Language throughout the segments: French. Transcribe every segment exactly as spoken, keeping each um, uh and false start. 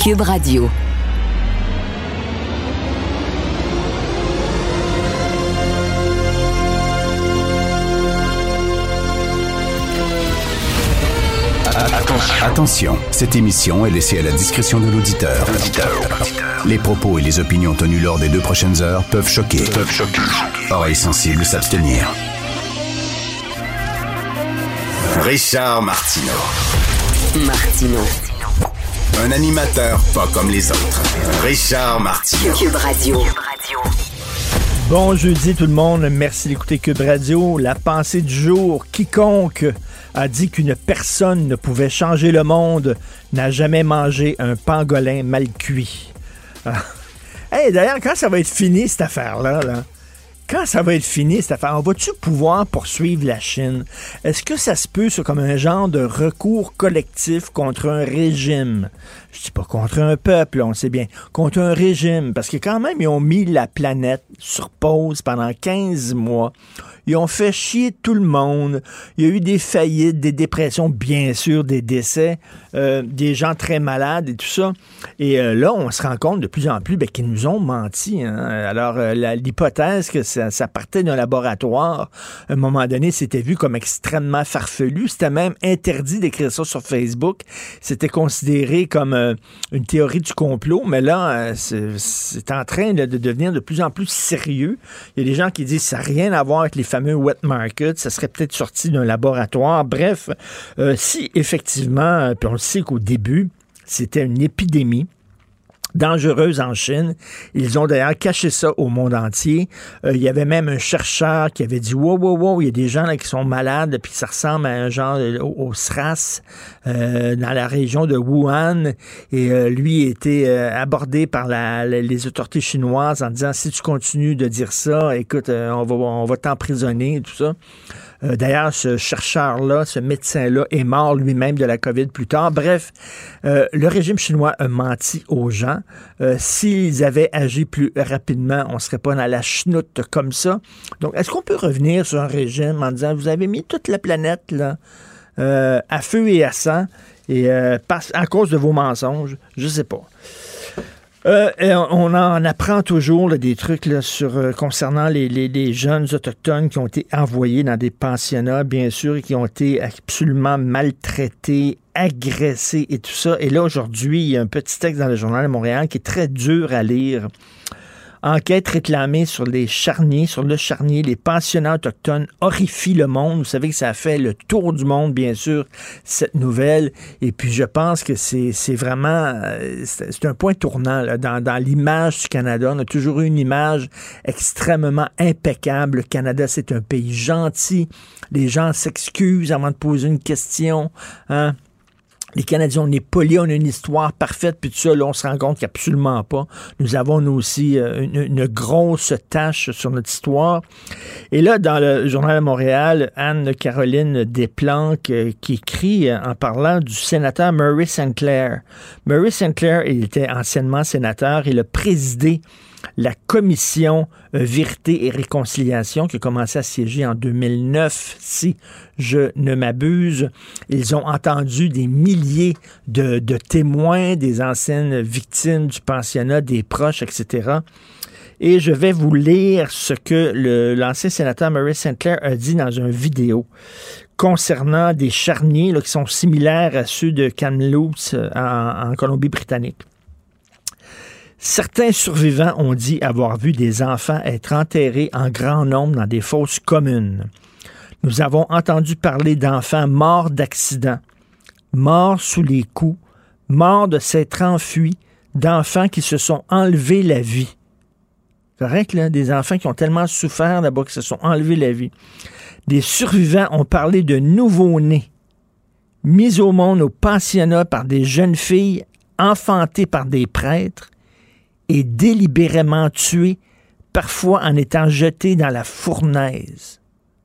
Cube Radio. Attention, cette émission est laissée à la discrétion de l'auditeur. Les propos et les opinions tenues lors des deux prochaines heures peuvent choquer. Peuvent choquer. Oreilles sensibles s'abstenir. Richard Martineau. Martineau. Un animateur pas comme les autres. Richard Martineau. Cube Radio. Bon jeudi tout le monde, merci d'écouter Cube Radio. La pensée du jour, quiconque a dit qu'une personne ne pouvait changer le monde n'a jamais mangé un pangolin mal cuit. Ah. Hey, d'ailleurs, quand ça va être fini cette affaire-là, là? Quand ça va être fini, cette affaire, on va-tu pouvoir poursuivre la Chine? Est-ce que ça se peut, ça, comme un genre de recours collectif contre un régime? Je dis pas contre un peuple, on sait bien, contre un régime, parce que quand même, ils ont mis la planète sur pause pendant quinze mois. Ils ont fait chier tout le monde. Il y a eu des faillites, des dépressions, bien sûr, des décès, euh, des gens très malades et tout ça. Et euh, là, on se rend compte de plus en plus ben, qu'ils nous ont menti. Hein. Alors, euh, la, l'hypothèse que ça, ça partait d'un laboratoire, à un moment donné, c'était vu comme extrêmement farfelu. C'était même interdit d'écrire ça sur Facebook. C'était considéré comme euh, une théorie du complot. Mais là, euh, c'est, c'est en train de, de devenir de plus en plus sérieux. Il y a des gens qui disent que ça n'a rien à voir avec les fameux wet market, ça serait peut-être sorti d'un laboratoire. Bref, euh, si effectivement, puis on le sait qu'au début, c'était une épidémie dangereuse en Chine. Ils ont d'ailleurs caché ça au monde entier. Euh, il y avait même un chercheur qui avait dit « Wow, wow, wow, il y a des gens là, qui sont malades, puis ça ressemble à un genre au, au SRAS euh, dans la région de Wuhan. » Et euh, lui a été euh, abordé par la, les autorités chinoises en disant « Si tu continues de dire ça, écoute, euh, on va, on va t'emprisonner. » et tout ça. Euh, d'ailleurs, ce chercheur-là, ce médecin-là, est mort lui-même de la COVID plus tard. Bref, euh, le régime chinois a menti aux gens. Euh, s'ils avaient agi plus rapidement, on ne serait pas dans la chenoute comme ça. Donc, est-ce qu'on peut revenir sur un régime en disant, vous avez mis toute la planète là, euh, à feu et à sang, et euh, par, à cause de vos mensonges? Je ne sais pas. Euh, on en apprend toujours là, des trucs là, sur, euh, concernant les, les, les jeunes autochtones qui ont été envoyés dans des pensionnats, bien sûr, et qui ont été absolument maltraités, agressés et tout ça. Et là, aujourd'hui, il y a un petit texte dans le Journal de Montréal qui est très dur à lire. Enquête réclamée sur les charniers, sur le charnier, les pensionnats autochtones horrifient le monde. Vous savez que ça a fait le tour du monde, bien sûr, cette nouvelle. Et puis, je pense que c'est, c'est vraiment, c'est, c'est un point tournant là, dans, dans l'image du Canada. On a toujours eu une image extrêmement impeccable. Le Canada, c'est un pays gentil. Les gens s'excusent avant de poser une question, hein. Les Canadiens, on est polis, on a une histoire parfaite, puis tout ça, là, on se rend compte qu'absolument pas. Nous avons, nous aussi, une, une grosse tâche sur notre histoire. Et là, dans le Journal de Montréal, Anne-Caroline Desplanques euh, qui écrit euh, en parlant du sénateur Murray Sinclair. Murray Sinclair, il était anciennement sénateur, il a présidé la commission euh, Vérité et Réconciliation qui a commencé à siéger en deux mille neuf, si je ne m'abuse. Ils ont entendu des milliers de, de témoins, des anciennes victimes du pensionnat, des proches, et cetera. Et je vais vous lire ce que le, l'ancien sénateur Murray Sinclair a dit dans une vidéo concernant des charniers là, qui sont similaires à ceux de Kamloops en, en Colombie-Britannique. Certains survivants ont dit avoir vu des enfants être enterrés en grand nombre dans des fosses communes. Nous avons entendu parler d'enfants morts d'accidents, morts sous les coups, morts de s'être enfuis, d'enfants qui se sont enlevés la vie. Correct, là? Des enfants qui ont tellement souffert là-bas qu'ils se sont enlevés la vie. Des survivants ont parlé de nouveau-nés, mis au monde au pensionnat par des jeunes filles, enfantées par des prêtres, et délibérément tués, parfois en étant jetés dans la fournaise.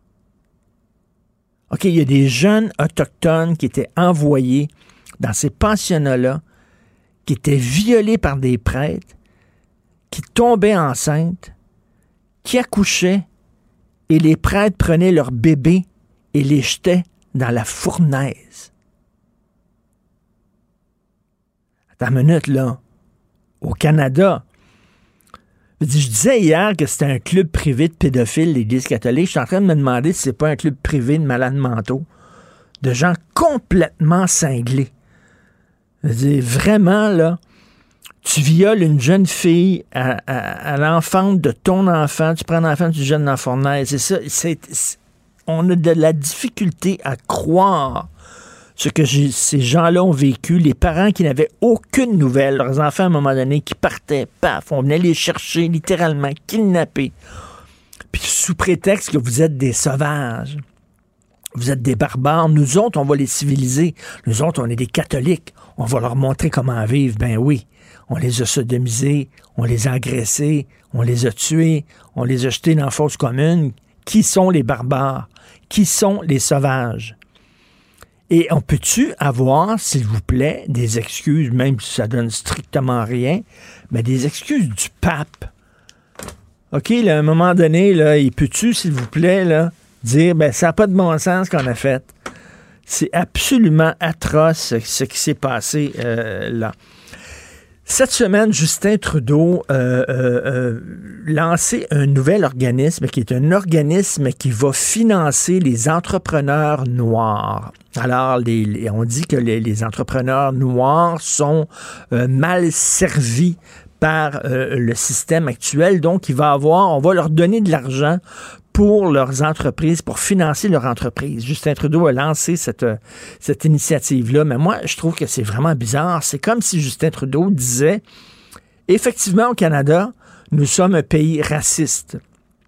OK, il y a des jeunes autochtones qui étaient envoyés dans ces pensionnats-là, qui étaient violés par des prêtres, qui tombaient enceintes, qui accouchaient, et les prêtres prenaient leurs bébés et les jetaient dans la fournaise. Dans une minute, là, au Canada. Je disais hier que c'était un club privé de pédophiles, l'Église catholique. Je suis en train de me demander si c'est pas un club privé de malades mentaux, de gens complètement cinglés. Je dis, vraiment, là, tu violes une jeune fille à, à, à l'enfante de ton enfant, tu prends l'enfant du jeune dans fournaise. C'est ça. C'est, c'est, on a de la difficulté à croire ce que j'ai, ces gens-là ont vécu, les parents qui n'avaient aucune nouvelle, leurs enfants à un moment donné qui partaient, paf, on venait les chercher littéralement, kidnappés. Puis sous prétexte que vous êtes des sauvages, vous êtes des barbares, nous autres, on va les civiliser. Nous autres, on est des catholiques, on va leur montrer comment vivre. Ben oui, on les a sodomisés, on les a agressés, on les a tués, on les a jetés dans la fosse commune. Qui sont les barbares? Qui sont les sauvages? Et on peut-tu avoir, s'il vous plaît, des excuses, même si ça donne strictement rien, mais des excuses du pape? OK, là, à un moment donné, là, il peut-tu, s'il vous plaît, là, dire, ben, ça n'a pas de bon sens ce qu'on a fait. C'est absolument atroce ce qui s'est passé euh, là. Cette semaine, Justin Trudeau a euh, euh, euh, lancé un nouvel organisme qui est un organisme qui va financer les entrepreneurs noirs. Alors, les, les, on dit que les, les entrepreneurs noirs sont euh, mal servis par euh, le système actuel. Donc, il va avoir, on va leur donner de l'argent pour leurs entreprises, pour financer leur entreprise. Justin Trudeau a lancé cette, cette initiative-là, mais moi, je trouve que c'est vraiment bizarre. C'est comme si Justin Trudeau disait, effectivement, au Canada, nous sommes un pays raciste.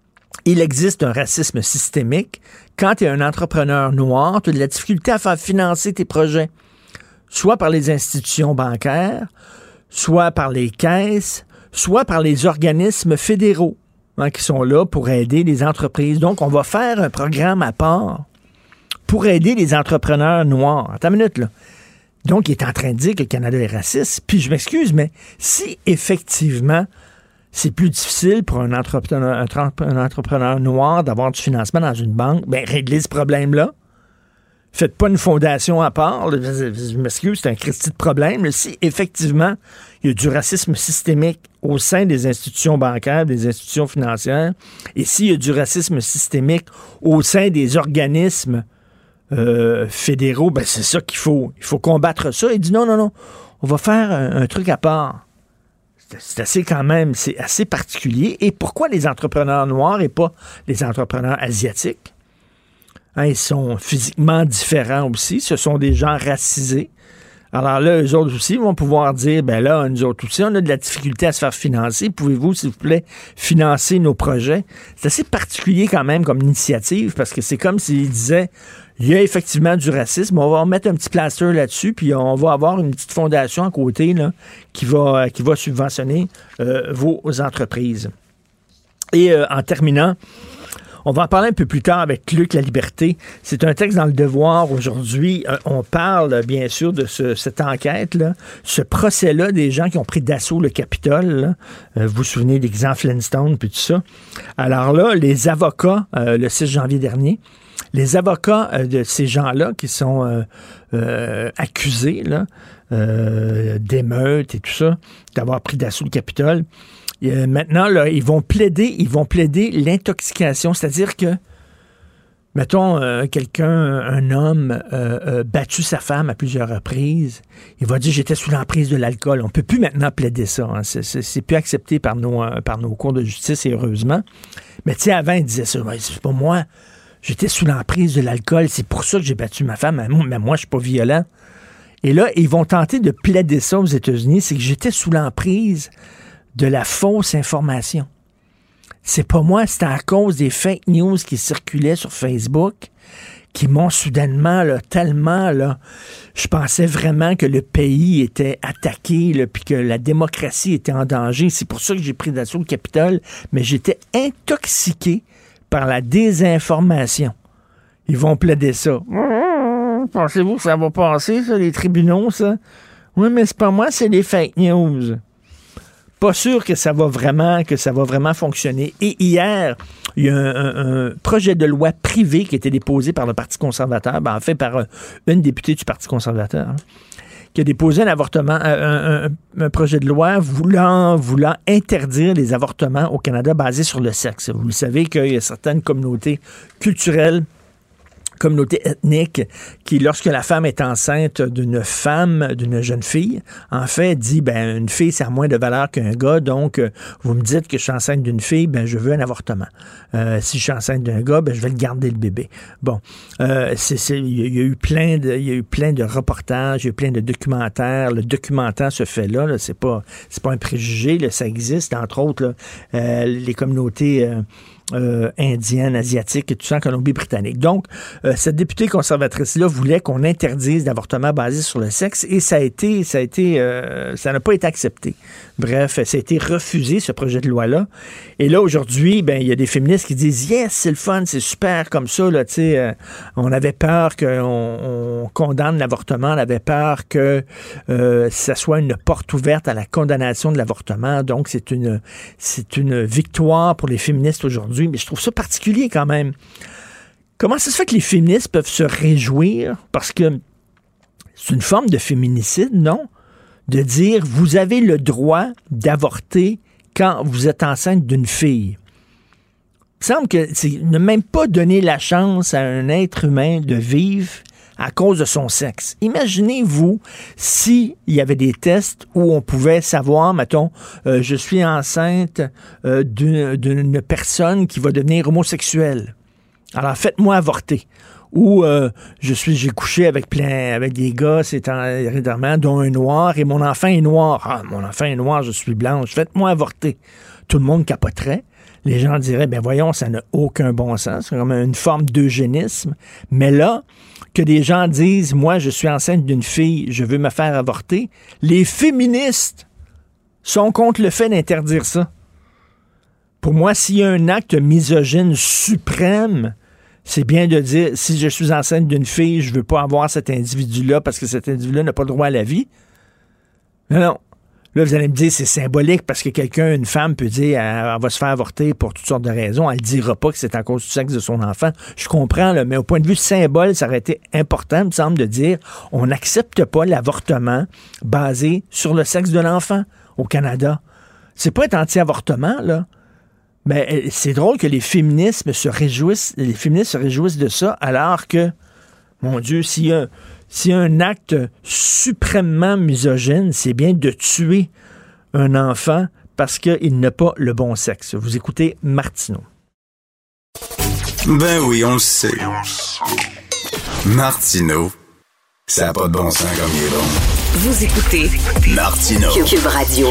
Il existe un racisme systémique. Quand tu es un entrepreneur noir, tu as de la difficulté à faire financer tes projets, soit par les institutions bancaires, soit par les caisses, soit par les organismes fédéraux, hein, qui sont là pour aider les entreprises. Donc, on va faire un programme à part pour aider les entrepreneurs noirs. Attends une minute, là. Donc, il est en train de dire que le Canada est raciste. Puis, je m'excuse, mais si effectivement, c'est plus difficile pour un entrepreneur, un entrepreneur noir d'avoir du financement dans une banque, bien, réglez ce problème-là. Faites pas une fondation à part. Je m'excuse, c'est un Christi de problème. Là. Si effectivement, il y a du racisme systémique au sein des institutions bancaires, des institutions financières, et s'il y a du racisme systémique au sein des organismes euh, fédéraux, ben c'est ça qu'il faut. Il faut combattre ça. Il dit non, non, non, on va faire un, un truc à part. C'est, c'est assez quand même, c'est assez particulier. Et pourquoi les entrepreneurs noirs et pas les entrepreneurs asiatiques? Hein, ils sont physiquement différents aussi. Ce sont des gens racisés. Alors là, eux autres aussi vont pouvoir dire, ben là, nous autres aussi, on a de la difficulté à se faire financer. Pouvez-vous, s'il vous plaît, financer nos projets? C'est assez particulier quand même comme initiative parce que c'est comme s'ils disaient, il y a effectivement du racisme, on va mettre un petit plaster là-dessus, puis on va avoir une petite fondation à côté là, qui va, qui va subventionner euh, vos entreprises. Et euh, en terminant, on va en parler un peu plus tard avec Luc La Liberté. C'est un texte dans Le Devoir aujourd'hui. Euh, on parle, bien sûr, de ce, cette enquête-là, ce procès-là des gens qui ont pris d'assaut le Capitole. Euh, vous vous souvenez d'Exemple Flintstone, puis tout ça. Alors là, les avocats, euh, le six janvier dernier, les avocats euh, de ces gens-là qui sont euh, euh, accusés là, euh, d'émeutes et tout ça, d'avoir pris d'assaut le Capitole, Euh, maintenant, là, ils vont plaider, ils vont plaider l'intoxication, c'est-à-dire que, mettons, euh, quelqu'un, un homme, euh, euh, battu sa femme à plusieurs reprises, il va dire « j'étais sous l'emprise de l'alcool ». On ne peut plus maintenant plaider ça, hein. c'est, c'est, c'est plus accepté par nos, euh, par nos cours de justice, et heureusement. Mais tu sais, avant, il disait ça, « c'est pas moi, j'étais sous l'emprise de l'alcool, c'est pour ça que j'ai battu ma femme, mais moi, mais moi je suis pas violent ». Et là, ils vont tenter de plaider ça aux États-Unis, c'est que j'étais sous l'emprise de la fausse information. C'est pas moi, c'était à cause des fake news qui circulaient sur Facebook qui m'ont soudainement, là, tellement, là, je pensais vraiment que le pays était attaqué, là, puis que la démocratie était en danger. C'est pour ça que j'ai pris d'assaut le Capitole, mais j'étais intoxiqué par la désinformation. Ils vont plaider ça. Pensez-vous que ça va passer, ça, les tribunaux, ça? Oui, mais c'est pas moi, c'est les fake news. Pas sûr que ça va vraiment, que ça va vraiment fonctionner. Et hier, il y a un, un, un projet de loi privé qui a été déposé par le Parti conservateur, ben, en fait par une députée du Parti conservateur, hein, qui a déposé un avortement, un, un, un projet de loi voulant, voulant interdire les avortements au Canada basés sur le sexe. Vous le savez qu'il y a certaines communautés culturelles, communauté ethnique qui, lorsque la femme est enceinte d'une femme, d'une jeune fille, en fait, dit, ben, une fille, ça a moins de valeur qu'un gars, donc, euh, vous me dites que je suis enceinte d'une fille, ben, je veux un avortement. Euh, si je suis enceinte d'un gars, ben, je vais le garder, le bébé. Bon, euh, c'est, c'est, il y, y a eu plein de, il y a eu plein de reportages, il y a eu plein de documentaires. Le documentaire se fait là, là c'est pas, c'est pas un préjugé, là, ça existe, entre autres, là, euh, les communautés, euh, Euh, indienne, asiatique et tout ça en Colombie-Britannique. Donc, euh, cette députée conservatrice-là voulait qu'on interdise l'avortement basé sur le sexe et ça a été, ça a été, euh, ça n'a pas été accepté. Bref, ça a été refusé, ce projet de loi-là. Et là, aujourd'hui, ben, il y a des féministes qui disent « Yes, c'est le fun, c'est super comme ça, là, tu sais, euh, on avait peur qu'on on condamne l'avortement, on avait peur que euh, ça soit une porte ouverte à la condamnation de l'avortement. Donc, c'est une, c'est une victoire pour les féministes aujourd'hui. Mais je trouve ça particulier quand même. Comment ça se fait que les féministes peuvent se réjouir? Parce que c'est une forme de féminicide, non? De dire, vous avez le droit d'avorter quand vous êtes enceinte d'une fille. Il me semble que c'est ne même pas donner la chance à un être humain de vivre à cause de son sexe. Imaginez-vous s'il y avait des tests où on pouvait savoir, mettons, euh, je suis enceinte euh, d'une, d'une personne qui va devenir homosexuelle. Alors faites-moi avorter. Ou euh, je suis, j'ai couché avec plein, avec des gars, c'est régulièrement, dont un noir, et mon enfant est noir. Ah, mon enfant est noir, je suis blanche. Faites-moi avorter. Tout le monde capoterait. Les gens diraient, ben voyons, ça n'a aucun bon sens. C'est comme une forme d'eugénisme. Mais là, que des gens disent, moi, je suis enceinte d'une fille, je veux me faire avorter, les féministes sont contre le fait d'interdire ça. Pour moi, s'il y a un acte misogyne suprême, c'est bien de dire, si je suis enceinte d'une fille, je veux pas avoir cet individu-là parce que cet individu-là n'a pas le droit à la vie. Non, non. Là, vous allez me dire, c'est symbolique parce que quelqu'un, une femme peut dire, elle, elle va se faire avorter pour toutes sortes de raisons. Elle ne dira pas que c'est à cause du sexe de son enfant. Je comprends, là, mais au point de vue symbole, ça aurait été important, il me semble, de dire, on n'accepte pas l'avortement basé sur le sexe de l'enfant au Canada. C'est pas être anti-avortement, là. Mais c'est drôle que les féministes se réjouissent, les féministes se réjouissent de ça, alors que, mon Dieu, s'il y a S'il y a un acte suprêmement misogyne, c'est bien de tuer un enfant parce qu'il n'a pas le bon sexe. Vous écoutez Martineau. Ben oui, on le sait. Martineau, ça n'a pas de bon sens comme il est bon. Vous écoutez Martineau. Cube Radio.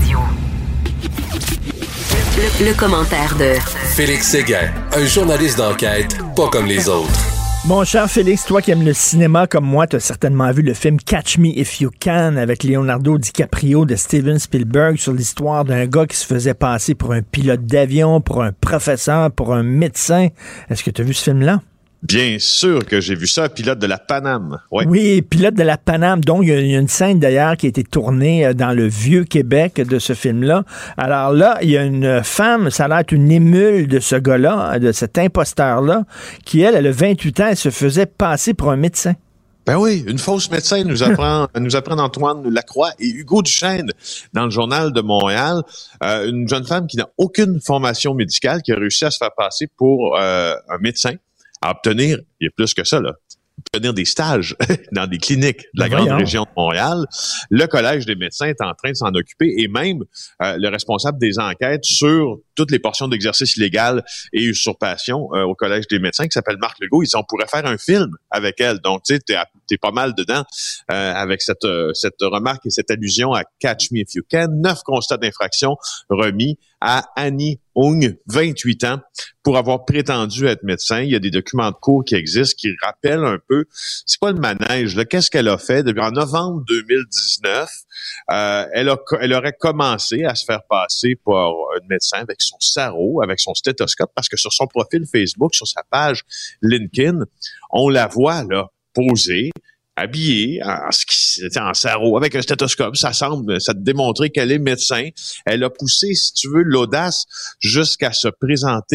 Le, le commentaire de Félix Séguin, un journaliste d'enquête pas comme les autres. Mon cher Félix, toi qui aimes le cinéma comme moi, tu as certainement vu le film Catch Me If You Can avec Leonardo DiCaprio de Steven Spielberg sur l'histoire d'un gars qui se faisait passer pour un pilote d'avion, pour un professeur, pour un médecin. Est-ce que tu as vu ce film-là? Bien sûr que j'ai vu ça, pilote de la Paname. Ouais. Oui, pilote de la Paname. Donc, il y, y a une scène d'ailleurs qui a été tournée dans le vieux Québec de ce film-là. Alors là, il y a une femme, ça a l'air être une émule de ce gars-là, de cet imposteur-là, qui, elle, elle a vingt-huit ans, elle se faisait passer pour un médecin. Ben oui, une fausse médecin nous apprend, nous apprend Antoine Lacroix et Hugo Duchesne dans le Journal de Montréal. Euh, une jeune femme qui n'a aucune formation médicale, qui a réussi à se faire passer pour euh, un médecin, à obtenir, il y a plus que ça, là, obtenir des stages dans des cliniques de la grande région de Montréal. Le Collège des médecins est en train de s'en occuper et même euh, le responsable des enquêtes sur toutes les portions d'exercice illégal et usurpation euh, au Collège des médecins, qui s'appelle Marc Legault, il dit on pourrait faire un film avec elle. Donc, tu sais, t'es, t'es pas mal dedans euh, avec cette, euh, cette remarque et cette allusion à Catch Me If You Can. Neuf constats d'infraction remis à Annie Hung, vingt-huit ans, pour avoir prétendu être médecin. Il y a des documents de cours qui existent qui rappellent un peu, c'est quoi le manège, là? Qu'est-ce qu'elle a fait? Depuis en novembre deux mille dix-neuf, euh, elle, a, elle aurait commencé à se faire passer pour un médecin avec son sarrau, avec son stéthoscope, parce que sur son profil Facebook, sur sa page LinkedIn, on la voit là posée, habillée en, en sarrau, avec un stéthoscope. Ça semble, ça te démontrer qu'elle est médecin. Elle a poussé, si tu veux, l'audace jusqu'à se présenter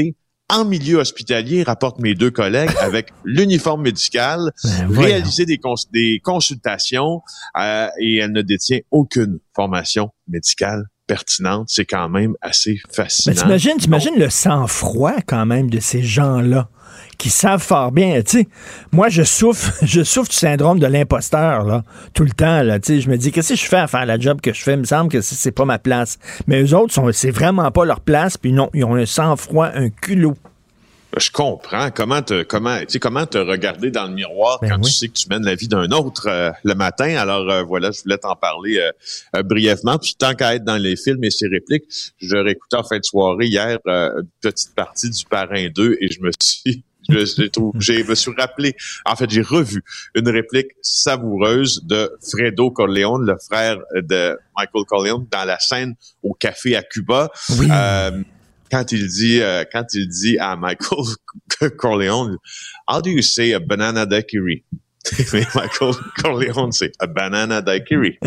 en milieu hospitalier, rapportent mes deux collègues, avec l'uniforme médical, ben, réaliser des, cons- des consultations euh, et elle ne détient aucune formation médicale pertinente. C'est quand même assez fascinant. Ben, t'imagines, t'imagines le sang-froid quand même de ces gens-là qui savent fort bien. Tu sais, moi, je souffre, je souffre du syndrome de l'imposteur, là, tout le temps, là. Tu sais, je me dis, qu'est-ce que je fais à faire la job que je fais? Il me semble que c'est, c'est pas ma place. Mais eux autres, sont, c'est vraiment pas leur place, puis non, ils ont un sang-froid, un culot. Je comprends comment te comment tu sais comment te regarder dans le miroir ben quand oui. tu sais que tu mènes la vie d'un autre euh, le matin. Alors euh, voilà, je voulais t'en parler euh, euh, brièvement. Puis tant qu'à être dans les films et ses répliques, je réécoutais en fin de soirée hier euh, une petite partie du Parrain deux et je me suis je, je, trouve, je me suis rappelé, en fait j'ai revu une réplique savoureuse de Fredo Corleone, le frère de Michael Corleone, dans la scène au café à Cuba. Oui. Euh, Quand il dit, euh, quand il dit à Michael Corleone, how do you say a banana daiquiri? Mais Michael Corleone, c'est a banana daiquiri.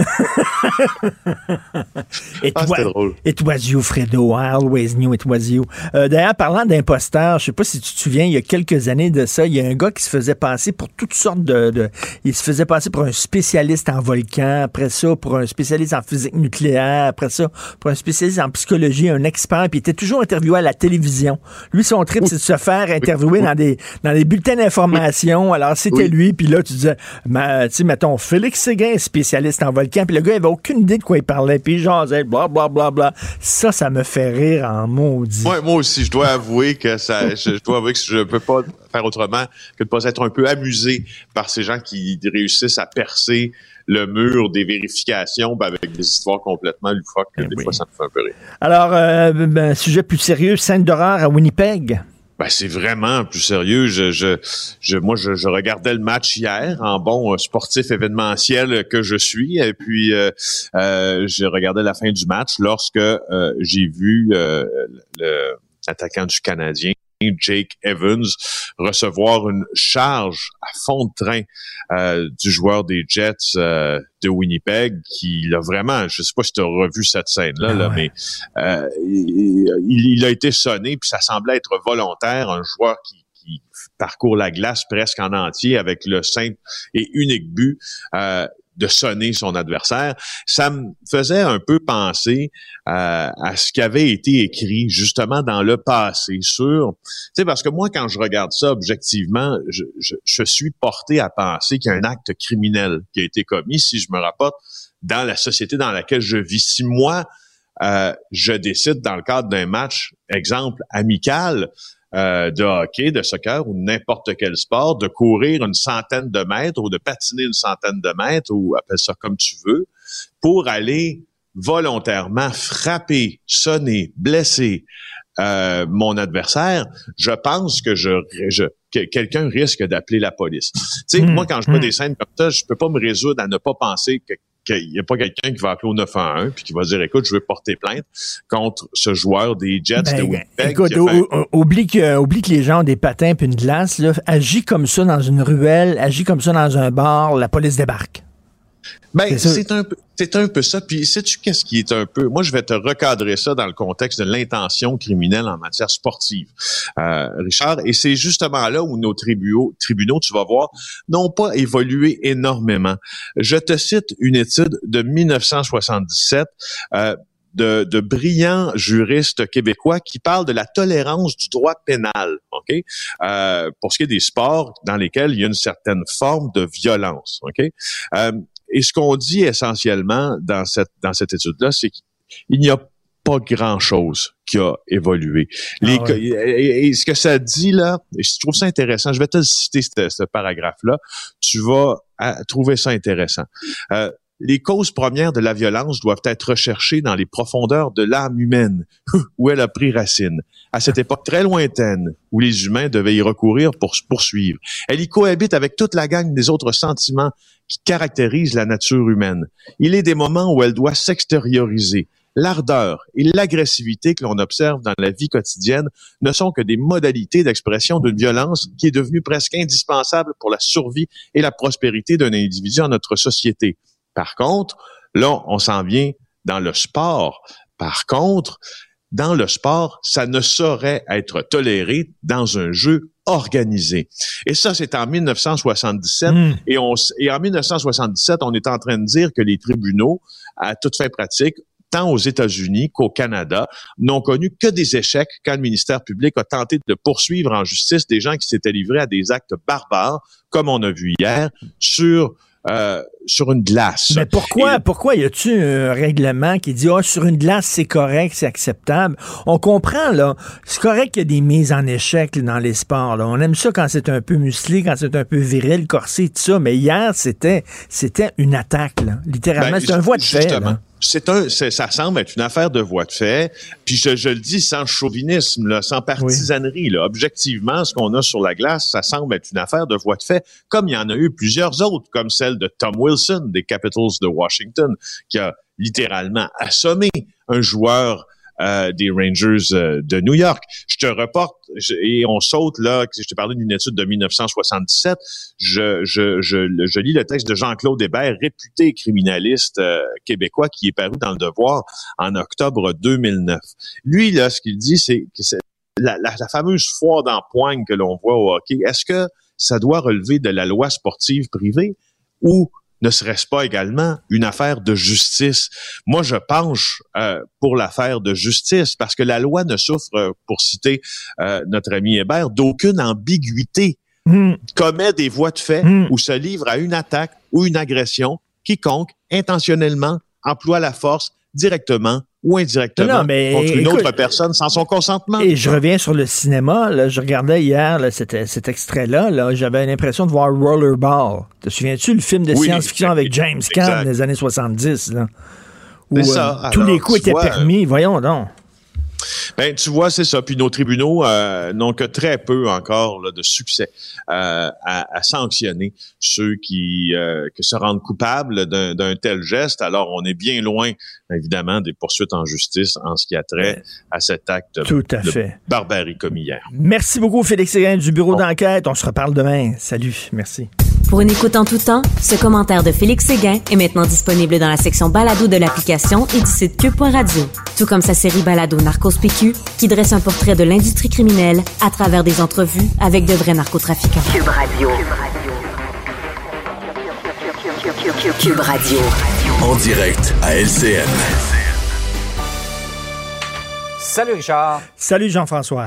It, ah, wa- c'était drôle. It was you, Fredo. I always knew it was you. Euh, d'ailleurs, parlant d'imposteurs, je sais pas si tu te souviens, il y a quelques années de ça, il y a un gars qui se faisait passer pour toutes sortes de, de... Il se faisait passer pour un spécialiste en volcan, après ça, pour un spécialiste en physique nucléaire, après ça, pour un spécialiste en psychologie, un expert, puis il était toujours interviewé à la télévision. Lui, son trip, oui. c'est de se faire interviewer oui. dans des dans des bulletins d'information. Oui. Alors, c'était oui. lui, puis là, tu disais, tu sais, mettons, Félix Séguin, spécialiste en volcan, puis le gars, il avait aucune idée de quoi il parlait, puis genre, bla, bla, bla, bla. Ça, ça me fait rire en maudit. Ouais, moi aussi, je dois avouer que ça, je, je dois avouer que je peux pas faire autrement que de pas être un peu amusé par ces gens qui réussissent à percer le mur des vérifications ben, avec des histoires complètement loufoques. Eh des oui. fois, ça me fait un peu rire. Alors, euh, ben, sujet plus sérieux, scène d'horreur à Winnipeg. Ben, c'est vraiment plus sérieux. Je, je, je, moi, je, je regardais le match hier en bon sportif événementiel que je suis. Et puis, euh, euh, je regardais la fin du match lorsque euh, j'ai vu euh, le, l'attaquant du Canadien, Jake Evans, recevoir une charge à fond de train euh, du joueur des Jets euh, de Winnipeg, qui l'a vraiment, je sais pas si tu as revu cette scène-là, ah, là, ouais. mais euh, il, il a été sonné, puis ça semblait être volontaire, un joueur qui, qui parcourt la glace presque en entier avec le simple et unique but euh, de sonner son adversaire. Ça me faisait un peu penser euh, à ce qui avait été écrit justement dans le passé sur, tu sais, parce que moi, quand je regarde ça objectivement, je, je, je suis porté à penser qu'il y a un acte criminel qui a été commis, si je me rapporte, dans la société dans laquelle je vis. Si moi, euh, je décide dans le cadre d'un match, exemple, amical, Euh, de hockey, de soccer ou n'importe quel sport, de courir une centaine de mètres ou de patiner une centaine de mètres ou appelle ça comme tu veux, pour aller volontairement frapper, sonner, blesser euh, mon adversaire, je pense que je, je que quelqu'un risque d'appeler la police. Tu sais, mmh, moi, quand je vois mmh. des scènes comme ça, je peux pas me résoudre à ne pas penser que qu'il n'y a pas quelqu'un qui va appeler au neuf un un puis qui va dire, écoute, je veux porter plainte contre ce joueur des Jets ben, de Winnipeg. Écoute, o- o- oublie, que, oublie que les gens ont des patins puis une glace, là, agis comme ça dans une ruelle, agis comme ça dans un bar, la police débarque. Ben, c'est, c'est un peu, c'est un peu ça. Puis, sais-tu qu'est-ce qui est un peu... Moi, je vais te recadrer ça dans le contexte de l'intention criminelle en matière sportive, euh, Richard. Et c'est justement là où nos tribunaux, tribunaux, tu vas voir, n'ont pas évolué énormément. Je te cite une étude de dix-neuf cent soixante-dix-sept, euh, de, de brillants juristes québécois qui parlent de la tolérance du droit pénal, ok, euh, pour ce qui est des sports dans lesquels il y a une certaine forme de violence, ok. Euh, et ce qu'on dit essentiellement dans cette dans cette étude-là, c'est qu'il n'y a pas grand-chose qui a évolué. Les, ah ouais. et, et ce que ça dit là, et je trouve ça intéressant, je vais te le citer ce, ce paragraphe-là, tu vas à, trouver ça intéressant. Euh, Les causes premières de la violence doivent être recherchées dans les profondeurs de l'âme humaine, où elle a pris racine. À cette époque très lointaine, où les humains devaient y recourir pour se poursuivre. Elle y cohabite avec toute la gang des autres sentiments qui caractérisent la nature humaine. Il est des moments où elle doit s'extérioriser. L'ardeur et l'agressivité que l'on observe dans la vie quotidienne ne sont que des modalités d'expression d'une violence qui est devenue presque indispensable pour la survie et la prospérité d'un individu en notre société. Par contre, là, on s'en vient dans le sport. Par contre, dans le sport, ça ne saurait être toléré dans un jeu organisé. Et ça, c'est en dix-neuf cent soixante-dix-sept. Mmh. Et, on, et en dix-neuf cent soixante-dix-sept, on est en train de dire que les tribunaux, à toute fin pratique, tant aux États-Unis qu'au Canada, n'ont connu que des échecs quand le ministère public a tenté de poursuivre en justice des gens qui s'étaient livrés à des actes barbares, comme on a vu hier, sur Euh, sur une glace. Mais pourquoi, Et, pourquoi y a-t-il un règlement qui dit, ah, oh, sur une glace, c'est correct, c'est acceptable? On comprend, là. C'est correct qu'il y a des mises en échec là, dans les sports, là. On aime ça quand c'est un peu musclé, quand c'est un peu viril, corsé, tout ça. Mais hier, c'était, c'était une attaque, là. Littéralement, ben, c'est un voie de fait, là. C'est un, c'est, ça semble être une affaire de voie de fait. Puis je, je le dis sans chauvinisme, là, sans partisanerie. Oui. Là. Objectivement, ce qu'on a sur la glace, ça semble être une affaire de voie de fait, comme il y en a eu plusieurs autres, comme celle de Tom Wilson des Capitals de Washington, qui a littéralement assommé un joueur Euh, des Rangers euh, de New York. Je te reporte, je, et on saute là, je t'ai parlé d'une étude de dix-neuf cent soixante-dix-sept, je, je, je, je lis le texte de Jean-Claude Hébert, réputé criminaliste euh, québécois, qui est paru dans Le Devoir en octobre deux mille neuf. Lui, là, ce qu'il dit, c'est que c'est la, la, la fameuse foire d'empoigne que l'on voit au hockey, est-ce que ça doit relever de la loi sportive privée ou ne serait-ce pas également une affaire de justice? Moi, je penche euh, pour l'affaire de justice parce que la loi ne souffre, pour citer euh, notre ami Hébert, d'aucune ambiguïté. Mmh. Commet des voies de fait mmh. ou se livre à une attaque ou une agression, quiconque, intentionnellement, emploie la force directement ou indirectement non, non, contre une écoute, autre personne sans son consentement. Et je reviens sur le cinéma. Là, je regardais hier là, cet, cet extrait-là. Là, j'avais l'impression de voir Rollerball. Te souviens-tu le film de oui, science-fiction avec James Caan des années soixante-dix? Là, où euh, ça, tous les coups étaient vois, permis. Voyons donc. Ben, tu vois, c'est ça. Puis nos tribunaux euh, n'ont que très peu encore là, de succès euh, à, à sanctionner ceux qui, euh, qui se rendent coupables d'un, d'un tel geste. Alors, on est bien loin, évidemment, des poursuites en justice en ce qui a trait à cet acte Tout à de fait. barbarie commis hier. Merci beaucoup, Félix Séguin du Bureau bon. d'enquête. On se reparle demain. Salut. Merci. Pour une écoute en tout temps, ce commentaire de Félix Séguin est maintenant disponible dans la section balado de l'application et du site cube point radio. Tout comme sa série balado Narcos P Q, qui dresse un portrait de l'industrie criminelle à travers des entrevues avec de vrais narcotrafiquants. Cube Radio. Cube Radio. En direct à L C N. Salut Richard. Salut Jean-François.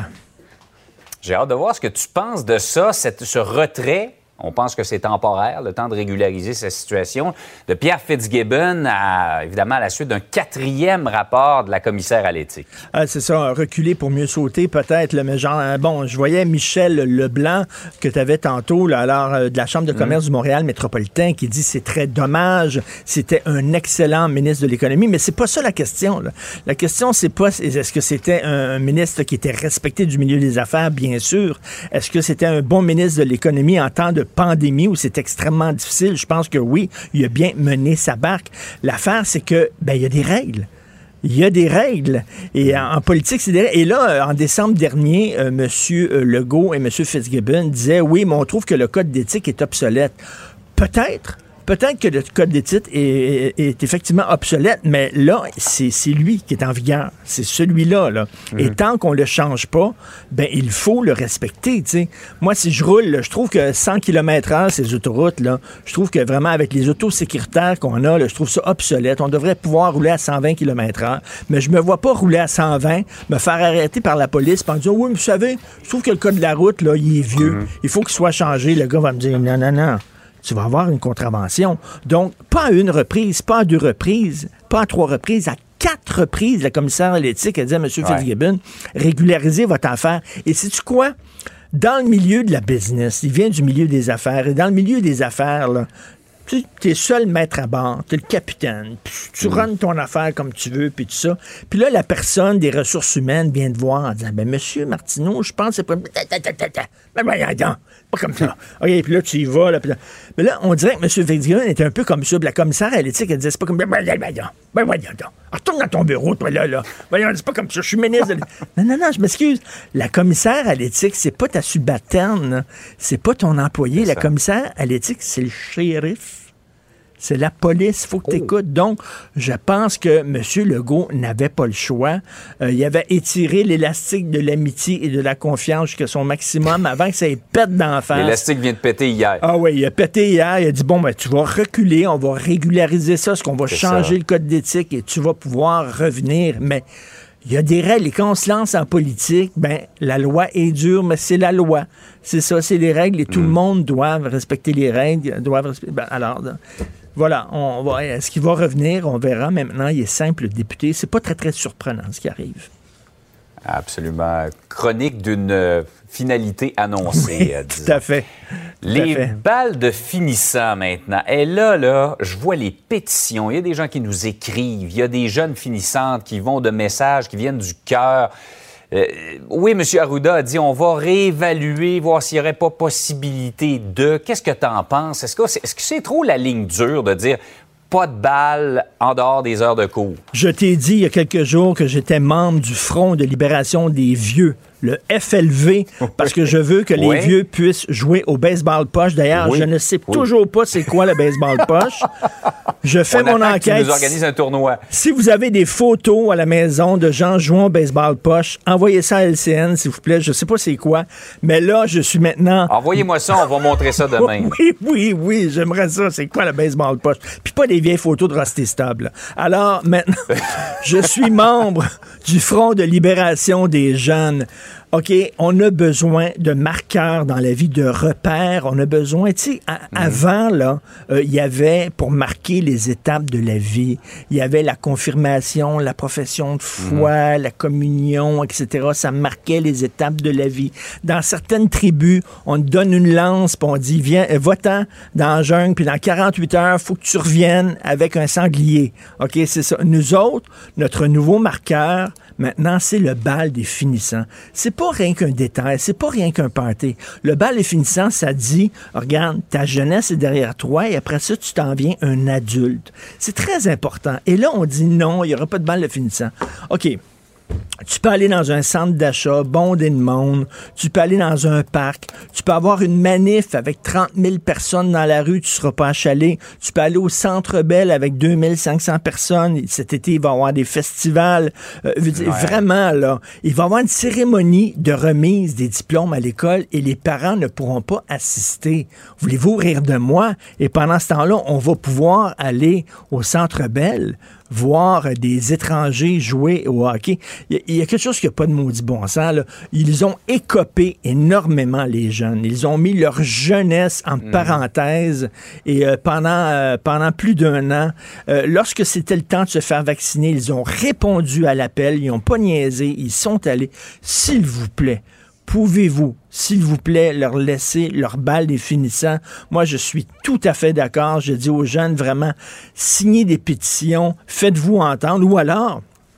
J'ai hâte de voir ce que tu penses de ça, cette, ce retrait. On pense que c'est temporaire, le temps de régulariser cette situation. De Pierre Fitzgibbon, à, évidemment, à la suite d'un quatrième rapport de la commissaire à l'éthique. Ah, c'est ça, reculer pour mieux sauter, peut-être. Là, mais genre, bon, je voyais Michel Leblanc, que tu avais tantôt, là, alors, euh, de la Chambre de commerce mmh. du Montréal métropolitain, qui dit c'est très dommage, c'était un excellent ministre de l'économie, mais c'est pas ça la question. Là. La question, c'est pas est-ce que c'était un ministre qui était respecté du milieu des affaires, bien sûr. Est-ce que c'était un bon ministre de l'économie en temps de pandémie où c'est extrêmement difficile? Je pense que oui, il a bien mené sa barque. L'affaire, c'est que, ben, il y a des règles. Il y a des règles. Et en, en politique, c'est des règles. Et là, en décembre dernier, euh, M. Legault et M. Fitzgibbon disaient, oui, mais on trouve que le code d'éthique est obsolète. Peut-être. Peut-être que le code d'éthique est, est, est effectivement obsolète, mais là, c'est, c'est lui qui est en vigueur. C'est celui-là, là. Mmh. Et tant qu'on le change pas, ben il faut le respecter, tu sais. Moi, si je roule, là, je trouve que cent kilomètres heure, ces autoroutes, là, je trouve que vraiment, avec les autos sécuritaires qu'on a, là, je trouve ça obsolète. On devrait pouvoir rouler à cent vingt kilomètres heure, mais je me vois pas rouler à cent vingt, me faire arrêter par la police en disant, oui, mais vous savez, je trouve que le code de la route, là, il est vieux. Mmh. Il faut qu'il soit changé. Le gars va me dire, non, non, non. Tu vas avoir une contravention. Donc, pas à une reprise, pas à deux reprises, pas à trois reprises, à quatre reprises, la commissaire à l'éthique a dit à M. Fitzgibbon, régularisez votre affaire. Et sais-tu quoi? Dans le milieu de la business, il vient du milieu des affaires, et dans le milieu des affaires, là, tu es seul maître à bord, tu es le capitaine, tu mmh. runs ton affaire comme tu veux, puis tout ça. Puis là, la personne des ressources humaines vient te voir en disant, ben Monsieur Martineau, je pense que c'est pas... Ben voyons donc, pas comme ça. OK, puis là, tu y vas. Là, là. Mais là, on dirait que M. Fitzgibbon était un peu comme ça. La commissaire à l'éthique, elle disait, c'est pas comme... Ben voyons donc, ben voyons donc. Retourne dans ton bureau, toi, là, là. Voyons, c'est pas comme ça, je suis ministre de... Non, non, non, je m'excuse. La commissaire à l'éthique, c'est pas ta subalterne, là. C'est pas ton employé. C'est la ça. Commissaire à l'éthique, c'est le shérif. C'est la police, il faut que tu écoutes. Donc, je pense que M. Legault n'avait pas le choix. Euh, il avait étiré l'élastique de l'amitié et de la confiance jusqu'à son maximum avant que ça ait pète d'en face. L'élastique vient de péter hier. Ah oui, il a pété hier. Il a dit, bon, ben, tu vas reculer, on va régulariser ça, parce qu'on va C'est changer ça. le code d'éthique et tu vas pouvoir revenir. Mais il y a des règles. Et quand on se lance en politique, ben, la loi est dure, mais c'est la loi. C'est ça, c'est les règles et tout mm. le monde doit respecter les règles. Doivent respecter... Ben, alors... Voilà, on va, est-ce qu'il va revenir? On verra. Maintenant, il est simple député. C'est pas très, très surprenant ce qui arrive. Absolument. Chronique d'une euh, finalité annoncée. Oui, euh, tout à fait. Tout les à fait. balles de finissants maintenant. Et là, là, je vois les pétitions. Il y a des gens qui nous écrivent. Il y a des jeunes finissantes qui vont de messages qui viennent du cœur. Euh, oui, M. Arruda a dit on va réévaluer, voir s'il n'y aurait pas possibilité de... Qu'est-ce que tu en penses? Est-ce que c'est, est-ce que c'est trop la ligne dure de dire pas de balles en dehors des heures de cours? Je t'ai dit il y a quelques jours que j'étais membre du Front de libération des vieux, le F L V, parce que je veux que les oui. vieux puissent jouer au baseball poche. D'ailleurs, oui. je ne sais oui. toujours pas c'est quoi le baseball poche. Je fais On mon attend enquête. que tu nous organises un tournoi. Si vous avez des photos à la maison de gens jouant au baseball poche, envoyez ça à L C N, s'il vous plaît. Je sais pas c'est quoi, mais là, je suis maintenant... Envoyez-moi ça, on va montrer ça demain. Oui, oui, oui, j'aimerais ça. C'est quoi le baseball poche? Puis pas des vieilles photos de Rusty Stable. Alors, maintenant, je suis membre du Front de libération des jeunes. OK, on a besoin de marqueurs dans la vie, de repères. On a besoin, tu sais, mmh. avant, là, il euh, y avait, pour marquer les étapes de la vie, il y avait la confirmation, la profession de foi, mmh. la communion, et cetera. Ça marquait les étapes de la vie. Dans certaines tribus, on te donne une lance, puis on dit, viens, va-t'en dans la jungle, puis dans quarante-huit heures, il faut que tu reviennes avec un sanglier. OK, c'est ça. Nous autres, notre nouveau marqueur, maintenant, c'est le bal des finissants. C'est pas rien qu'un détail, c'est pas rien qu'un party. Le bal des finissants, ça dit, regarde, ta jeunesse est derrière toi et après ça, tu t'en viens un adulte. C'est très important. Et là, on dit non, il n'y aura pas de bal de finissants. OK. Tu peux aller dans un centre d'achat, bondé de monde. Tu peux aller dans un parc. Tu peux avoir une manif avec trente mille personnes dans la rue. Tu ne seras pas achalé. Tu peux aller au Centre Bell avec deux mille cinq cents personnes. Cet été, il va y avoir des festivals. Euh, ouais. Vraiment, là, il va y avoir une cérémonie de remise des diplômes à l'école et les parents ne pourront pas assister. Voulez-vous rire de moi? Et pendant ce temps-là, on va pouvoir aller au Centre Bell voir des étrangers jouer au hockey. Il y, y a quelque chose qui n'a pas de maudit bon sens, là. Ils ont écopé énormément les jeunes. Ils ont mis leur jeunesse en mmh. parenthèse et euh, pendant, euh, pendant plus d'un an, euh, lorsque c'était le temps de se faire vacciner, ils ont répondu à l'appel, ils n'ont pas niaisé, ils sont allés. S'il vous plaît, pouvez-vous, s'il vous plaît, leur laisser leur balle des finissants? Moi, je suis tout à fait d'accord. Je dis aux jeunes, vraiment, signez des pétitions, faites-vous entendre, ou alors,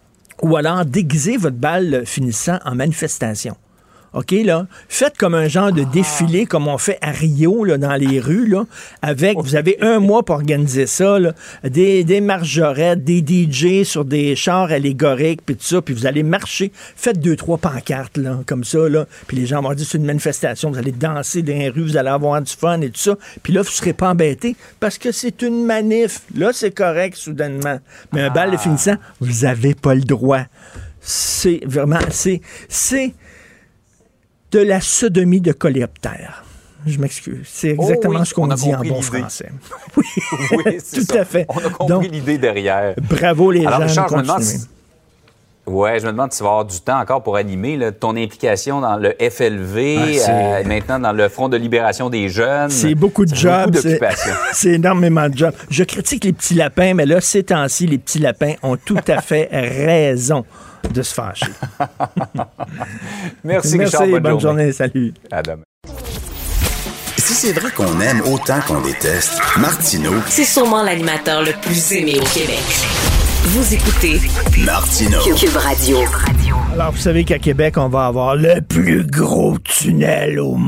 ou alors déguisez votre balle finissant en manifestation. OK, là, faites comme un genre de défilé, comme on fait à Rio, là, dans les rues, là, avec, vous avez un mois pour organiser ça, là, des, des margerettes, des D J sur des chars allégoriques, puis tout ça, puis vous allez marcher, faites deux, trois pancartes, là, comme ça, là, puis les gens vont dire, c'est une manifestation, vous allez danser dans les rues, vous allez avoir du fun et tout ça, puis là, vous ne serez pas embêtés, parce que c'est une manif. Là, c'est correct, soudainement. Mais un bal de finissant, vous n'avez pas le droit. C'est vraiment, c'est, c'est, de la sodomie de coléoptère. Je m'excuse. C'est exactement oh oui, ce qu'on dit en bon l'idée. Français. Oui, oui c'est tout ça. à fait. On a compris Donc, l'idée derrière. Bravo les Alors, gens. Richard, je me demande si... Ouais, je me demande si tu vas avoir du temps encore pour animer là, ton implication dans le F L V, ah, euh, maintenant dans le Front de libération des jeunes. C'est beaucoup de jobs. Beaucoup d'occupations. C'est, c'est énormément de jobs. Je critique les petits lapins, mais là, ces temps-ci, les petits lapins ont tout à fait raison de se fâcher. Merci, Merci, Richard. Bonne, bonne journée. journée. Salut. À demain. Si c'est vrai qu'on aime autant qu'on déteste, Martineau, c'est sûrement l'animateur le plus aimé au Québec. Vous écoutez Martineau. Cube Radio. Alors, vous savez qu'à Québec, on va avoir le plus gros tunnel au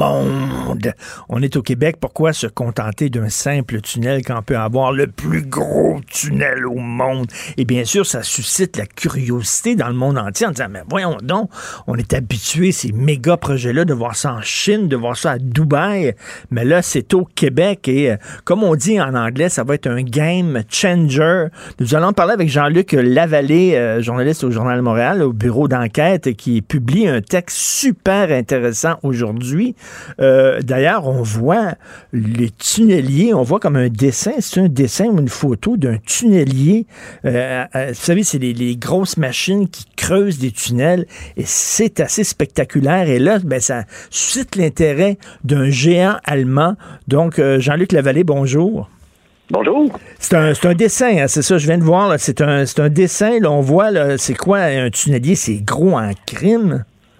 monde. On est au Québec, pourquoi se contenter d'un simple tunnel quand on peut avoir le plus gros tunnel au monde? Et bien sûr, ça suscite la curiosité dans le monde entier en disant, mais voyons donc, on est habitué ces méga projets-là de voir ça en Chine, de voir ça à Dubaï, mais là, c'est au Québec et euh, comme on dit en anglais, ça va être un game changer. Nous allons parler avec Jean-Luc Lavallée, euh, journaliste au Journal de Montréal, au bureau d'enquête, qui publie un texte super intéressant aujourd'hui. Euh, d'ailleurs, on voit les tunneliers, on voit comme un dessin, c'est un dessin ou une photo d'un tunnelier. Euh, euh, vous savez, c'est les, les grosses machines qui creusent des tunnels et c'est assez spectaculaire. Et là, ben, ça suscite l'intérêt d'un géant allemand. Donc, euh, Jean-Luc Lavallée, bonjour. Bonjour. C'est un, c'est un dessin, hein, c'est ça, je viens de voir. Là, c'est, un, c'est un dessin, là, on voit, là, c'est quoi un tunnelier? C'est gros en crime.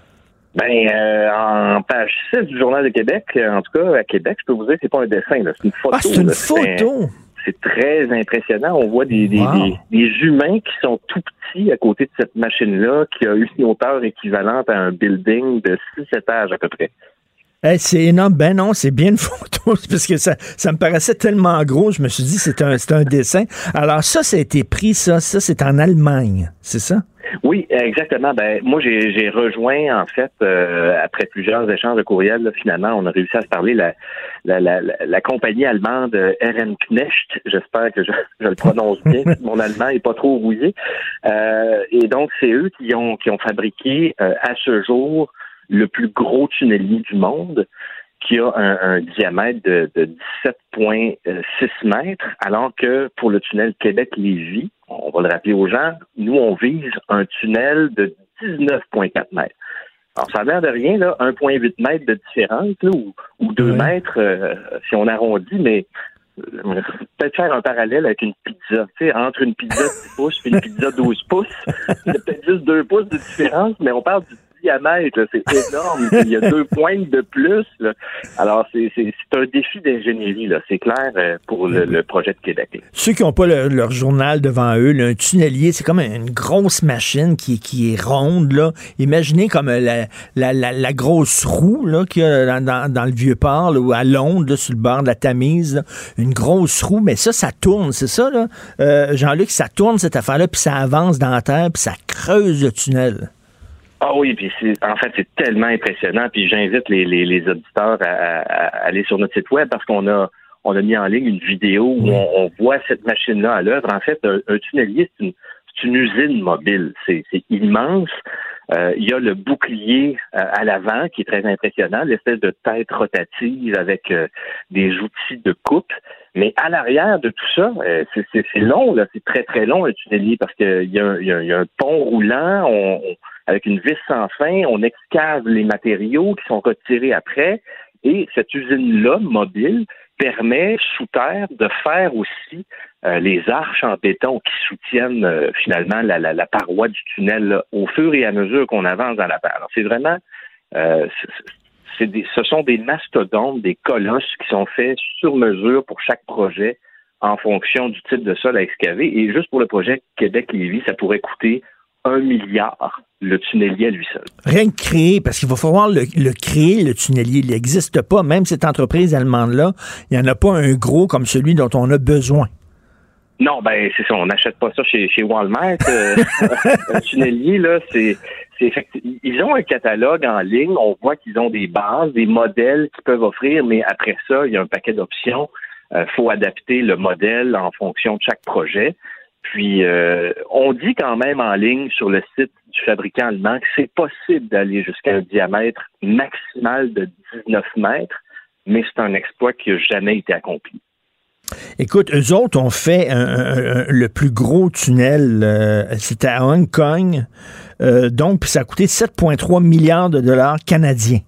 Ben, euh, en page six du Journal de Québec, en tout cas, à Québec, je peux vous dire, c'est pas un dessin, là, c'est une photo. Ah, c'est une là, photo? C'est, c'est très impressionnant. On voit des, des, wow. des, des humains qui sont tout petits à côté de cette machine-là, qui a une hauteur équivalente à un building de six étages à peu près. Hey, c'est énorme. Ben non, c'est bien une photo, parce que ça, ça me paraissait tellement gros, je me suis dit, c'est un, c'est un dessin. Alors ça, ça a été pris, ça, ça, c'est en Allemagne, c'est ça? Oui, exactement. Ben moi, j'ai, j'ai rejoint, en fait, euh, après plusieurs échanges de courriels, là, finalement, on a réussi à se parler, la, la, la, la, la compagnie allemande R M Knecht, j'espère que je, je le prononce bien, mon allemand est pas trop rouillé. Euh, et donc, c'est eux qui ont, qui ont fabriqué, euh, à ce jour, le plus gros tunnelier du monde, qui a un, un diamètre de, de dix-sept virgule six mètres, alors que pour le tunnel Québec-Lévis, on va le rappeler aux gens, nous, on vise un tunnel de dix-neuf virgule quatre mètres. Alors, ça a l'air de rien, là, un virgule huit mètres de différence, là, ou, ou deux oui. mètres, euh, si on arrondit, mais euh, peut-être faire un parallèle avec une pizza. Tu sais, entre une pizza de dix pouces et une pizza de douze pouces, il y a peut-être juste deux pouces de différence, mais on parle du diamètre, là, c'est énorme. Il y a deux pointes de plus. Là. Alors, c'est, c'est, c'est un défi d'ingénierie, là, c'est clair, euh, pour le, le projet de Québec. Là. Ceux qui n'ont pas le, leur journal devant eux, là, un tunnelier, c'est comme une grosse machine qui, qui est ronde. Là. Imaginez comme la, la, la, la grosse roue là, qu'il y a dans, dans, dans le Vieux-Port, là, ou à Londres, là, sur le bord de la Tamise. Là. Une grosse roue, mais ça, ça tourne, c'est ça, là? Euh, Jean-Luc, ça tourne cette affaire-là, puis ça avance dans la terre, puis ça creuse le tunnel. Ah oui, puis c'est, en fait, c'est tellement impressionnant. Puis j'invite les, les, les auditeurs à, à, à aller sur notre site web parce qu'on a on a mis en ligne une vidéo où on, on voit cette machine-là à l'œuvre. En fait, un, un tunnelier, c'est une, c'est une usine mobile. C'est, c'est immense. Euh, il y a le bouclier euh, à l'avant qui est très impressionnant, l'espèce de tête rotative avec euh, des outils de coupe. Mais à l'arrière de tout ça, euh, c'est, c'est, c'est long, là, c'est très très long un tunnelier parce qu'il y a un, il y a, il y a un pont roulant. On, on avec une vis sans fin, on excave les matériaux qui sont retirés après, et cette usine-là, mobile, permet, sous terre, de faire aussi euh, les arches en béton qui soutiennent euh, finalement la, la, la paroi du tunnel là, au fur et à mesure qu'on avance dans la terre. Alors, c'est vraiment... Euh, c'est, c'est des, ce sont des mastodontes, des colosses qui sont faits sur mesure pour chaque projet en fonction du type de sol à excaver. Et juste pour le projet Québec-Lévis, ça pourrait coûter un milliard, le tunnelier à lui seul. Rien que créer, parce qu'il va falloir le, le créer, le tunnelier. Il n'existe pas. Même cette entreprise allemande-là, il n'y en a pas un gros comme celui dont on a besoin. Non, ben c'est ça. On n'achète pas ça chez, chez Walmart. Euh, un tunnelier, là, c'est, c'est effectivement... Ils ont un catalogue en ligne. On voit qu'ils ont des bases, des modèles qu'ils peuvent offrir, mais après ça, il y a un paquet d'options. Il euh, faut adapter le modèle en fonction de chaque projet. Puis, euh, on dit quand même en ligne sur le site du fabricant allemand que c'est possible d'aller jusqu'à un diamètre maximal de dix-neuf mètres, mais c'est un exploit qui n'a jamais été accompli. Écoute, eux autres ont fait un, un, un, le plus gros tunnel, euh, c'était à Hong Kong, euh, donc ça a coûté sept virgule trois milliards de dollars canadiens.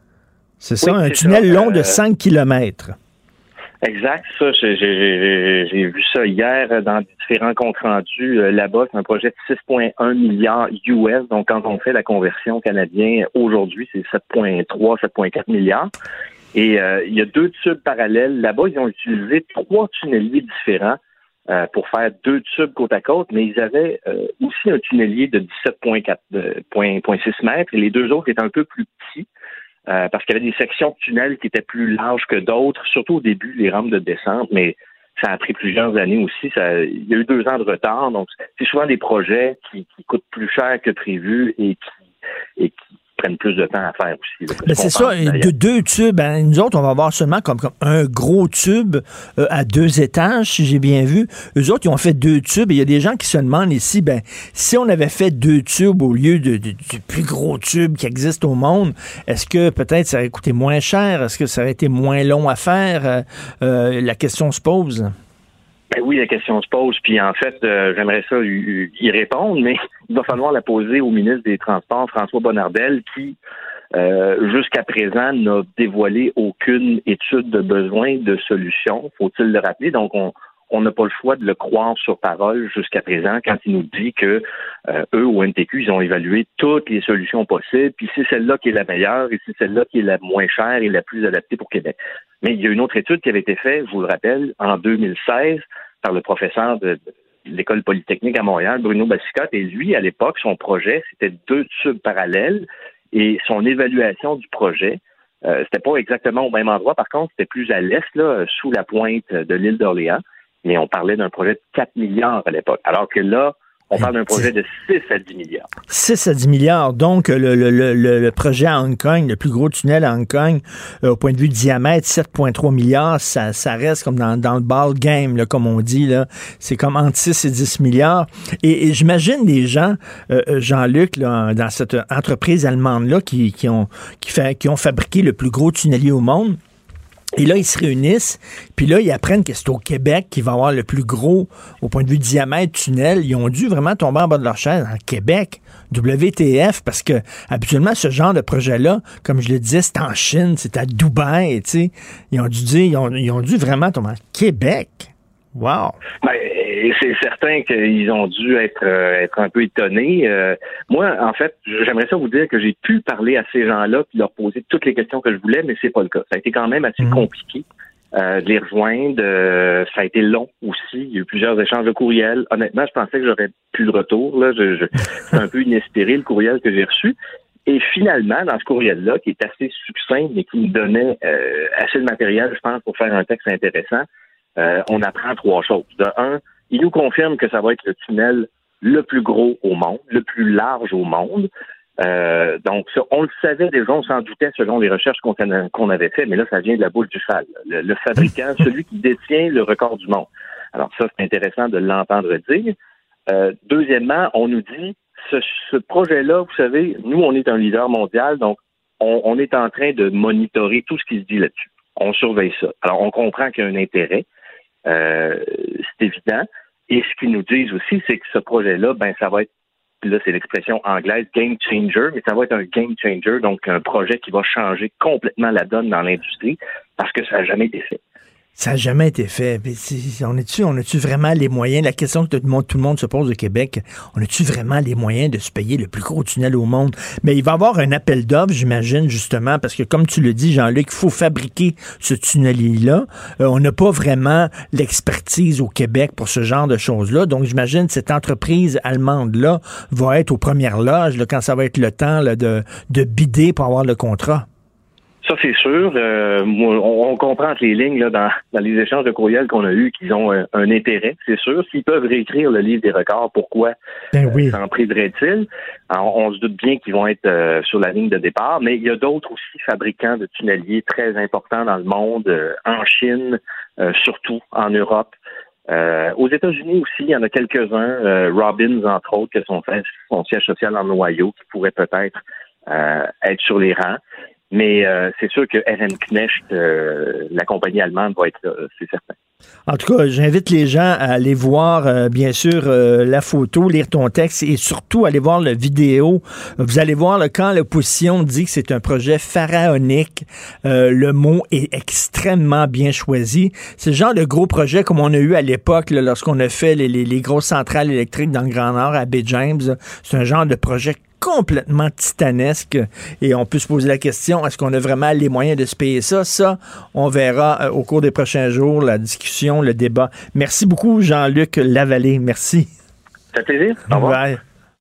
C'est ça, oui, un c'est tunnel ça. long euh, de cinq kilomètres. Exact, ça, j'ai, j'ai, j'ai vu ça hier dans différents comptes rendus euh, là-bas. C'est un projet de six virgule un milliards U S. Donc, quand on fait la conversion canadienne, aujourd'hui, c'est sept virgule trois, sept virgule quatre milliards. Et euh, il y a deux tubes parallèles. Là-bas, ils ont utilisé trois tunneliers différents euh, pour faire deux tubes côte à côte, mais ils avaient euh, aussi un tunnelier de dix-sept virgule six mètres et les deux autres étaient un peu plus petits euh, parce qu'il y avait des sections de tunnels qui étaient plus larges que d'autres, surtout au début, les rampes de descente, mais ça a pris plusieurs années aussi. Ça, il y a eu deux ans de retard, donc c'est souvent des projets qui, qui coûtent plus cher que prévu et qui, et qui prennent plus de temps à faire aussi. Là, ben c'est ça, de deux tubes. Hein, nous autres, on va avoir seulement comme, comme un gros tube euh, à deux étages, si j'ai bien vu. Eux autres, ils ont fait deux tubes et il y a des gens qui se demandent ici, ben si on avait fait deux tubes au lieu de, de, du plus gros tube qui existe au monde, est-ce que peut-être ça aurait coûté moins cher? Est-ce que ça aurait été moins long à faire? Euh, euh, la question se pose. Ben oui, la question se pose, puis en fait, euh, j'aimerais ça y, y répondre, mais il va falloir la poser au ministre des Transports, François Bonnardel, qui, euh, jusqu'à présent, n'a dévoilé aucune étude de besoin de solution, faut-il le rappeler. Donc, on on n'a pas le choix de le croire sur parole jusqu'à présent quand il nous dit que euh, eux, au N T Q, ils ont évalué toutes les solutions possibles, puis c'est celle-là qui est la meilleure et c'est celle-là qui est la moins chère et la plus adaptée pour Québec. Mais il y a une autre étude qui avait été faite, je vous le rappelle, en deux mille seize, par le professeur de, de l'École polytechnique à Montréal, Bruno Bassicotte, et lui, à l'époque, son projet, c'était deux tubes parallèles, et son évaluation du projet, euh, c'était pas exactement au même endroit, par contre, c'était plus à l'est, là, sous la pointe de l'île d'Orléans, mais on parlait d'un projet de quatre milliards à l'époque, alors que là, on parle d'un projet de six à dix milliards. six à dix milliards. Donc, le, le, le, le projet à Hong Kong, le plus gros tunnel à Hong Kong, euh, au point de vue diamètre, sept virgule trois milliards, ça, ça reste comme dans, dans le ball game, là, comme on dit. Là. C'est comme entre six et dix milliards. Et, et j'imagine les gens, euh, Jean-Luc, là, dans cette entreprise allemande-là, qui, qui, ont, qui, fait, qui ont fabriqué le plus gros tunnelier au monde. Et là, ils se réunissent, puis là, ils apprennent que c'est au Québec qui va avoir le plus gros, au point de vue diamètre, tunnel. Ils ont dû vraiment tomber en bas de leur chaise. En Québec, W T F, parce que habituellement, ce genre de projet-là, comme je le disais, c'est en Chine, c'est à Dubaï, tu sais. Ils ont dû dire, ils ont, ils ont dû vraiment tomber en Québec. Wow! Ben, c'est certain qu'ils ont dû être euh, être un peu étonnés. Euh, moi, en fait, j'aimerais ça vous dire que j'ai pu parler à ces gens-là puis leur poser toutes les questions que je voulais, mais c'est pas le cas. Ça a été quand même assez mmh. compliqué euh, de les rejoindre. Euh, ça a été long aussi. Il y a eu plusieurs échanges de courriels. Honnêtement, je pensais que j'aurais plus de retour. Là, je, je, c'est un peu inespéré le courriel que j'ai reçu. Et finalement, dans ce courriel-là, qui est assez succinct, mais qui me donnait euh, assez de matériel, je pense, pour faire un texte intéressant. Euh, on apprend trois choses. De un, il nous confirme que ça va être le tunnel le plus gros au monde, le plus large au monde. Euh, donc, ça, on le savait déjà, on s'en doutait selon les recherches qu'on, qu'on avait fait, mais là, ça vient de la boule du cheval. Le, le fabricant, celui qui détient le record du monde. Alors ça, c'est intéressant de l'entendre dire. Euh, deuxièmement, on nous dit, ce, ce projet-là, vous savez, nous, on est un leader mondial, donc on, on est en train de monitorer tout ce qui se dit là-dessus. On surveille ça. Alors, on comprend qu'il y a un intérêt. Euh, c'est évident. Et ce qu'ils nous disent aussi, c'est que ce projet-là, ben, ça va être, là, c'est l'expression anglaise, game changer, mais ça va être un game changer, donc un projet qui va changer complètement la donne dans l'industrie parce que ça n'a jamais été fait. Ça n'a jamais été fait. On a-tu, on a-tu vraiment les moyens? La question que tout le monde, tout le monde se pose au Québec, on a-tu vraiment les moyens de se payer le plus gros tunnel au monde? Mais il va y avoir un appel d'offres, j'imagine, justement, parce que comme tu le dis, Jean-Luc, il faut fabriquer ce tunnelier-là. Euh, on n'a pas vraiment l'expertise au Québec pour ce genre de choses-là. Donc, j'imagine que cette entreprise allemande-là va être aux premières loges là, quand ça va être le temps là, de, de bider pour avoir le contrat. Ça, c'est sûr. Euh, on, on comprend entre les lignes là, dans, dans les échanges de courriels qu'on a eus qu'ils ont un, un intérêt, c'est sûr. S'ils peuvent réécrire le livre des records, pourquoi ben oui. euh, s'en priveraient-ils? Alors, on se doute bien qu'ils vont être euh, sur la ligne de départ, mais il y a d'autres aussi fabricants de tunneliers très importants dans le monde, euh, en Chine, euh, surtout en Europe. Euh, aux États-Unis aussi, il y en a quelques-uns, euh, Robbins, entre autres, qui sont fait son siège social en Ohio, qui pourrait peut-être euh, être sur les rangs. Mais euh, c'est sûr que R M Knecht, euh, la compagnie allemande, va être là, c'est certain. En tout cas, j'invite les gens à aller voir, euh, bien sûr, euh, la photo, lire ton texte et surtout aller voir la vidéo. Vous allez voir là, quand l'opposition dit que c'est un projet pharaonique, euh, le mot est extrêmement bien choisi. C'est le genre de gros projet comme on a eu à l'époque là, lorsqu'on a fait les, les, les grosses centrales électriques dans le Grand Nord à Baie James. C'est un genre de projet complètement titanesque. Et on peut se poser la question, est-ce qu'on a vraiment les moyens de se payer ça? Ça, on verra euh, au cours des prochains jours, la discussion, le débat. Merci beaucoup, Jean-Luc Lavallée. Merci. Ça fait plaisir. Au revoir. Bye.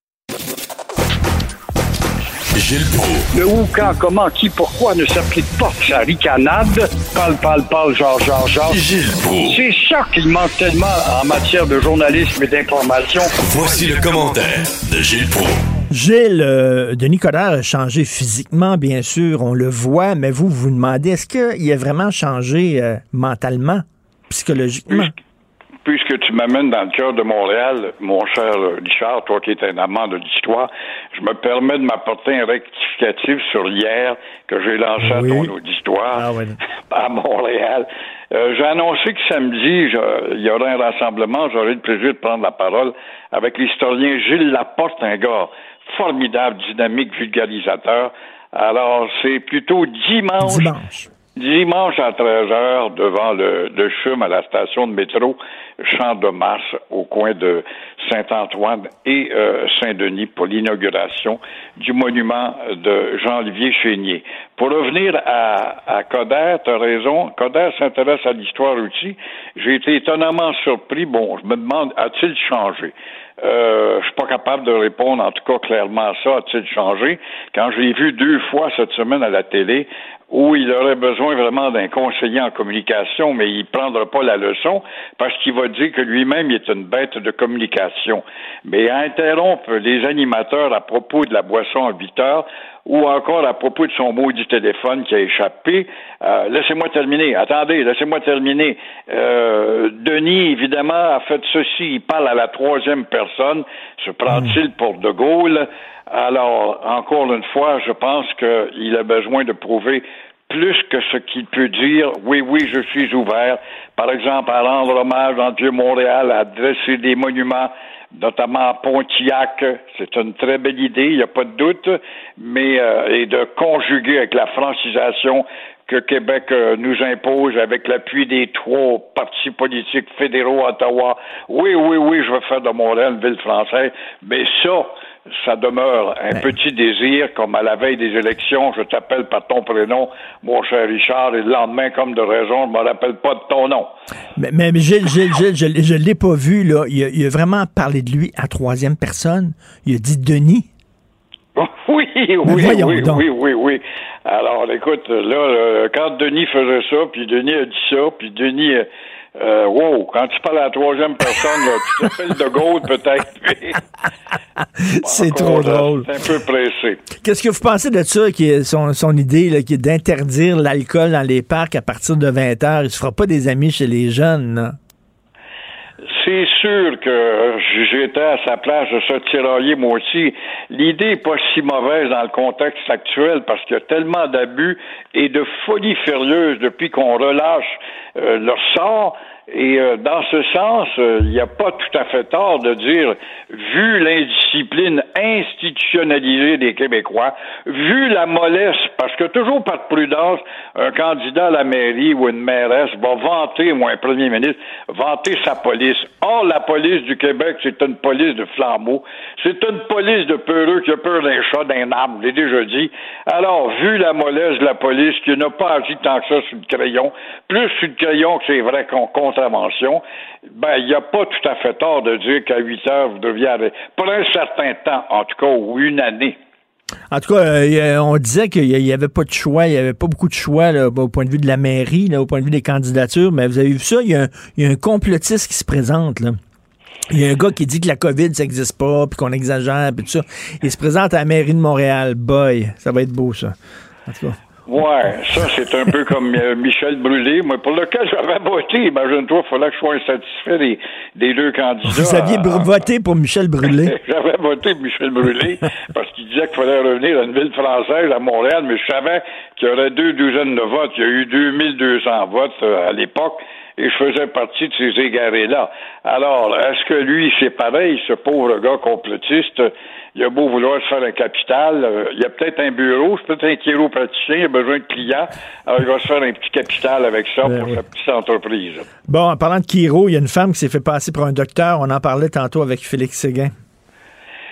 Gilles Proulx. Le où, quand, comment, qui, pourquoi ne s'applique pas sa ricanade. Parle, parle, parle, genre, genre, genre. Gilles Proulx. C'est ça qu'il manque tellement en matière de journalisme et d'information. Voici le commentaire de Gilles Proulx. Gilles, euh, Denis Coderre a changé physiquement, bien sûr, on le voit, mais vous, vous vous demandez, est-ce qu'il a vraiment changé euh, mentalement, psychologiquement? Puisque tu m'amènes dans le cœur de Montréal, mon cher Richard, toi qui es un amant de l'histoire, je me permets de m'apporter un rectificatif sur hier que j'ai lancé oui. à ton auditoire ah, ouais. à Montréal. Euh, j'ai annoncé que samedi, je, il y aurait un rassemblement, j'aurai le plaisir de prendre la parole avec l'historien Gilles Laporte, un gars formidable, dynamique, vulgarisateur. Alors, c'est plutôt dimanche. Dimanche. Dimanche à treize heures, devant le, le C H U M à la station de métro Champ de Mars, au coin de Saint-Antoine et euh, Saint-Denis, pour l'inauguration du monument de Jean-Olivier Chénier. Pour revenir à, à Coderre, tu as raison, Coderre s'intéresse à l'histoire aussi. J'ai été étonnamment surpris. Bon, je me demande, a-t-il changé? Euh, je suis pas capable de répondre, en tout cas, clairement à ça, a-t-il changé? Quand je l'ai vu deux fois cette semaine à la télé, où il aurait besoin vraiment d'un conseiller en communication, mais il prendra pas la leçon, parce qu'il va dire que lui-même il est une bête de communication. Mais à interrompre les animateurs à propos de la boisson à huit heures, ou encore à propos de son maudit téléphone qui a échappé. Euh, laissez-moi terminer. Attendez, laissez-moi terminer. Euh, Denis, évidemment, a fait ceci. Il parle à la troisième personne. Se prend-il pour De Gaulle? Alors, encore une fois, je pense qu'il a besoin de prouver plus que ce qu'il peut dire. Oui, oui, je suis ouvert. Par exemple, à rendre hommage dans le Vieux-Montréal, à dresser des monuments, notamment à Pontiac. C'est une très belle idée, il n'y a pas de doute, mais euh, et de conjuguer avec la francisation que Québec euh, nous impose avec l'appui des trois partis politiques fédéraux à Ottawa. Oui, oui, oui, je veux faire de Montréal une ville française, mais ça, ça demeure un ben. petit désir, comme à la veille des élections, je t'appelle par ton prénom, mon cher Richard, et le lendemain, comme de raison, je me rappelle pas de ton nom. Mais, mais Gilles, Gilles, Gilles, je, je l'ai pas vu, là. Il a, il a vraiment parlé de lui à troisième personne. Il a dit Denis. Oui, oui, oui, oui, oui, oui, oui. Alors, écoute, là, quand Denis faisait ça, puis Denis a dit ça, puis Denis... Euh, wow, quand tu parles à la troisième personne, là, tu t'appelles De Gaulle peut-être. C'est trop drôle. C'est un peu pressé. Qu'est-ce que vous pensez de ça, qui est son, son idée, là, qui est d'interdire l'alcool dans les parcs à partir de vingt heures? Il se fera pas des amis chez les jeunes, là. C'est sûr que j'étais à sa place de se tirailler moi aussi. L'idée n'est pas si mauvaise dans le contexte actuel parce qu'il y a tellement d'abus et de folie furieuse depuis qu'on relâche euh, leur sort. Et euh, dans ce sens, euh, il n'y a pas tout à fait tort de dire, vu l'indiscipline institutionnalisée des Québécois, vu la mollesse, parce que toujours par prudence, un candidat à la mairie ou une mairesse va vanter, ou un premier ministre, vanter sa police. Or, la police du Québec, c'est une police de flambeaux. C'est une police de peureux qui a peur d'un chat, d'un arbre, je l'ai déjà dit. Alors, vu la mollesse de la police, qui n'a pas agi tant que ça sur le crayon, plus sur le crayon que c'est vrai qu'on contravention, ben, il n'y a pas tout à fait tort de dire qu'à huit heures, vous deviez aller, pour un certain temps, en tout cas, ou une année. En tout cas, euh, on disait qu'il n'y avait pas de choix, il n'y avait pas beaucoup de choix là, au point de vue de la mairie, là, au point de vue des candidatures, mais vous avez vu ça, il y a un, il y a un complotiste qui se présente, là. Il y a un gars qui dit que la COVID, ça n'existe pas, puis qu'on exagère, puis tout ça. Il se présente à la mairie de Montréal. Boy, ça va être beau, ça. En tout cas. Ouais, ça, c'est un peu comme euh, Michel Brûlé, moi, pour lequel j'avais voté. Imagine-toi, il fallait que je sois insatisfait des, des deux candidats. Vous aviez à, voté pour Michel Brûlé? J'avais voté pour Michel Brûlé parce qu'il disait qu'il fallait revenir à une ville française, à Montréal, mais je savais qu'il y aurait deux douzaines de votes. Il y a eu deux mille deux cents votes euh, à l'époque. Et je faisais partie de ces égarés-là. Alors, est-ce que lui, c'est pareil, ce pauvre gars complotiste? Il a beau vouloir se faire un capital. Euh, il y a peut-être un bureau, c'est peut-être un chiropraticien, il a besoin de clients. Alors, il va se faire un petit capital avec ça ben, pour oui. sa petite entreprise. Bon, en parlant de chiro, il y a une femme qui s'est fait passer pour un docteur. On en parlait tantôt avec Félix Séguin.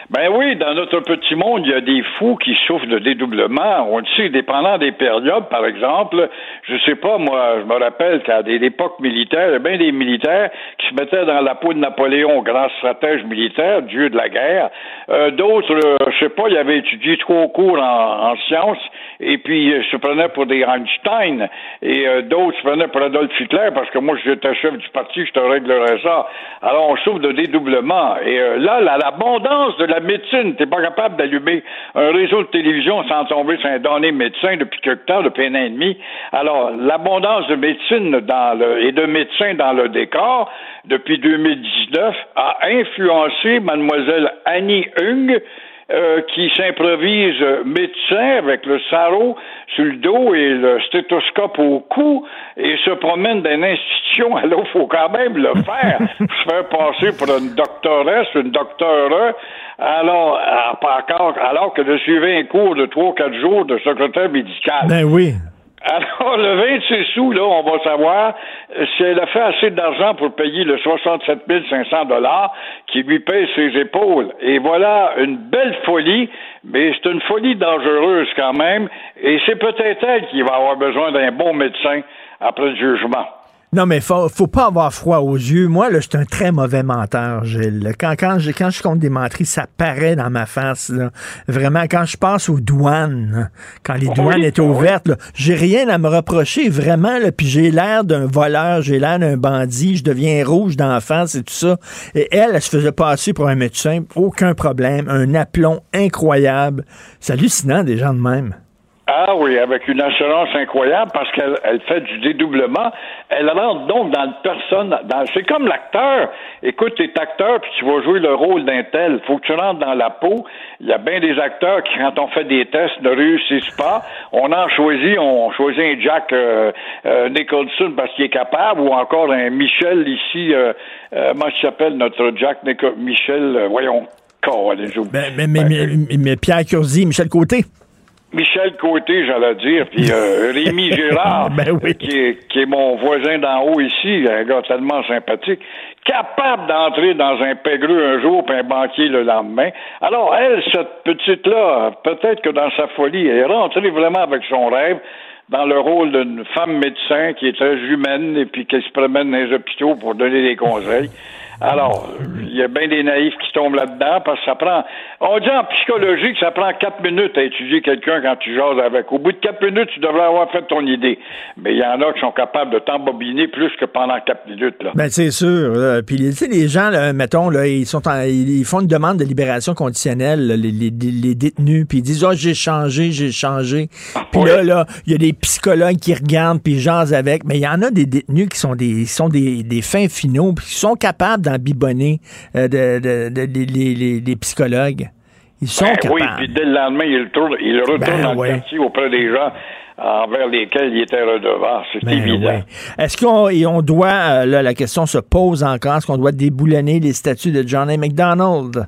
Ben oui, dans notre petit monde, il y a des fous qui souffrent de dédoublement. On le sait, dépendant des périodes, par exemple, je sais pas, moi, je me rappelle qu'à l'époque militaire, il y a bien des militaires qui se mettaient dans la peau de Napoléon, grand stratège militaire, dieu de la guerre. Euh, d'autres, euh, je sais pas, ils avaient étudié trop court en, en sciences, et puis euh, se prenaient pour des Einstein, et euh, d'autres se prenaient pour Adolf Hitler, parce que moi, j'étais chef du parti, je te réglerais ça. Alors, on souffre de dédoublement. Et euh, là, la, l'abondance de la médecine, t'es pas capable d'allumer un réseau de télévision sans tomber sur un donné médecin depuis quelque temps, depuis un an et demi. Alors, l'abondance de médecine dans le, et de médecins dans le décor, depuis deux mille dix-neuf, a influencé mademoiselle Annie Hung, Euh, qui s'improvise médecin avec le sarrau sur le dos et le stéthoscope au cou et se promène dans une institution. Alors, il faut quand même le faire. Se faire passer pour une doctoresse, une docteure. Alors, alors, alors que de suivre un cours de trois quatre jours de secrétaire médical. Ben oui. Alors, le vingt-six août, là, on va savoir si elle a fait assez d'argent pour payer le soixante-sept mille cinq cents dollars qui lui pèse ses épaules. Et voilà une belle folie, mais c'est une folie dangereuse quand même. Et c'est peut-être elle qui va avoir besoin d'un bon médecin après le jugement. Non, mais faut, faut pas avoir froid aux yeux. Moi, là, je suis un très mauvais menteur, Gilles. Quand, quand, je, quand je compte des menteries, ça paraît dans ma face, là. Vraiment, quand je passe aux douanes, quand les douanes oui, étaient ouvertes, là, j'ai rien à me reprocher, vraiment, là. Puis j'ai l'air d'un voleur, j'ai l'air d'un bandit, je deviens rouge d'en face et tout ça. Et elle, elle se faisait passer pour un médecin, aucun problème, un aplomb incroyable. C'est hallucinant, des gens de même. Ah oui, avec une assurance incroyable parce qu'elle elle fait du dédoublement. Elle rentre donc dans le personne. Dans, c'est comme l'acteur. Écoute, t'es acteur puis tu vas jouer le rôle d'un tel. Faut que tu rentres dans la peau. Il y a bien des acteurs qui, quand on fait des tests, ne réussissent pas. On en choisit, on choisit un Jack euh, euh, Nicholson parce qu'il est capable, ou encore un Michel ici. Euh, euh, comment il s'appelle notre Jack Nicholson? Michel, euh, voyons. Oh, allez, ben, mais, mais, mais, mais, mais Pierre Curzi, Michel Côté. Michel Côté, j'allais dire, puis euh, Rémi Gérard, ben oui. qui, est, qui est mon voisin d'en haut ici, un gars tellement sympathique, capable d'entrer dans un pégreux un jour puis un banquier le lendemain. Alors, elle, cette petite-là, peut-être que dans sa folie, elle est rentrée vraiment avec son rêve dans le rôle d'une femme médecin qui est très humaine et puis qui se promène dans les hôpitaux pour donner des conseils. Alors, il y a bien des naïfs qui tombent là-dedans parce que ça prend... On dit en psychologie que ça prend quatre minutes à étudier quelqu'un quand tu jases avec. Au bout de quatre minutes, tu devrais avoir fait ton idée. Mais il y en a qui sont capables de t'embobiner plus que pendant quatre minutes. Là. Ben c'est sûr. Là. Puis tu sais, les gens, là, mettons, là, ils sont en, ils font une demande de libération conditionnelle, là, les, les, les détenus, puis ils disent « Ah, oh, j'ai changé, j'ai changé. » Puis oui. là, là, il y a des psychologues qui regardent puis ils jasent avec. Mais il y en a des détenus qui sont des, sont des, des fins finaux puis qui sont capables d'embibonner euh, de, de, de, de, les, les, les psychologues. Ils sont ben, capables. Oui, puis dès le lendemain, il retourne, il retourne ben, dans ouais. le quartier auprès des gens envers lesquels il était redevant. C'est ben, évident. Ouais. Est-ce qu'on on doit, là, la question se pose encore, est-ce qu'on doit déboulonner les statuts de John A. MacDonald?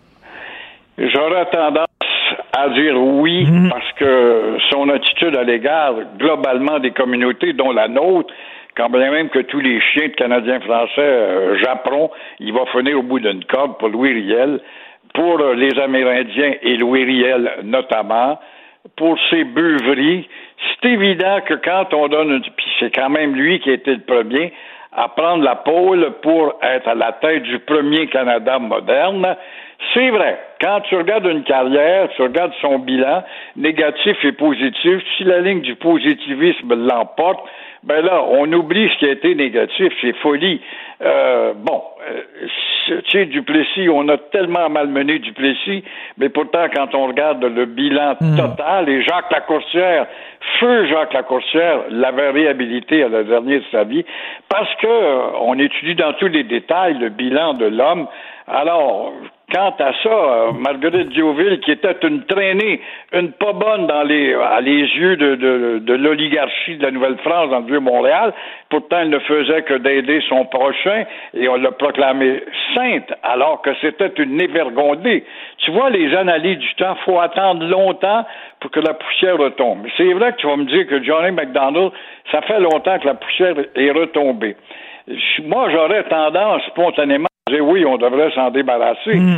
J'aurais tendance à dire oui, mmh. parce que son attitude à l'égard, globalement, des communautés, dont la nôtre, quand bien même que tous les chiens de Canadiens français euh, japperont, il va finir au bout d'une corde pour Louis Riel, pour euh, les Amérindiens et Louis Riel notamment, pour ses beuveries. C'est évident que quand on donne une... Puis c'est quand même lui qui a été le premier à prendre la pôle pour être à la tête du premier Canada moderne. C'est vrai, quand tu regardes une carrière, tu regardes son bilan, négatif et positif, si la ligne du positivisme l'emporte, ben là, on oublie ce qui a été négatif, c'est folie. Euh, bon, euh, tu sais, Duplessis, on a tellement malmené Duplessis, mais pourtant, quand on regarde le bilan mmh. total, et Jacques Lacourcière, feu Jacques Lacourcière, l'avait réhabilité à la dernière de sa vie, parce que euh, on étudie dans tous les détails le bilan de l'homme. Alors, quant à ça, euh, Marguerite Diouville, qui était une traînée, une pas bonne dans les, à les yeux de, de, de l'oligarchie de la Nouvelle-France dans le Vieux-Montréal, pourtant elle ne faisait que d'aider son prochain, et on l'a proclamée sainte, alors que c'était une évergondée. Tu vois, les analyses du temps, il faut attendre longtemps pour que la poussière retombe. C'est vrai que tu vas me dire que John A. MacDonald, ça fait longtemps que la poussière est retombée. Moi, j'aurais tendance, spontanément, oui, on devrait s'en débarrasser. Mmh.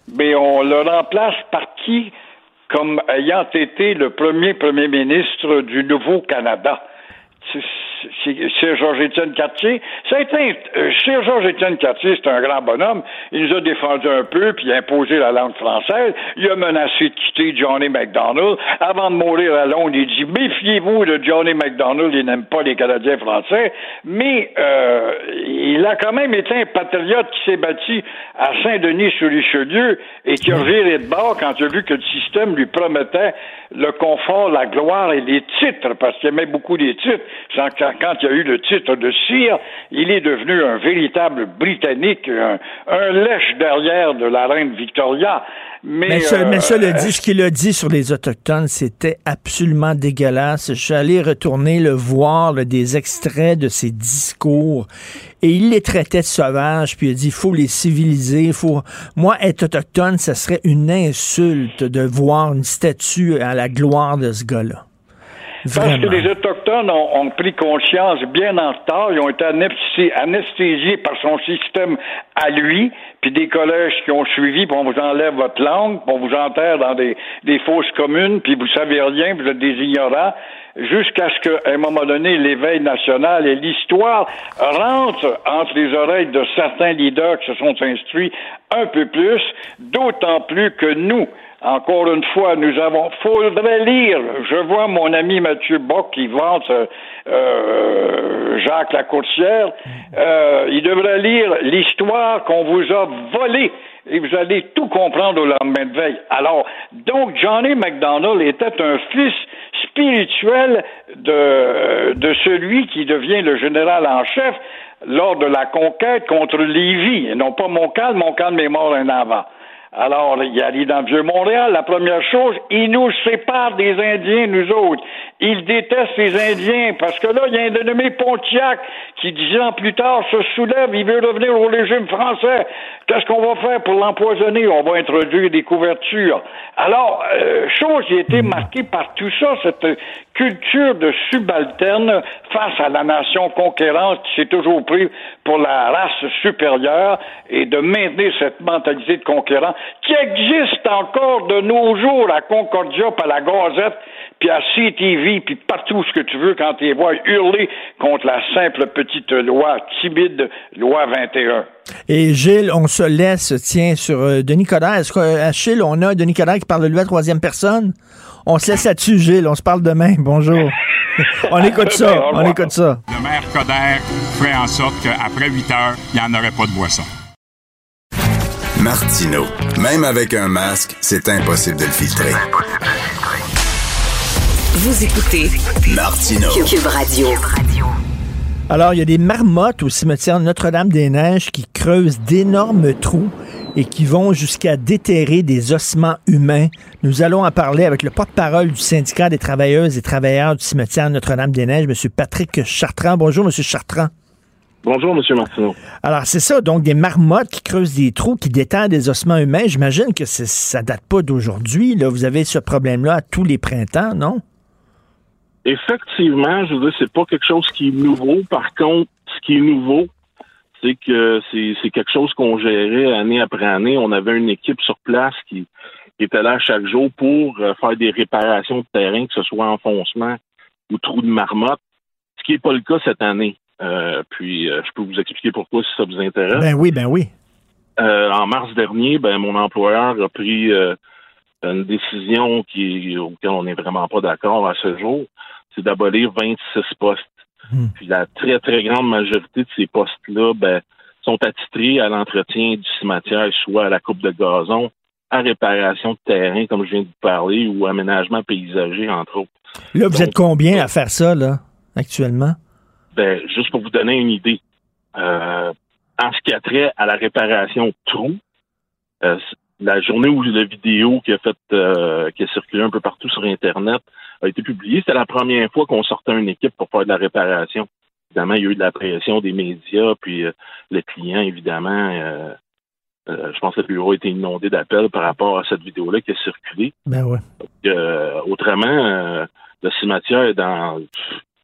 mais on le remplace par qui comme ayant été le premier premier ministre du Nouveau-Canada? C'est, c'est, c'est Georges-Étienne Cartier. Ça a été, euh, Sir Georges-Étienne Cartier, c'est un grand bonhomme. Il nous a défendu un peu, puis il a imposé la langue française. Il a menacé de quitter Johnny MacDonald. Avant de mourir à Londres, il dit, méfiez-vous de Johnny MacDonald, il n'aime pas les Canadiens français. Mais euh, il a quand même été un patriote qui s'est bâti à Saint-Denis-sur-Richelieu et qui a viré de bord quand il a vu que le système lui promettait le confort, la gloire et les titres, parce qu'il aimait beaucoup les titres. Quand, quand il y a eu le titre de sire, il est devenu un véritable Britannique, un, un lèche derrière de la reine Victoria. Mais, mais, ça, euh, mais ça, le dit, ce qu'il a dit sur les Autochtones, c'était absolument dégueulasse. Je suis allé retourner le voir, là, des extraits de ses discours, et il les traitait de sauvages, puis il a dit, il faut les civiliser, faut... Moi, être autochtone, ça serait une insulte de voir une statue à la gloire de ce gars-là. Vraiment. Parce que les Autochtones ont, ont pris conscience bien en retard, ils ont été anesthésiés, anesthésiés par son système à lui, puis des collèges qui ont suivi, puis on vous enlève votre langue, puis on vous enterre dans des, des fosses communes, puis vous savez rien, vous êtes des ignorants, jusqu'à ce qu'à un moment donné, l'éveil national et l'histoire rentrent entre les oreilles de certains leaders qui se sont instruits un peu plus, d'autant plus que nous, encore une fois, nous avons, faudrait lire, je vois mon ami Mathieu Bock qui vante euh, Jacques Lacourcière, euh, il devrait lire l'histoire qu'on vous a volée et vous allez tout comprendre au lendemain de veille. Alors, donc, Johnny MacDonald était un fils spirituel de, de celui qui devient le général en chef lors de la conquête contre Lévis, et non pas Montcalm, Montcalm est mort un an avant. Alors, il allait dans le Vieux-Montréal. La première chose, il nous sépare des Indiens, nous autres. Il déteste les Indiens parce que là, il y a un dénommé Pontiac qui, dix ans plus tard, se soulève. Il veut revenir au régime français. Qu'est-ce qu'on va faire pour l'empoisonner? On va introduire des couvertures. Alors, euh, chose qui a été marquée par tout ça, cette culture de subalterne face à la nation conquérante qui s'est toujours pris pour la race supérieure et de maintenir cette mentalité de conquérant qui existe encore de nos jours à Concordia, puis à la Gazette, puis à C T V, puis partout ce que tu veux quand tu les vois hurler contre la simple petite loi timide, loi vingt et un. Et Gilles, on se laisse, tiens, sur euh, Denis Coderre. Est-ce qu'à Gilles, on a Denis Coderre qui parle de lui à troisième personne? On se laisse là-dessus, Gilles. On se parle demain. Bonjour. On écoute ça. On écoute ça. Le maire Coderre ferait en sorte qu'après huit heures, il n'y en aurait pas de boisson. Martineau. Même avec un masque, c'est impossible de le filtrer. Vous écoutez Martineau. Cube Radio. Alors, il y a des marmottes au cimetière Notre-Dame-des-Neiges qui creusent d'énormes trous et qui vont jusqu'à déterrer des ossements humains. Nous allons en parler avec le porte-parole du syndicat des travailleuses et travailleurs du cimetière Notre-Dame-des-Neiges, M. Patrick Chartrand. Bonjour, M. Chartrand. Bonjour, M. Martineau. Alors, c'est ça, donc des marmottes qui creusent des trous, qui déterrent des ossements humains. J'imagine que c'est, ça date pas d'aujourd'hui. Là. Vous avez ce problème-là à tous les printemps, non? Effectivement, je veux dire, c'est pas quelque chose qui est nouveau. Par contre, ce qui est nouveau, c'est que c'est, c'est quelque chose qu'on gérait année après année. On avait une équipe sur place qui, qui était là chaque jour pour euh, faire des réparations de terrain, que ce soit enfoncement ou trou de marmotte, ce qui n'est pas le cas cette année. Euh, puis, euh, je peux vous expliquer pourquoi si ça vous intéresse. Ben oui, ben oui. Euh, en mars dernier, ben mon employeur a pris euh, une décision qui auquel on n'est vraiment pas d'accord à ce jour, c'est d'abolir vingt-six postes. Mmh. Puis la très, très grande majorité de ces postes-là ben, sont attitrés à l'entretien du cimetière, soit à la coupe de gazon, à réparation de terrain, comme je viens de vous parler, ou aménagement paysager, entre autres. Là, vous Donc, êtes combien à faire ça, là, actuellement? Ben, juste pour vous donner une idée, euh, en ce qui a trait à la réparation de trous, euh, la journée où la vidéo qui a fait euh, qui a circulé un peu partout sur Internet a été publiée, c'était la première fois qu'on sortait une équipe pour faire de la réparation. Évidemment, il y a eu de la pression des médias, puis euh, le client, évidemment, euh, euh, je pense que le bureau a été inondé d'appels par rapport à cette vidéo-là qui a circulé. Ben ouais. Donc, euh, autrement, euh, le cimetière est dans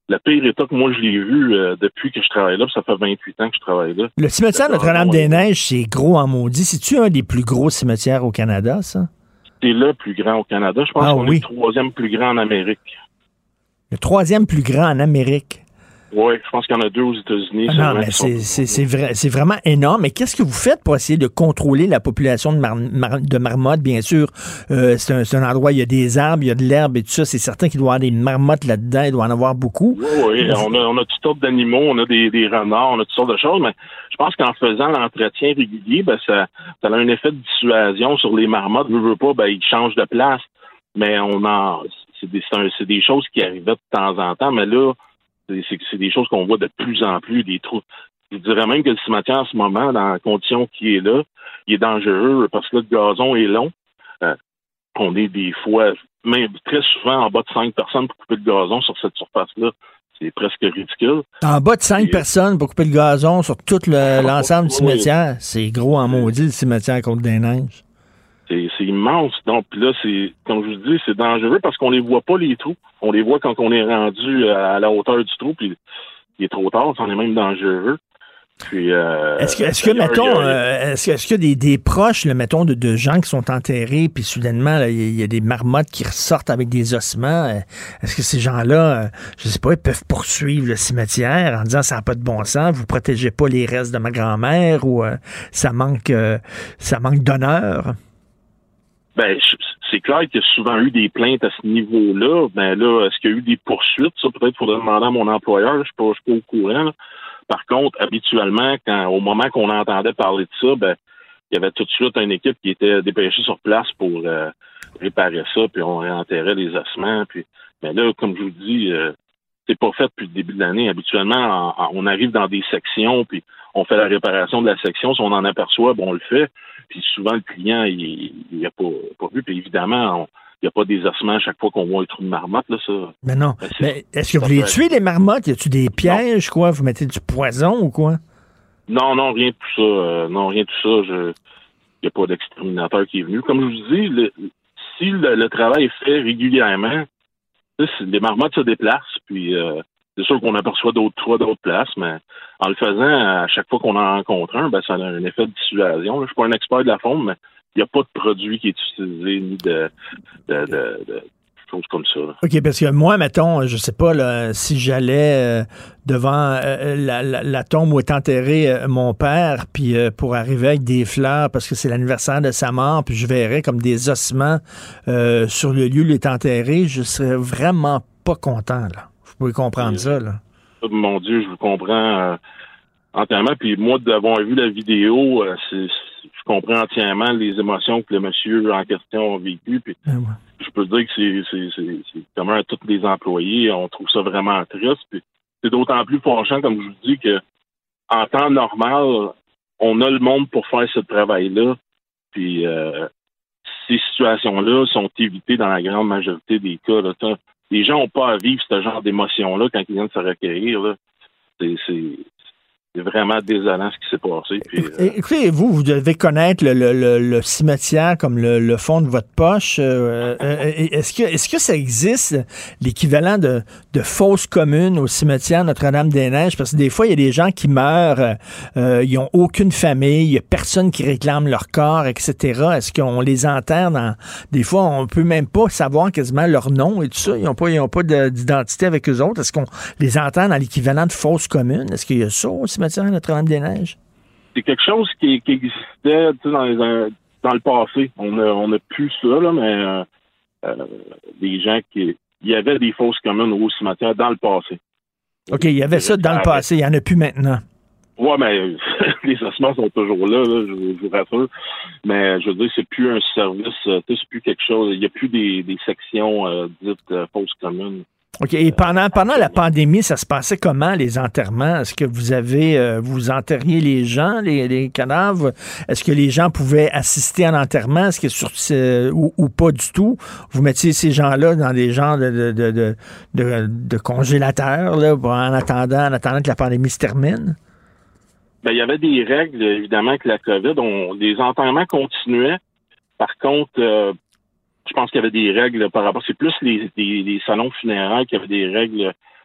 le pire état que moi je l'ai vu euh, depuis que je travaille là, puis ça fait vingt-huit ans que je travaille là. Le cimetière Notre-Dame-des-Neiges, c'est gros en maudit. C'est-tu un des plus gros cimetières au Canada, ça? C'est le plus grand au Canada. Je pense ah, qu'on oui. est le troisième plus grand en Amérique. Le troisième plus grand en Amérique? Oui, je pense qu'il y en a deux aux États-Unis. Ah non, mais c'est, c'est, c'est, vrai, c'est vraiment énorme. Mais qu'est-ce que vous faites pour essayer de contrôler la population de, mar- mar- de marmottes? Bien sûr, euh, c'est, un, c'est un endroit où il y a des arbres, il y a de l'herbe et tout ça. C'est certain qu'il doit y avoir des marmottes là-dedans. Il doit en avoir beaucoup. Oui, oui. On a, on a toutes sortes d'animaux. On a des, des renards, on a toutes sortes de choses. Mais je pense qu'en faisant l'entretien régulier, ben, ça, ça a un effet de dissuasion sur les marmottes. Veux, veux pas, ben, ils changent de place. Mais on en, c'est des, c'est, un, c'est des choses qui arrivaient de temps en temps. Mais là, C'est, c'est des choses qu'on voit de plus en plus, des trous. Je dirais même que le cimetière, en ce moment, dans la condition qui est là, il est dangereux parce que là, le gazon est long. Euh, on est des fois, même très souvent, en bas de cinq personnes pour couper le gazon sur cette surface-là. C'est presque ridicule. En bas de cinq Et... personnes pour couper le gazon sur tout le, l'ensemble du cimetière. Oui. C'est gros en maudit, le cimetière Côte-des-Neiges. C'est, c'est immense. Donc, là, c'est, comme je vous dis, c'est dangereux parce qu'on les voit pas, les trous. On les voit quand on est rendu à la hauteur du trou, puis il est trop tard, c'en est même dangereux. Puis, euh, est-ce que, est-ce que mettons, euh, est-ce, est-ce que des, des proches, là, mettons, de, de gens qui sont enterrés, puis soudainement, il y, y a des marmottes qui ressortent avec des ossements, euh, est-ce que ces gens-là, euh, je sais pas, ils peuvent poursuivre le cimetière en disant ça n'a pas de bon sens, vous protégez pas les restes de ma grand-mère, ou euh, ça manque, euh, ça manque d'honneur? Ben, c'est clair qu'il y a souvent eu des plaintes à ce niveau-là. Ben là, est-ce qu'il y a eu des poursuites? Ça, peut-être qu'il faudrait demander à mon employeur. Je suis pas, je suis pas au courant. Là. Par contre, habituellement, quand au moment qu'on entendait parler de ça, ben, il y avait tout de suite une équipe qui était dépêchée sur place pour euh, réparer ça, puis on réenterrait les ossements. Puis, mais là, comme je vous dis, euh, c'est pas fait depuis le début de l'année. Habituellement, on, on arrive dans des sections, puis on fait la réparation de la section. Si on en aperçoit, bon, on le fait. Puis souvent, le client, il n'a pas, pas vu. Puis évidemment, il n'y a pas des ossements à chaque fois qu'on voit un trou de marmotte. Là, ça. Mais non. Ben, mais est-ce que vous les tuez, les marmottes? Y a-tu des pièges, non. quoi? Vous mettez du poison ou quoi? Non, non, rien de tout ça. Euh, non, rien de tout ça. Il n'y a pas d'exterminateur qui est venu. Comme je vous dis, le, si le, le travail est fait régulièrement, les marmottes se déplacent, puis euh, c'est sûr qu'on aperçoit d'autres trous d'autres places, mais en le faisant, à chaque fois qu'on en rencontre un, ben, ça a un effet de dissuasion. Je ne suis pas un expert de la faune, mais il n'y a pas de produit qui est utilisé, ni de, de, de, de choses comme ça. Là. OK, parce que moi, mettons, je sais pas, là, si j'allais euh, devant euh, la, la, la tombe où est enterré euh, mon père, puis euh, pour arriver avec des fleurs, parce que c'est l'anniversaire de sa mort, puis je verrais comme des ossements euh, sur le lieu où il est enterré, je serais vraiment pas content, là. Vous pouvez comprendre Et, ça, là. Mon Dieu, je vous comprends euh, entièrement. Puis moi, d'avoir vu la vidéo, euh, c'est, c'est, je comprends entièrement les émotions que le monsieur en question a vécues. Puis ben ouais. je peux dire que c'est, c'est, c'est, c'est commun à tous les employés. On trouve ça vraiment triste. Puis c'est d'autant plus fâchant, comme je vous dis, que en temps normal, on a le monde pour faire ce travail-là. Puis euh, ces situations-là sont évitées dans la grande majorité des cas. Là. Les gens n'ont pas à vivre ce genre d'émotion-là quand ils viennent se recueillir. Là. C'est, c'est, c'est vraiment désolant ce qui s'est passé. Puis, euh... Écoutez, vous, vous devez connaître le, le, le, le cimetière comme le, le fond de votre poche. Euh, euh, est-ce que, est-ce que ça existe, l'équivalent de, de fosse commune au cimetière Notre-Dame-des-Neiges? Parce que des fois, il y a des gens qui meurent, euh, ils n'ont aucune famille, il n'y a personne qui réclame leur corps, et cetera. Est-ce qu'on les enterre dans... Des fois, on peut même pas savoir quasiment leur nom et tout ça. Ils n'ont pas, ils ont pas de, d'identité avec eux autres. Est-ce qu'on les enterre dans l'équivalent de fosse commune? Est-ce qu'il y a ça au cimetière Notre-Dame-des-Neiges? C'est quelque chose qui, qui existait dans, les, dans le passé. On a, on a plus ça, là, mais euh, euh, des gens qui... Il y avait des fosses communes au cimetière dans le passé. OK, il y avait ça dans le passé. Il n'y en a plus maintenant. Oui, mais les ossements sont toujours là, là je, je vous rassure. Mais je veux dire, c'est plus un service, c'est plus quelque chose. Il n'y a plus des, des sections euh, dites euh, fosses communes. OK. Et pendant, pendant la pandémie, ça se passait comment, les enterrements? Est-ce que vous avez, euh, vous enterriez les gens, les, les cadavres? Est-ce que les gens pouvaient assister à l'enterrement? Est-ce que sur, euh, ou, ou pas du tout? Vous mettiez ces gens-là dans des genres de, de, de, de, de, de congélateurs, là, en attendant, en attendant que la pandémie se termine? Ben, il y avait des règles, évidemment, que la COVID. On, les enterrements continuaient. Par contre, euh, je pense qu'il y avait des règles par rapport... C'est plus les, les, les salons funéraires qui avaient des règles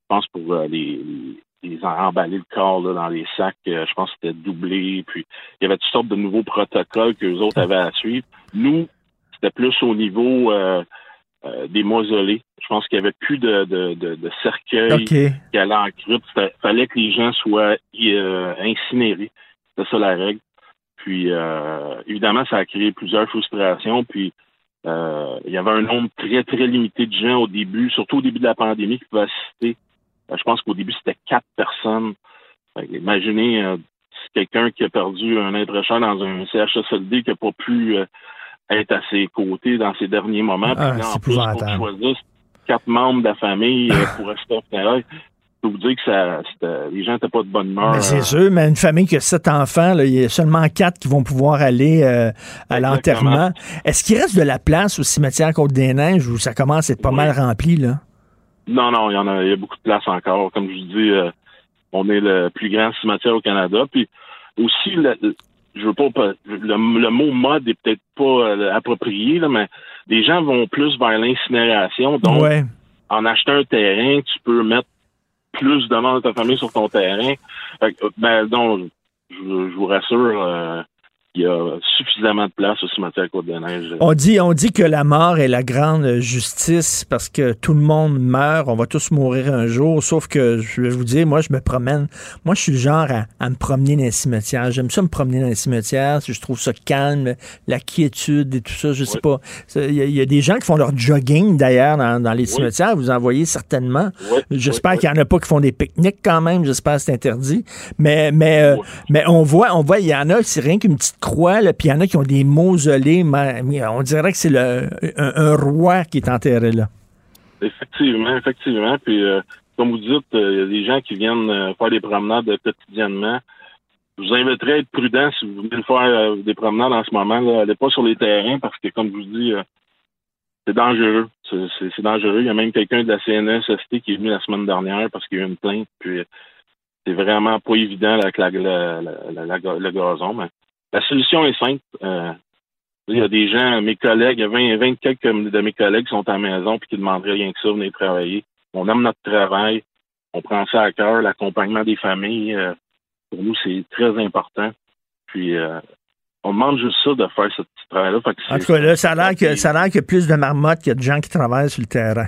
pense pour euh, les, les emballer le corps là, dans les sacs, euh, je pense que c'était doublé. Puis il y avait toutes sortes de nouveaux protocoles que les autres avaient à suivre. Nous, c'était plus au niveau euh, euh, des mausolées. Je pense qu'il n'y avait plus de, de, de, de cercueil okay. qui allait en crypte. Il fallait que les gens soient euh, incinérés. C'était ça la règle. Puis, euh, évidemment, ça a créé plusieurs frustrations. Puis, euh, il y avait un nombre très, très limité de gens au début, surtout au début de la pandémie, qui pouvaient assister. Euh, je pense qu'au début, c'était quatre personnes. Fait, imaginez euh, quelqu'un qui a perdu un être cher dans un C H S L D qui n'a pas pu euh, être à ses côtés dans ses derniers moments. Ah, Puis là, en plus, pour choisir quatre membres de la famille euh, pour rester au funérailles. Je peux vous dire que ça, les gens n'étaient pas de bonne humeur. Mais c'est sûr, mais une famille qui a sept enfants, là, il y a seulement quatre qui vont pouvoir aller euh, à Exactement. l'enterrement. Est-ce qu'il reste de la place au cimetière Côte-des-Neiges où ça commence à être pas oui. mal rempli, là? Non, non, il y en a, il y a beaucoup de place encore. Comme je vous dis, euh, on est le plus grand cimetière au Canada. Puis aussi, le, je veux pas, le, le mot mode est peut-être pas euh, approprié, là, mais les gens vont plus vers l'incinération. Donc, ouais. en achetant un terrain, tu peux mettre plus de monde de ta famille sur ton terrain. Fait que, ben, donc, je, je vous rassure, euh, il y a suffisamment de place au cimetière Côte-des-Neiges. On dit, on dit que la mort est la grande justice parce que tout le monde meurt, on va tous mourir un jour, sauf que, je vais vous dire, moi, je me promène. Moi, je suis le genre à, à me promener dans les cimetières. J'aime ça me promener dans les cimetières. Je trouve ça calme, la quiétude et tout ça, je sais oui. pas. Il y, y a des gens qui font leur jogging, d'ailleurs, dans, dans les oui. cimetières. Vous en voyez certainement. Oui. J'espère oui. qu'il y en a pas qui font des pique-niques quand même. J'espère que c'est interdit. Mais, mais, euh, oui. mais on voit, on voit, il y en a, c'est rien qu'une petite croix, là, puis il y en a qui ont des mausolées, mais on dirait que c'est le, un, un roi qui est enterré là. Effectivement, effectivement. Puis, euh, comme vous dites, il euh, y a des gens qui viennent euh, faire des promenades quotidiennement. Je vous inviterai à être prudent si vous venez faire euh, des promenades en ce moment. Là, allez pas sur les terrains parce que, comme je vous dis, euh, c'est dangereux. C'est, c'est, c'est dangereux. Il y a même quelqu'un de la C N E S S T qui est venu la semaine dernière parce qu'il y a eu une plainte. Puis, c'est vraiment pas évident là, avec la, la, la, la, la, le gazon, mais la solution est simple. Euh, il y a des gens, mes collègues, il y a vingt, vingt quelques de mes collègues qui sont à la maison et qui ne demanderaient rien que ça, venir travailler. On aime notre travail, on prend ça à cœur, l'accompagnement des familles, euh, pour nous, c'est très important. Puis, euh, on demande juste ça de faire ce petit travail-là. Fait que en tout cas, là, ça a l'air que, ça a l'air qu'il y a plus de marmottes qu'il y a de gens qui travaillent sur le terrain.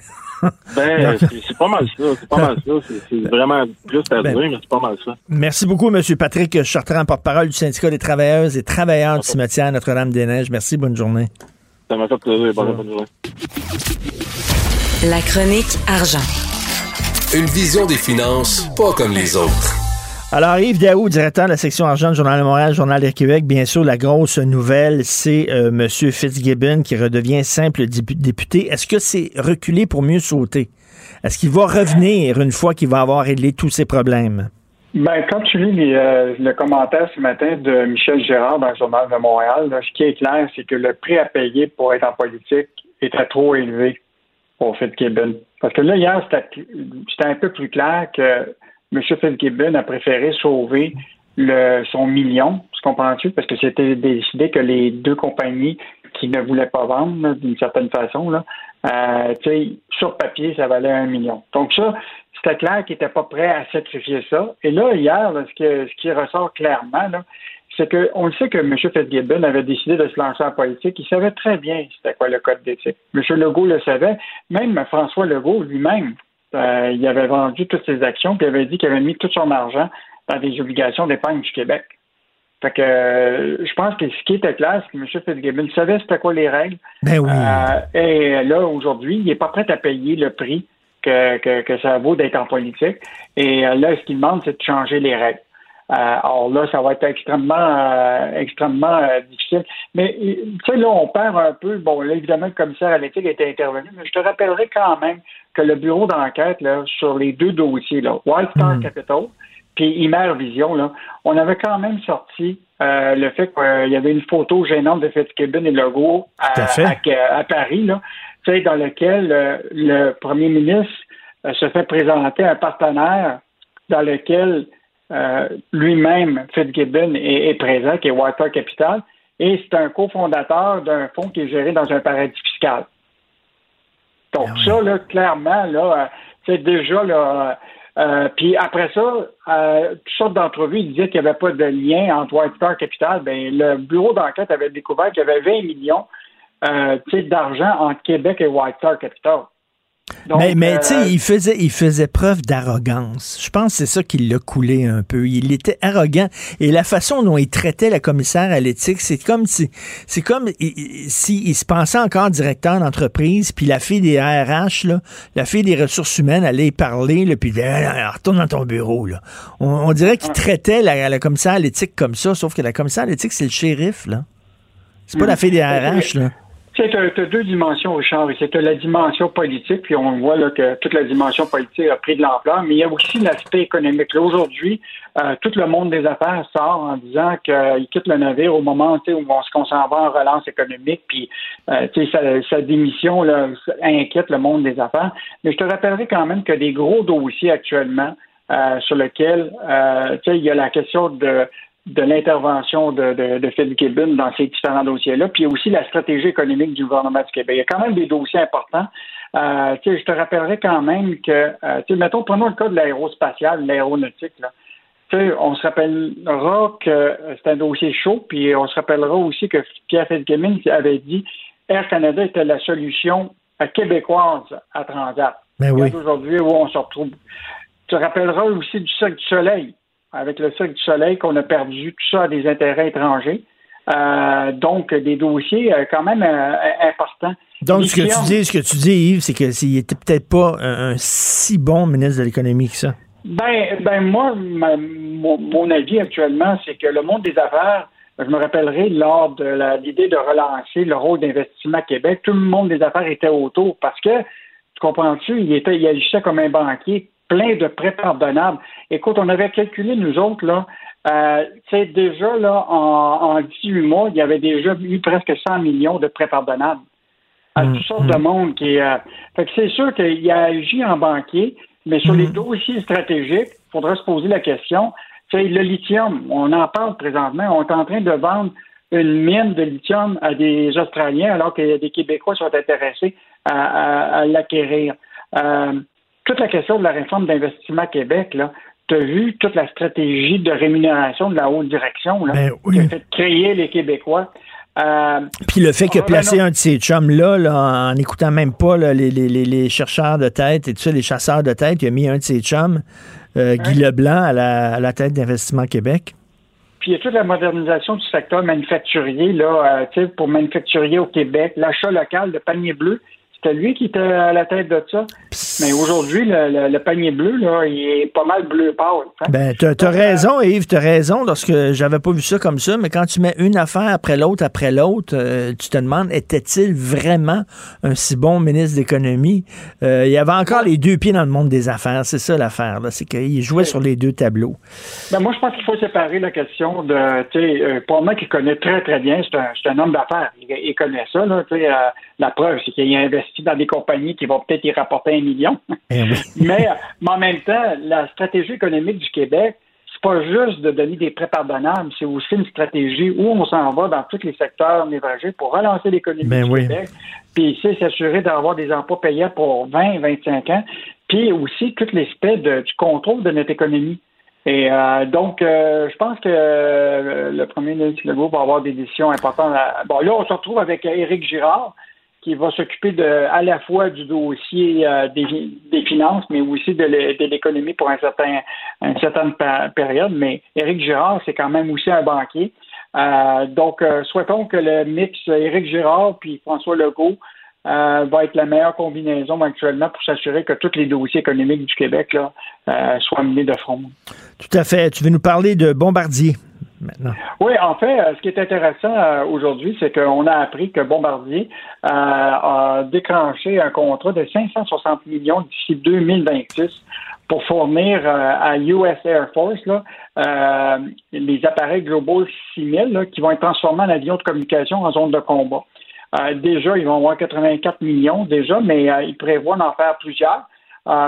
Ben, c'est, c'est pas mal ça. C'est pas mal ça. C'est, c'est vraiment juste à ben, dire, mais c'est pas mal ça. Merci beaucoup, M. Patrick Chartrand, porte-parole du syndicat des travailleuses et travailleurs du cimetière Notre-Dame-des-Neiges. Merci, bonne journée. Ça m'a fait plaisir. Bonne, bonne journée. La chronique argent. Une vision des finances pas comme les autres. Alors, Yves Daou, directeur de la section argent du Journal de Montréal, Journal de Québec, bien sûr, la grosse nouvelle, c'est euh, M. Fitzgibbon qui redevient simple député. Est-ce que c'est reculé pour mieux sauter? Est-ce qu'il va revenir une fois qu'il va avoir réglé tous ses problèmes? Ben, quand tu lis les, euh, le commentaire ce matin de Michel Gérard dans le Journal de Montréal, là, ce qui est clair, c'est que le prix à payer pour être en politique était trop élevé pour Fitzgibbon. Parce que là, hier, c'était, c'était un peu plus clair que M. Fitzgibbon a préféré sauver le, son million, tu comprends-tu? Parce que c'était décidé que les deux compagnies qui ne voulaient pas vendre, là, d'une certaine façon, là, euh, tu sais, sur papier, ça valait un million. Donc ça, c'était clair qu'il n'était pas prêt à sacrifier ça. Et là, hier, là, ce, que, ce qui ressort clairement, là, c'est qu'on le sait que M. Fitzgibbon avait décidé de se lancer en politique. Il savait très bien c'était quoi le code d'éthique. M. Legault le savait. Même François Legault lui-même, Euh, il avait vendu toutes ses actions puis il avait dit qu'il avait mis tout son argent dans des obligations d'épargne du Québec. Fait que euh, je pense que ce qui était clair, c'est que M. Fitzgibbon savait c'était quoi les règles. Ben oui. Euh, et là, aujourd'hui, il n'est pas prêt à payer le prix que, que, que ça vaut d'être en politique. Et euh, là, ce qu'il demande, c'est de changer les règles. Euh, alors là, ça va être extrêmement euh, extrêmement euh, difficile. Mais tu sais, là, on perd un peu. Bon, là, évidemment, le commissaire à l'éthique était intervenu, mais je te rappellerai quand même que le bureau d'enquête là, sur les deux dossiers, là, White Star mmh. Capital puis Imer Vision, là, on avait quand même sorti euh, le fait qu'il euh, y avait une photo gênante de Fitzgibbon et Legault à, à, à Paris, là, tu sais, dans lequel euh, le premier ministre euh, se fait présenter un partenaire dans lequel Euh, lui-même, Fitzgibbon, est, est présent, qui est White Star Capital, et c'est un cofondateur d'un fonds qui est géré dans un paradis fiscal. Donc ah oui. ça, là, clairement, là, C'est déjà là. Euh, puis après ça, euh, toutes sortes d'entrevues, ils disaient qu'il n'y avait pas de lien entre White Star Capital. Ben, le bureau d'enquête avait découvert qu'il y avait vingt millions euh, d'argent entre Québec et White Star Capital. Donc, mais mais euh, tu sais, il faisait, il faisait preuve d'arrogance. Je pense que c'est ça qui l'a coulé un peu. Il était arrogant. Et la façon dont il traitait la commissaire à l'éthique, c'est comme si, c'est comme s'il si, il se pensait encore directeur d'entreprise, puis la fille des R H, là, la fille des ressources humaines allait y parler, là, puis il disait, ah, retourne dans ton bureau. Là. On, on dirait qu'il traitait la, la commissaire à l'éthique comme ça, sauf que la commissaire à l'éthique, c'est le shérif, là. C'est pas mmh. la fille des R H, là. Tu sais, tu as deux dimensions, Richard. C'est la dimension politique, puis on voit là, que toute la dimension politique a pris de l'ampleur, mais il y a aussi l'aspect économique. Là, aujourd'hui, euh, tout le monde des affaires sort en disant qu'il quitte le navire au moment où on s'en va en relance économique, puis euh, sa, sa démission là, inquiète le monde des affaires. Mais je te rappellerai quand même qu'il y a des gros dossiers actuellement euh, sur lesquels euh, il y a la question de de l'intervention de, de, de Fitzgibbon dans ces différents dossiers-là, puis il y a aussi la stratégie économique du gouvernement du Québec. Il y a quand même des dossiers importants. Euh, tu sais, je te rappellerai quand même que, euh, tu sais, mettons, prenons le cas de l'aérospatiale, l'aéronautique, là. Tu sais, on se rappellera que c'est un dossier chaud, puis on se rappellera aussi que Pierre Fitzgibbon avait dit Air Canada était la solution québécoise à Transat. Ben oui. Aujourd'hui, où on se retrouve. Tu te rappelleras aussi du Cirque du Soleil, avec le Cirque du Soleil, qu'on a perdu tout ça à des intérêts étrangers. Euh, donc, des dossiers euh, quand même euh, importants. Donc, ce que, tu dis, ce que tu dis, Yves, c'est qu'il n'était peut-être pas un, un si bon ministre de l'économie que ça. Ben, ben moi, ma, mon, mon avis actuellement, c'est que le monde des affaires, je me rappellerai lors de la, l'idée de relancer le rôle d'Investissement Québec, tout le monde des affaires était autour parce que, tu comprends-tu, il, était, il agissait comme un banquier, plein de prêts pardonnables. Écoute, on avait calculé, nous autres, là, euh, tu sais, déjà, là, en, en dix-huit mois, il y avait déjà eu presque cent millions de prêts pardonnables à mmh, toutes sortes mmh. de monde qui... Euh, fait que c'est sûr qu'il a agi en banquier, mais sur mmh. les dossiers stratégiques, il faudra se poser la question, tu sais, le lithium, on en parle présentement, on est en train de vendre une mine de lithium à des Australiens alors que des Québécois sont intéressés à, à, à l'acquérir. Euh, toute la question de la réforme d'Investissement Québec, là, tu as vu toute la stratégie de rémunération de la haute direction là, ben oui. qui a fait créer les Québécois. Euh, Puis le fait que placer un de ces chums-là, là, en n'écoutant même pas là, les, les, les chercheurs de tête et tout ça, les chasseurs de tête, il a mis un de ses chums, euh, Guy hein? Leblanc, à la, à la tête d'Investissement Québec. Puis il y a toute la modernisation du secteur manufacturier, là, euh, pour manufacturier au Québec, l'achat local de panier bleu. C'était lui qui était à la tête de ça. Mais aujourd'hui, le, le, le panier bleu, là, il est pas mal bleu pâle. Hein? Ben, t'as, t'as raison, Yves, t'as raison, parce que j'avais pas vu ça comme ça, mais quand tu mets une affaire après l'autre, après l'autre, euh, tu te demandes, était-il vraiment un si bon ministre d'économie? Euh, il y avait encore ouais. les deux pieds dans le monde des affaires, c'est ça l'affaire, là, c'est qu'il jouait ouais. sur les deux tableaux. Ben, moi, je pense qu'il faut séparer la question de, tu sais, euh, pour moi qui connaît très, très bien, c'est un, c'est un homme d'affaires, il, il connaît ça, là, tu sais, euh, la preuve, c'est qu'il a investi dans des compagnies qui vont peut-être y rapporter un million. Eh oui. mais, mais en même temps, la stratégie économique du Québec, c'est pas juste de donner des prêts pardonnables, c'est aussi une stratégie où on s'en va dans tous les secteurs névralgiques pour relancer l'économie ben du oui. Québec, puis c'est s'assurer d'avoir des emplois payants pour vingt à vingt-cinq ans, puis aussi tout l'aspect de, du contrôle de notre économie. Et euh, donc, euh, je pense que euh, le premier ministre Legault va avoir des décisions importantes. À... Bon, là, on se retrouve avec Éric Girard, qui va s'occuper de, à la fois du dossier euh, des, des finances, mais aussi de, l'é, de l'économie pour un certain, une certaine pa- période. Mais Éric Girard, c'est quand même aussi un banquier. Euh, donc, euh, souhaitons que le mix Éric Girard puis François Legault euh, va être la meilleure combinaison actuellement pour s'assurer que tous les dossiers économiques du Québec là, euh, soient menés de front. Tout à fait. Tu veux nous parler de Bombardier maintenant? Oui, en fait, ce qui est intéressant euh, aujourd'hui, c'est qu'on a appris que Bombardier euh, a déclenché un contrat de cinq cent soixante millions d'ici deux mille vingt-six pour fournir euh, à U S Air Force là, euh, les appareils Global six mille là, qui vont être transformés en avions de communication en zone de combat. Euh, déjà, ils vont avoir quatre-vingt-quatre millions déjà, mais euh, ils prévoient d'en faire plusieurs. Euh, bon,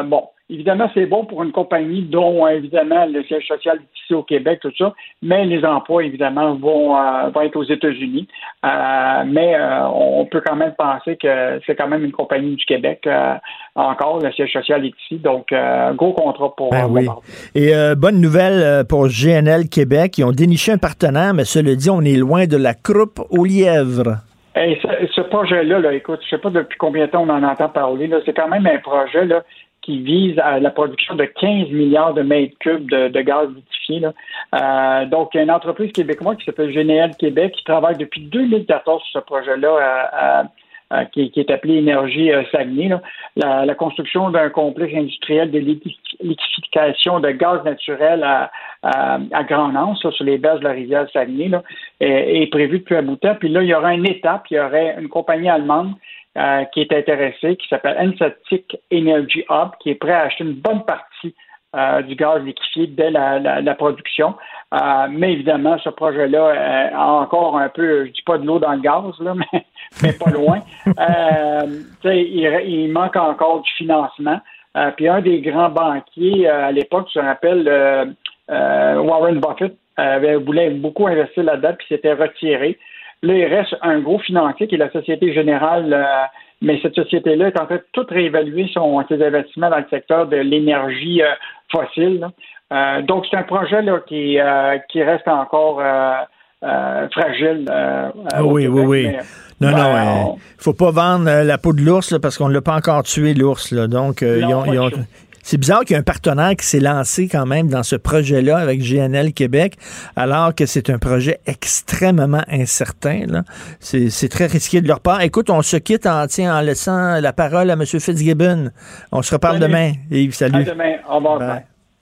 évidemment, c'est bon pour une compagnie dont, évidemment, le siège social est ici au Québec, tout ça, mais les emplois, évidemment, vont, euh, vont être aux États-Unis. Euh, mais euh, on peut quand même penser que c'est quand même une compagnie du Québec. Euh, encore, le siège social est ici. Donc, euh, gros contrat pour... Ben euh, oui. Et euh, bonne nouvelle pour G N L Québec. Ils ont déniché un partenaire, mais cela dit, on est loin de la croupe aux lièvres. Et ce, ce projet-là, là, écoute, je sais pas depuis combien de temps on en entend parler. Là, c'est quand même un projet là, qui vise à la production de quinze milliards de mètres cubes de, de gaz liquéfié. Là. Euh, donc, il y a une entreprise québécoise qui s'appelle G N L Québec qui travaille depuis deux mille quatorze sur ce projet-là à, à Euh, qui, qui est appelé Énergie euh, Saguenay, là. La, la construction d'un complexe industriel de liquéfication de gaz naturel à, à, à Grand-Anse, là, sur les berges de la rivière Saguenay, là, est, est prévue depuis un bout de temps. Puis là, il y aura une étape, il y aurait une compagnie allemande euh, qui est intéressée, qui s'appelle Ensatic Energy Hub, qui est prêt à acheter une bonne partie euh, du gaz liquéfié dès la, la, la production. Euh, mais évidemment, ce projet-là euh, a encore un peu, je dis pas de l'eau dans le gaz, là, mais, mais pas loin. Euh, il, il manque encore du financement. Euh, puis un des grands banquiers euh, à l'époque, je me rappelle, euh, euh, Warren Buffett, avait, voulait beaucoup investir là-dedans, puis s'était retiré. Là, il reste un gros financier qui est la Société Générale, euh, mais cette société-là est en train de tout réévaluer son, ses investissements dans le secteur de l'énergie euh, fossile. Là. Euh, donc, c'est un projet là, qui, euh, qui reste encore euh, euh, fragile. Euh, oui, Québec, oui, oui. Mais, non, ben, non, il on... ne faut pas vendre euh, la peau de l'ours là, parce qu'on ne l'a pas encore tué, l'ours. Là. Donc, euh, non, ils ont, ils ont... c'est bizarre qu'il y ait un partenaire qui s'est lancé quand même dans ce projet-là avec G N L Québec, alors que c'est un projet extrêmement incertain. Là. C'est, c'est très risqué de leur part. Écoute, on se quitte en, tiens, en laissant la parole à M. Fitzgibbon. On se reparle salut. Demain. Yves, salut. À demain. Au revoir. Bye.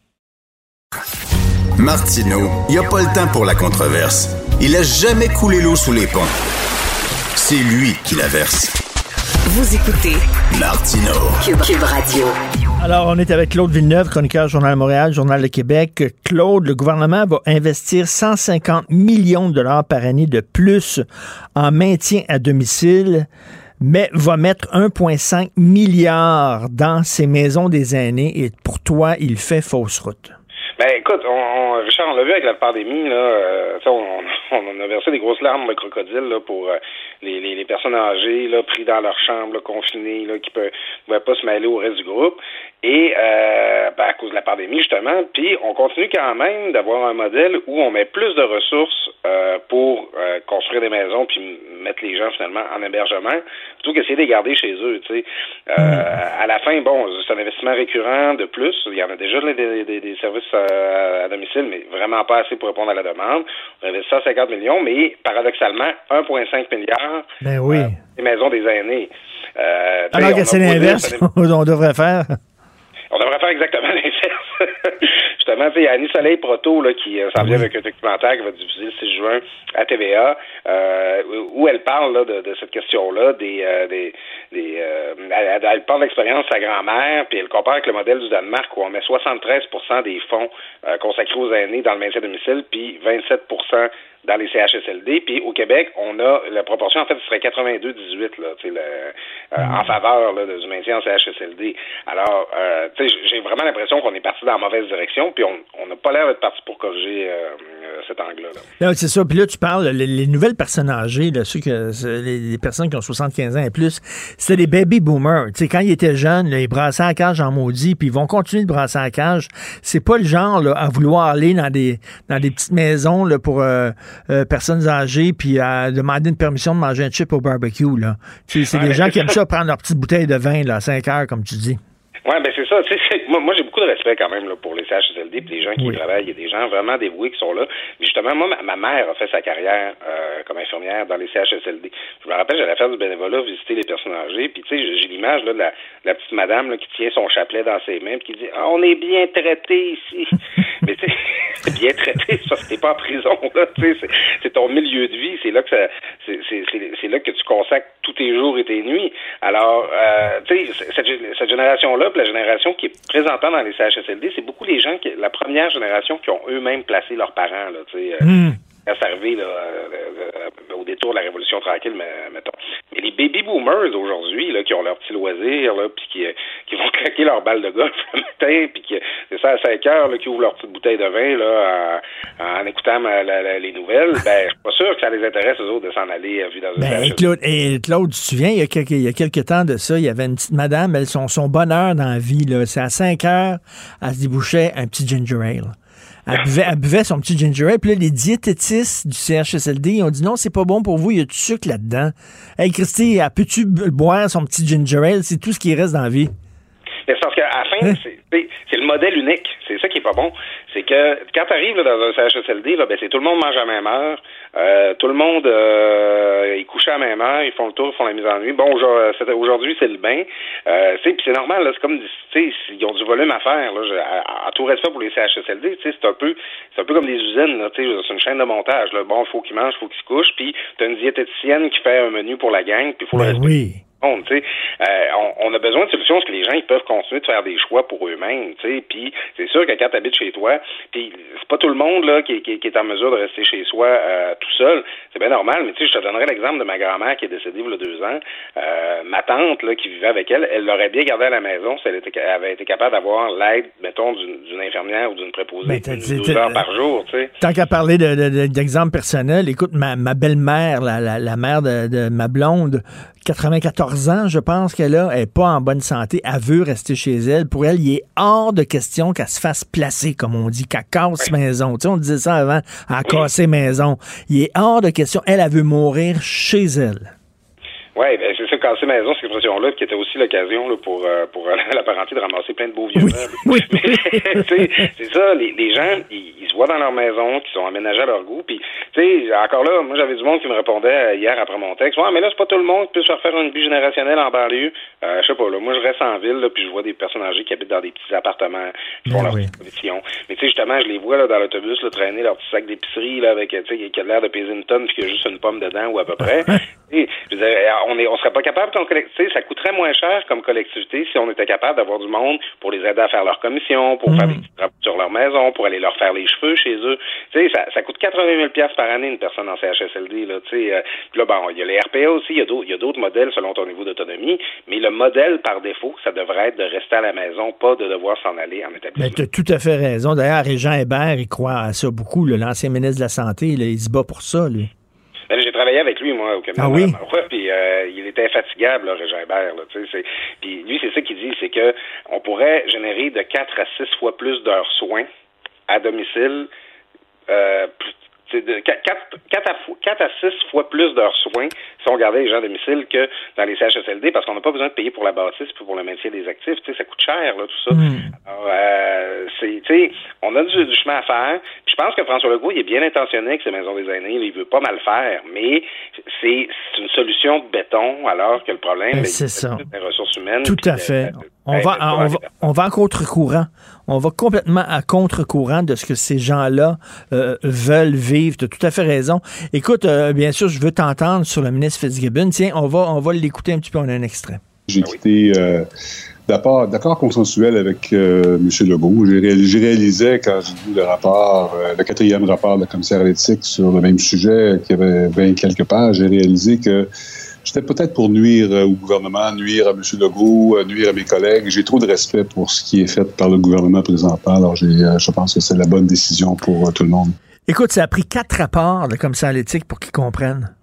Martineau, il n'y a pas le temps pour la controverse. Il a jamais coulé l'eau sous les ponts. C'est lui qui la verse. Vous écoutez Martineau. Cube, Cube Radio. Alors, on est avec Claude Villeneuve, chroniqueur Journal de Montréal, Journal de Québec. Claude, le gouvernement va investir cent cinquante millions de dollars par année de plus en maintien à domicile, mais va mettre un virgule cinq milliard dans ces maisons des aînés. Et pour toi, il fait fausse route. Ben écoute, on, on, Richard, on l'a vu avec la pandémie, là, euh, on, on a versé des grosses larmes de crocodile là, pour euh, les, les, les personnes âgées là, pris dans leur chambre, là, confinées, là, qui ne pouvaient pas se mêler au reste du groupe. Et euh, ben, à cause de la pandémie, justement, puis on continue quand même d'avoir un modèle où on met plus de ressources euh, pour euh, construire des maisons puis mettre les gens finalement en hébergement, plutôt qu'essayer de les garder chez eux. Tu sais, euh, à la fin, bon, c'est un investissement récurrent de plus. Il y en a déjà des, des, des services à, à domicile, mais vraiment pas assez pour répondre à la demande. On investit cent cinquante millions, mais paradoxalement, un virgule cinq milliard ben oui. euh, des maisons des aînés. Euh, Alors que c'est l'inverse, on devrait faire. On devrait faire exactement l'inverse. Justement, il y a Annie Soleil Proto là, qui euh, s'en vient avec un documentaire qui va diffuser le six juin à T V A, euh, où elle parle là, de, de cette question-là, des, euh, des, des euh, elle, elle parle de l'expérience de sa grand-mère, puis elle compare avec le modèle du Danemark où on met soixante-treize pour cent des fonds euh, consacrés aux aînés dans le maintien à domicile, puis vingt-sept pour cent dans les C H S L D. Puis au Québec, on a la proportion, en fait, ce serait quatre-vingt-deux dix-huit là, tu sais, le, euh, en faveur là, du maintien en C H S L D. Alors, euh, tu sais, j'ai vraiment l'impression qu'on est parti dans la mauvaise direction, puis on n'a pas l'air d'être parti pour corriger euh, euh, cet angle-là. Là. Non, c'est ça. Puis là, tu parles, les, les nouvelles personnes âgées, là, ceux que, les, les personnes qui ont soixante-quinze ans et plus, c'était des baby boomers. Tu sais, quand ils étaient jeunes, là, ils brassaient la cage en maudit, puis ils vont continuer de brasser la cage. C'est pas le genre là, à vouloir aller dans des dans des petites maisons là, pour euh, euh, personnes âgées, puis à demander une permission de manger un chip au barbecue. Là. Tu sais, c'est ouais, des gens qui aiment ça prendre leur petite bouteille de vin là, à cinq heures, comme tu dis. Oui, ben c'est ça. Tu sais, moi, moi j'ai beaucoup de respect quand même là, pour les C H S L D et les gens qui oui. y travaillent. Il y a des gens vraiment dévoués qui sont là. Mais justement, moi, ma, ma mère a fait sa carrière euh, comme infirmière dans les C H S L D. Je me rappelle, j'allais faire du bénévolat, visiter les personnes âgées. Puis tu sais, j'ai l'image là, de la, la petite madame là, qui tient son chapelet dans ses mains et qui dit ah, on est bien traité ici. Mais tu sais, c'est bien traité, c'est parce que t'es pas en prison. Là, tu sais, c'est, c'est ton milieu de vie. C'est là que ça, c'est, c'est, c'est, c'est là que tu consacres tous tes jours et tes nuits. Alors, euh, tu sais, cette, cette génération-là, la génération qui est présentant dans les C H S L D, c'est beaucoup les gens, qui, la première génération qui ont eux-mêmes placé leurs parents. Là, tu sais, mmh. reste arrivé là, euh, au détour de la Révolution tranquille, mais, mettons. Mais les baby boomers aujourd'hui, là, qui ont leur petit loisir, là, puis qui, qui vont claquer leur balle de golf le matin, puis qui c'est ça à cinq heures, là, qui ouvrent leur petite bouteille de vin là, en, en écoutant ma, la, la, les nouvelles, ben, je suis pas sûr que ça les intéresse eux autres de s'en aller vivre dans une ben, et Claude, et Claude, tu te souviens, il y a quelques, il y a quelques temps de ça, il y avait une petite madame, elle, son, son bonheur dans la vie, là, c'est à cinq heures, elle se débouchait un petit ginger ale. Elle buvait, elle buvait son petit ginger ale, puis là, les diététistes du C H S L D, ils ont dit non, c'est pas bon pour vous, il y a du sucre là-dedans. Hey, Christy, peux-tu boire son petit ginger ale? C'est tout ce qui reste dans la vie. Mais c'est parce qu'à la fin, hein? c'est, c'est le modèle unique. C'est ça qui est pas bon. C'est que quand tu arrives là, dans un C H S L D, là, ben, c'est tout le monde mange à la même heure. Euh, tout le monde euh, est couché à la même heure. Ils font le tour, ils font la mise en nuit. Bon, aujourd'hui, c'est le bain. Euh, puis c'est normal. Là, c'est comme, ils ont du volume à faire. Là, à, à tout respect pour les C H S L D, c'est un peu c'est un peu comme des usines. Là, c'est une chaîne de montage. Là. Bon, il faut qu'ils mangent, il faut qu'ils se couchent. Puis tu as une diététicienne qui fait un menu pour la gang. Puis il faut ben le respecter. Oui. Euh, on, on a besoin de solutions parce que les gens ils peuvent continuer de faire des choix pour eux-mêmes, tu sais. Puis c'est sûr que quand tu habites chez toi, puis c'est pas tout le monde là qui, qui, qui est en mesure de rester chez soi euh, tout seul. C'est bien normal, mais tu sais, je te donnerai l'exemple de ma grand-mère qui est décédée il y a deux ans. Euh, ma tante là qui vivait avec elle, elle l'aurait bien gardée à la maison si elle, était, elle avait été capable d'avoir l'aide, mettons, d'une, d'une infirmière ou d'une préposée douze heures par jour, tu sais. Tant qu'à parler de, de, de, d'exemple personnel, écoute, ma, ma belle-mère, la, la, la mère de, de ma blonde, quatre-vingt-quatorze ans, je pense qu'elle a, elle n'est pas en bonne santé, elle veut rester chez elle. Pour elle, il est hors de question qu'elle se fasse placer, comme on dit, qu'elle casse oui. maison. Tu sais, on disait ça avant, à oui. casser maison. Il est hors de question, elle, elle veut mourir chez elle. Oui, ben c'est ça, casser maison, cette expression-là, qui était aussi l'occasion là, pour euh, pour euh, la parenté de ramasser plein de beaux vieux oui, meubles. Oui, Mais, c'est, c'est ça, les, les gens, ils, ils se voient dans leur maison, qui sont aménagés à leur goût, puis, tu sais, encore là, moi, j'avais du monde qui me répondait hier après mon texte, ouais, mais là, c'est pas tout le monde qui peut se faire une vie générationnelle en banlieue. Euh, je sais pas, là, moi, je reste en ville, là, puis je vois des personnes âgées qui habitent dans des petits appartements, qui font leur oui. compétition. Mais, tu sais, justement, je les vois, là, dans l'autobus, là, traîner leur petit sac d'épicerie, là, avec, tu sais, qui a l'air de peser une tonne, puis qu'il y a juste une pomme dedans, ou à peu près. Et, je veux dire, on est, on serait pas capable, comme collectivité, ça coûterait moins cher comme collectivité si on était capable d'avoir du monde pour les aider à faire leur commission, pour mmh. faire des petits travaux sur leur maison, pour aller leur faire les cheveux chez eux. Tu sais, ça, ça coûte quatre-vingt mille dollars par année une personne en C H S L D, là, tu sais. Euh, puis là, bon, il y a les R P A aussi, il y a d'autres, il y a d'autres modèles selon ton niveau d'autonomie, mais le modèle par défaut, ça devrait être de rester à la maison, pas de devoir s'en aller en établissement. Ben, tu as tout à fait raison. D'ailleurs, Régent Hébert, il croit à ça beaucoup, là, l'ancien ministre de la Santé, là, il se bat pour ça, lui. Ben, j'ai travaillé avec lui, moi, au cabinet. Ah oui? Puis euh, il était infatigable, là, Régent Hébert. Là, c'est, puis lui, c'est ça qu'il dit, c'est que on pourrait générer de quatre à six fois plus d'heures soins à domicile, euh, de quatre à six fois plus d'heures soins si on gardait les gens à domicile que dans les C H S L D, parce qu'on n'a pas besoin de payer pour la bâtisse et pour le maintien des actifs. Tu sais, ça coûte cher, là, tout ça. Mm. Alors, euh, c'est, tu sais, on a du, du chemin à faire. Puis je pense que François Legault, il est bien intentionné avec ses maisons des aînés. Là, il veut pas mal faire, mais c'est, c'est une solution de béton, alors que le problème, ben, c'est ça. Des ressources humaines. Tout à fait. De, on, va, on, va, on va à contre-courant. On va complètement à contre-courant de ce que ces gens-là euh, veulent vivre. Tu as tout à fait raison. Écoute, euh, bien sûr, je veux t'entendre sur le ministre Fitzgibbon. Tiens, on va, on va l'écouter un petit peu. On a un extrait. J'ai quitté euh, d'accord, d'accord consensuel avec euh, M. Legault. J'ai réalisé, j'ai réalisé quand j'ai vu le rapport, euh, le quatrième rapport de la commissaire à l'éthique sur le même sujet, qui avait vingt quelques pages, j'ai réalisé que j'étais peut-être pour nuire au gouvernement, nuire à M. Legault, nuire à mes collègues. J'ai trop de respect pour ce qui est fait par le gouvernement présentement. Alors, j'ai, je pense que c'est la bonne décision pour euh, tout le monde. Écoute, ça a pris quatre rapports de commissaire à l'éthique pour qu'ils comprennent.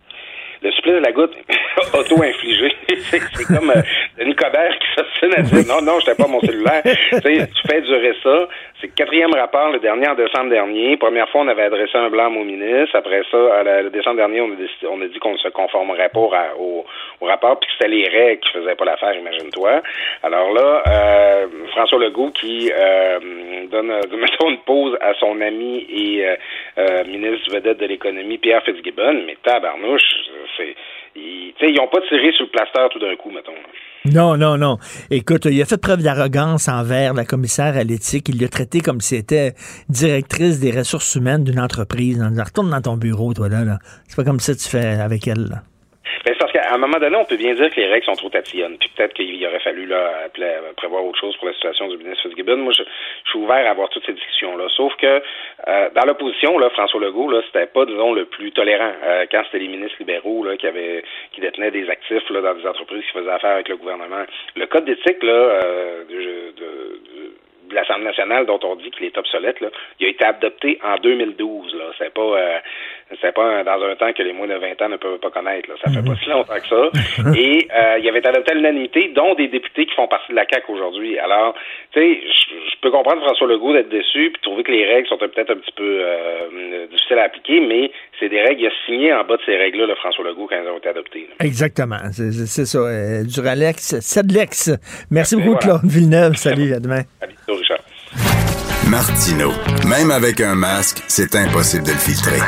Le supplice de la goutte auto-infligé. c'est, c'est comme euh, Denis Coderre qui s'obstine à dire non, non, j'étais pas mon cellulaire. Tu sais, tu fais durer ça. C'est le quatrième rapport, le dernier en décembre dernier. Première fois, on avait adressé un blâme au ministre. Après ça, à la, le décembre dernier, on a, décidé, on a dit qu'on ne se conformerait pas au, au, au rapport, puis que c'était les règles qui faisaient pas l'affaire, imagine-toi. Alors là, euh, François Legault qui euh, donne, mettons, une pause à son ami et euh, euh, ministre vedette de l'économie, Pierre Fitzgibbon, mais tabarnouche, c'est... Ils, ils n'ont pas tiré sur le plaster tout d'un coup, mettons. Non, non, non. Écoute, il a fait preuve d'arrogance envers la commissaire à l'éthique. Il l'a traité comme si c'était directrice des ressources humaines d'une entreprise. On retourne dans ton bureau, toi, là. là. C'est pas comme ça que tu fais avec elle, là. Ben, c'est parce qu'à un moment donné, on peut bien dire que les règles sont trop tatillonnes. Puis peut-être qu'il aurait fallu là prévoir autre chose pour la situation du ministre Fitzgibbon. Moi, je, je suis ouvert à avoir toutes ces discussions-là. Sauf que euh, dans l'opposition, là, François Legault, là, c'était pas, disons, le plus tolérant. Euh, quand c'était les ministres libéraux là, qui avaient qui détenaient des actifs là, dans des entreprises qui faisaient affaire avec le gouvernement. Le code d'éthique là, euh, de, de, de de l'Assemblée nationale dont on dit qu'il est obsolète, là, il a été adopté en deux mille douze. Là. C'est pas euh, c'est pas dans un temps que les moins de vingt ans ne peuvent pas connaître. Là. Ça fait mm-hmm. pas si longtemps que ça. Et euh, il avait été adopté à l'unanimité, dont des députés qui font partie de la C A Q aujourd'hui. Alors, tu sais, je peux comprendre François Legault d'être déçu puis trouver que les règles sont peut-être un petit peu euh, difficiles à appliquer, mais c'est des règles, il a signé en bas de ces règles-là, le François Legault, quand elles ont été adoptées. Là. Exactement. C'est, c'est ça. Euh, Duralex, Sedlex. Merci beaucoup, voilà. Claude Villeneuve. Salut, à demain. Salut, Richard. Martineau. Même avec un masque, c'est impossible de le filtrer.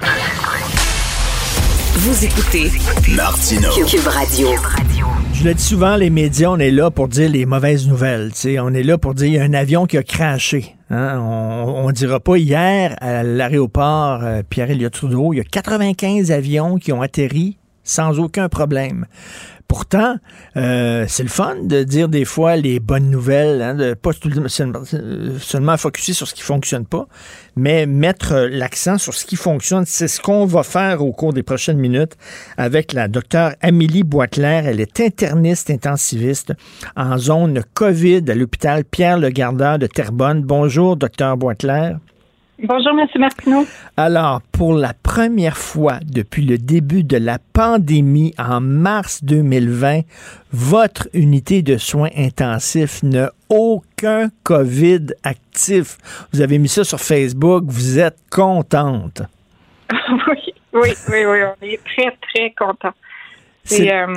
Vous écoutez Martineau. Cube Radio. Je le dis souvent, les médias, on est là pour dire les mauvaises nouvelles. T'sais. On est là pour dire il y a un avion qui a crashé. Hein? On ne dira pas hier à l'aéroport euh, Pierre-Éliott Trudeau, il y a quatre-vingt-quinze avions qui ont atterri sans aucun problème. Pourtant, euh, c'est le fun de dire des fois les bonnes nouvelles, hein, de pas seulement focusser sur ce qui fonctionne pas, mais mettre l'accent sur ce qui fonctionne. C'est ce qu'on va faire au cours des prochaines minutes avec la docteure Amélie Boisclair. Elle est interniste intensiviste en zone COVID à l'hôpital Pierre-Legardeur de Terrebonne. Bonjour, docteur Boisclair. Bonjour, M. Martineau. Alors, pour la première fois depuis le début de la pandémie en mars deux mille vingt, votre unité de soins intensifs n'a aucun COVID actif. Vous avez mis ça sur Facebook, vous êtes contente. oui, oui, oui, oui, on est très, très contents. C'est, c'est, euh,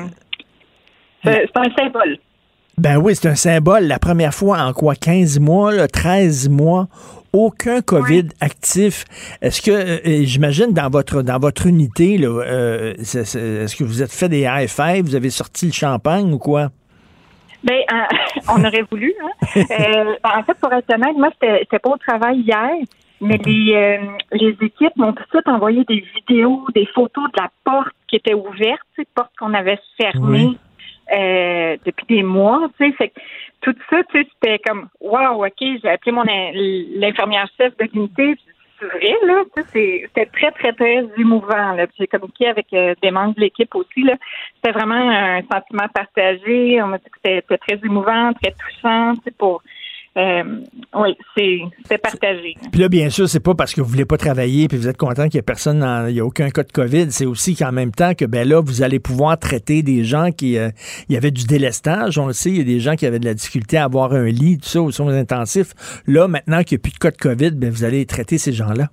c'est, c'est un symbole. Ben oui, c'est un symbole. La première fois en quoi, quinze mois, là, treize mois, aucun COVID oui. actif. Est-ce que, euh, j'imagine, dans votre dans votre unité, là, euh, c'est, c'est, est-ce que vous êtes fait des high five, vous avez sorti le champagne ou quoi? Ben, euh, on aurait voulu. Hein? euh, en fait, pour être honnête, moi, c'était, c'était pas au travail hier, mais les euh, les équipes m'ont tout de suite envoyé des vidéos, des photos de la porte qui était ouverte, cette porte qu'on avait fermée. Oui. Euh, depuis des mois, tu sais, fait que tout ça, tu sais, c'était comme, wow, ok, j'ai appelé mon l'infirmière chef de l'unité, c'est vrai, là, tu sais, c'est, c'était très, très, très émouvant, là, puis j'ai communiqué avec euh, des membres de l'équipe aussi, là, c'était vraiment un sentiment partagé, on m'a dit que c'était, c'était très émouvant, très touchant, tu sais, pour... Euh, oui, c'est, c'est partagé. Puis là, bien sûr, c'est pas parce que vous voulez pas travailler puis vous êtes content qu'il y a personne, dans, il y a aucun cas de COVID. C'est aussi qu'en même temps que, ben là, vous allez pouvoir traiter des gens qui, euh, il y avait du délestage. On le sait, il y a des gens qui avaient de la difficulté à avoir un lit, tout ça, aux soins intensifs. Là, maintenant qu'il n'y a plus de cas de COVID, ben vous allez traiter ces gens-là.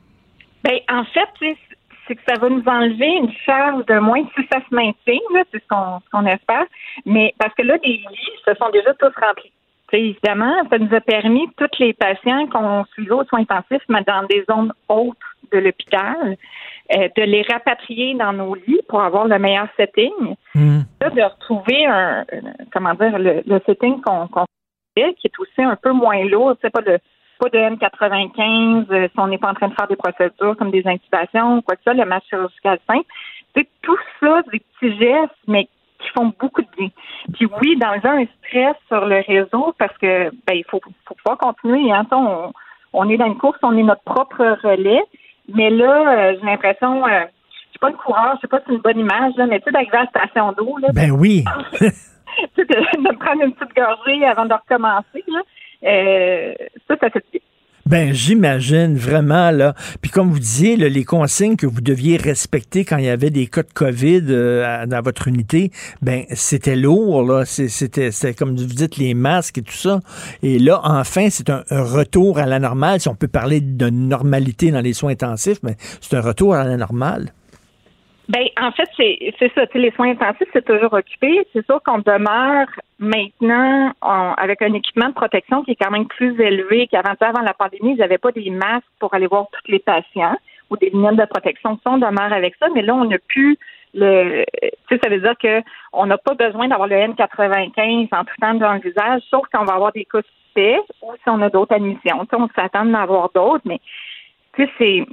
Ben, en fait, c'est, c'est que ça va nous enlever une charge de moins si ça se maintient, là, c'est ce qu'on, ce qu'on espère. Mais parce que là, les lits se sont déjà tous remplis. T'sais, évidemment, ça nous a permis, tous les patients qu'on suivait aux soins intensifs, mais dans des zones autres de l'hôpital, euh, de les rapatrier dans nos lits pour avoir le meilleur setting. Mmh. Là, de retrouver un, comment dire, le, le setting qu'on, qu'on fait, qui est aussi un peu moins lourd, c'est pas de pas de N quatre-vingt-quinze, euh, si on n'est pas en train de faire des procédures comme des intubations ou quoi que ça, le masque chirurgical simple. C'est tout ça, des petits gestes, mais qui font beaucoup de bien. Puis oui, d'enlever un stress sur le réseau parce que ben il faut, faut pouvoir continuer. Hein. On, on est dans une course, on est notre propre relais. Mais là, euh, j'ai l'impression, euh, je suis pas une coureur, je sais pas si c'est une bonne image, là, mais tu sais, d'arriver à la station d'eau. Là, ben oui. Tu sais, de, de prendre une petite gorgée avant de recommencer. Là. Euh, ça, ça fait bien. Ben, j'imagine vraiment, là. Puis comme vous disiez, là, les consignes que vous deviez respecter quand il y avait des cas de COVID euh, dans votre unité, ben, c'était lourd, là. C'était, c'était, comme vous dites, les masques et tout ça. Et là, enfin, c'est un, un retour à la normale. Si on peut parler de normalité dans les soins intensifs, mais c'est un retour à la normale. Ben, en fait, c'est, c'est ça. Les soins intensifs, c'est toujours occupé. C'est sûr qu'on demeure maintenant on, avec un équipement de protection qui est quand même plus élevé qu'avant. Avant la pandémie, ils n'avaient pas des masques pour aller voir tous les patients ou des lunettes de protection. Ça, on demeure avec ça, mais là, on n'a plus le... Tu sais, ça veut dire qu'on n'a pas besoin d'avoir le N quatre-vingt-quinze en tout temps dans le visage, sauf qu'on va avoir des cas suspects ou si on a d'autres admissions. Tu sais, on s'attend d'en avoir d'autres, mais tu sais, c'est...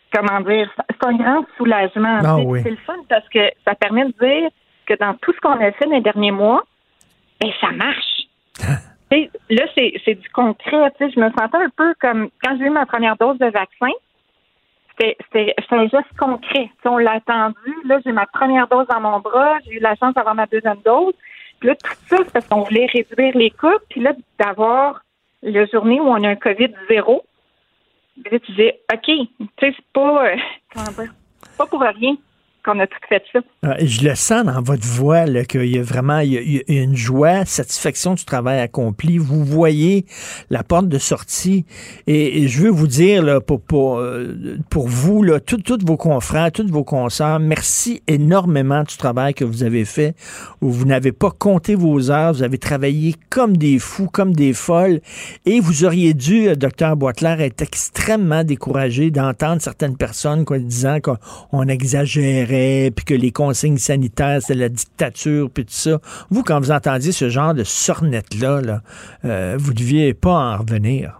comment dire, c'est un grand soulagement. Ah, c'est, oui. c'est le fun parce que ça permet de dire que dans tout ce qu'on a fait les derniers mois, ben ça marche. T'sais, là, c'est, c'est du concret. T'sais, je me sentais un peu comme quand j'ai eu ma première dose de vaccin. C'était, c'était, c'était un geste concret. T'sais, on l'a attendu. Là, j'ai ma première dose dans mon bras. J'ai eu la chance d'avoir ma deuxième dose. Puis là, tout ça, c'est parce qu'on voulait réduire les coûts. Puis là, d'avoir la journée où on a un COVID zéro, puis là, tu dis, OK, tu sais, c'est pas, euh, comment dire, c'est pas pour rien qu'on a tout fait ça. Ah, je le sens dans votre voix là, qu'il y a vraiment il y a, il y a une joie, satisfaction du travail accompli. Vous voyez la porte de sortie. Et, et je veux vous dire, là, pour, pour, pour vous, là, tous vos confrères, tous vos consoeurs, merci énormément du travail que vous avez fait, où vous n'avez pas compté vos heures, vous avez travaillé comme des fous, comme des folles. Et vous auriez dû, docteur Boisclair, être extrêmement découragé d'entendre certaines personnes quoi, disant qu'on exagérait, puis que les consignes sanitaires, c'est la dictature, puis tout ça. Vous, quand vous entendiez ce genre de sornette-là, là, euh, vous ne deviez pas en revenir.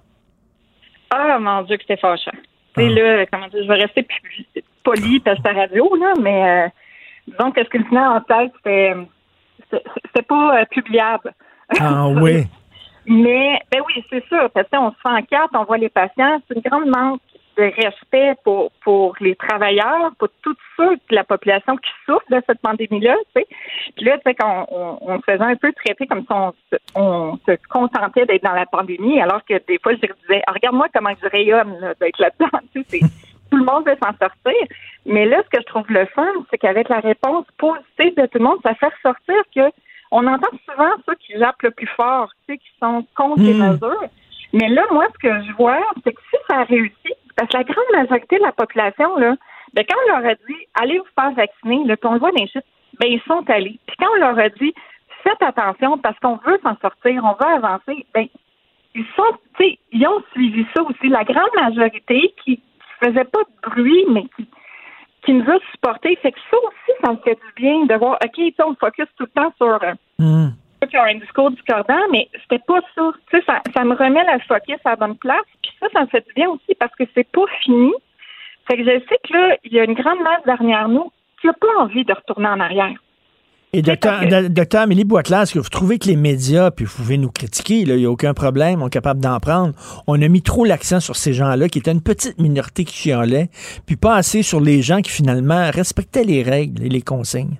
Ah, mon Dieu, que c'était fâchant. Ah. Tu sais, là, comment dire, je vais rester poli parce que c'est radio, là, mais euh, disons que ce qui me tenait en tête, c'était, c'était, c'était pas euh, publiable. Ah oui. Mais, ben oui, c'est ça, parce qu'on se fait en carte, on voit les patients, c'est une grande manque de respect pour pour les travailleurs, pour toute ceux de la population qui souffre de cette pandémie-là, tu sais. Puis là, tu sais, qu'on on, on se faisait un peu traiter comme si on, on se contentait d'être dans la pandémie, alors que des fois, je disais, ah, regarde-moi comment je rayonne là, d'être là-dedans, tu sais, c'est, tout le monde veut s'en sortir. Mais là, ce que je trouve le fun, c'est qu'avec la réponse positive de tout le monde, ça fait ressortir que on entend souvent ceux qui jappent le plus fort, tu sais, qui sont contre mmh. les mesures. Mais là, moi, ce que je vois, c'est que si ça a réussi, parce que la grande majorité de la population, là, ben, quand on leur a dit « allez vous faire vacciner », là, puis on le voit dans les chiffres, ben, ils sont allés. Puis quand on leur a dit « faites attention parce qu'on veut s'en sortir, on veut avancer », ben, ils sont, tu sais, ils ont suivi ça aussi. La grande majorité qui faisait pas de bruit, mais qui, qui nous a supportés. Fait que ça aussi, ça me fait du bien de voir, OK, tu sais, on focus tout le temps sur... Euh, mm. qui ont un discours discordant, mais c'était pas ça. Tu sais, ça, ça me remet la focus à la bonne place. Puis ça, ça me fait du bien aussi parce que c'est pas fini. Fait que je sais que là, il y a une grande masse derrière nous qui n'a pas envie de retourner en arrière. Et docteur, que... docteur Amélie Boisclair, est-ce que vous trouvez que les médias, puis vous pouvez nous critiquer, il n'y a aucun problème, on est capable d'en prendre, on a mis trop l'accent sur ces gens-là, qui étaient une petite minorité qui chialait, puis pas assez sur les gens qui finalement respectaient les règles et les consignes?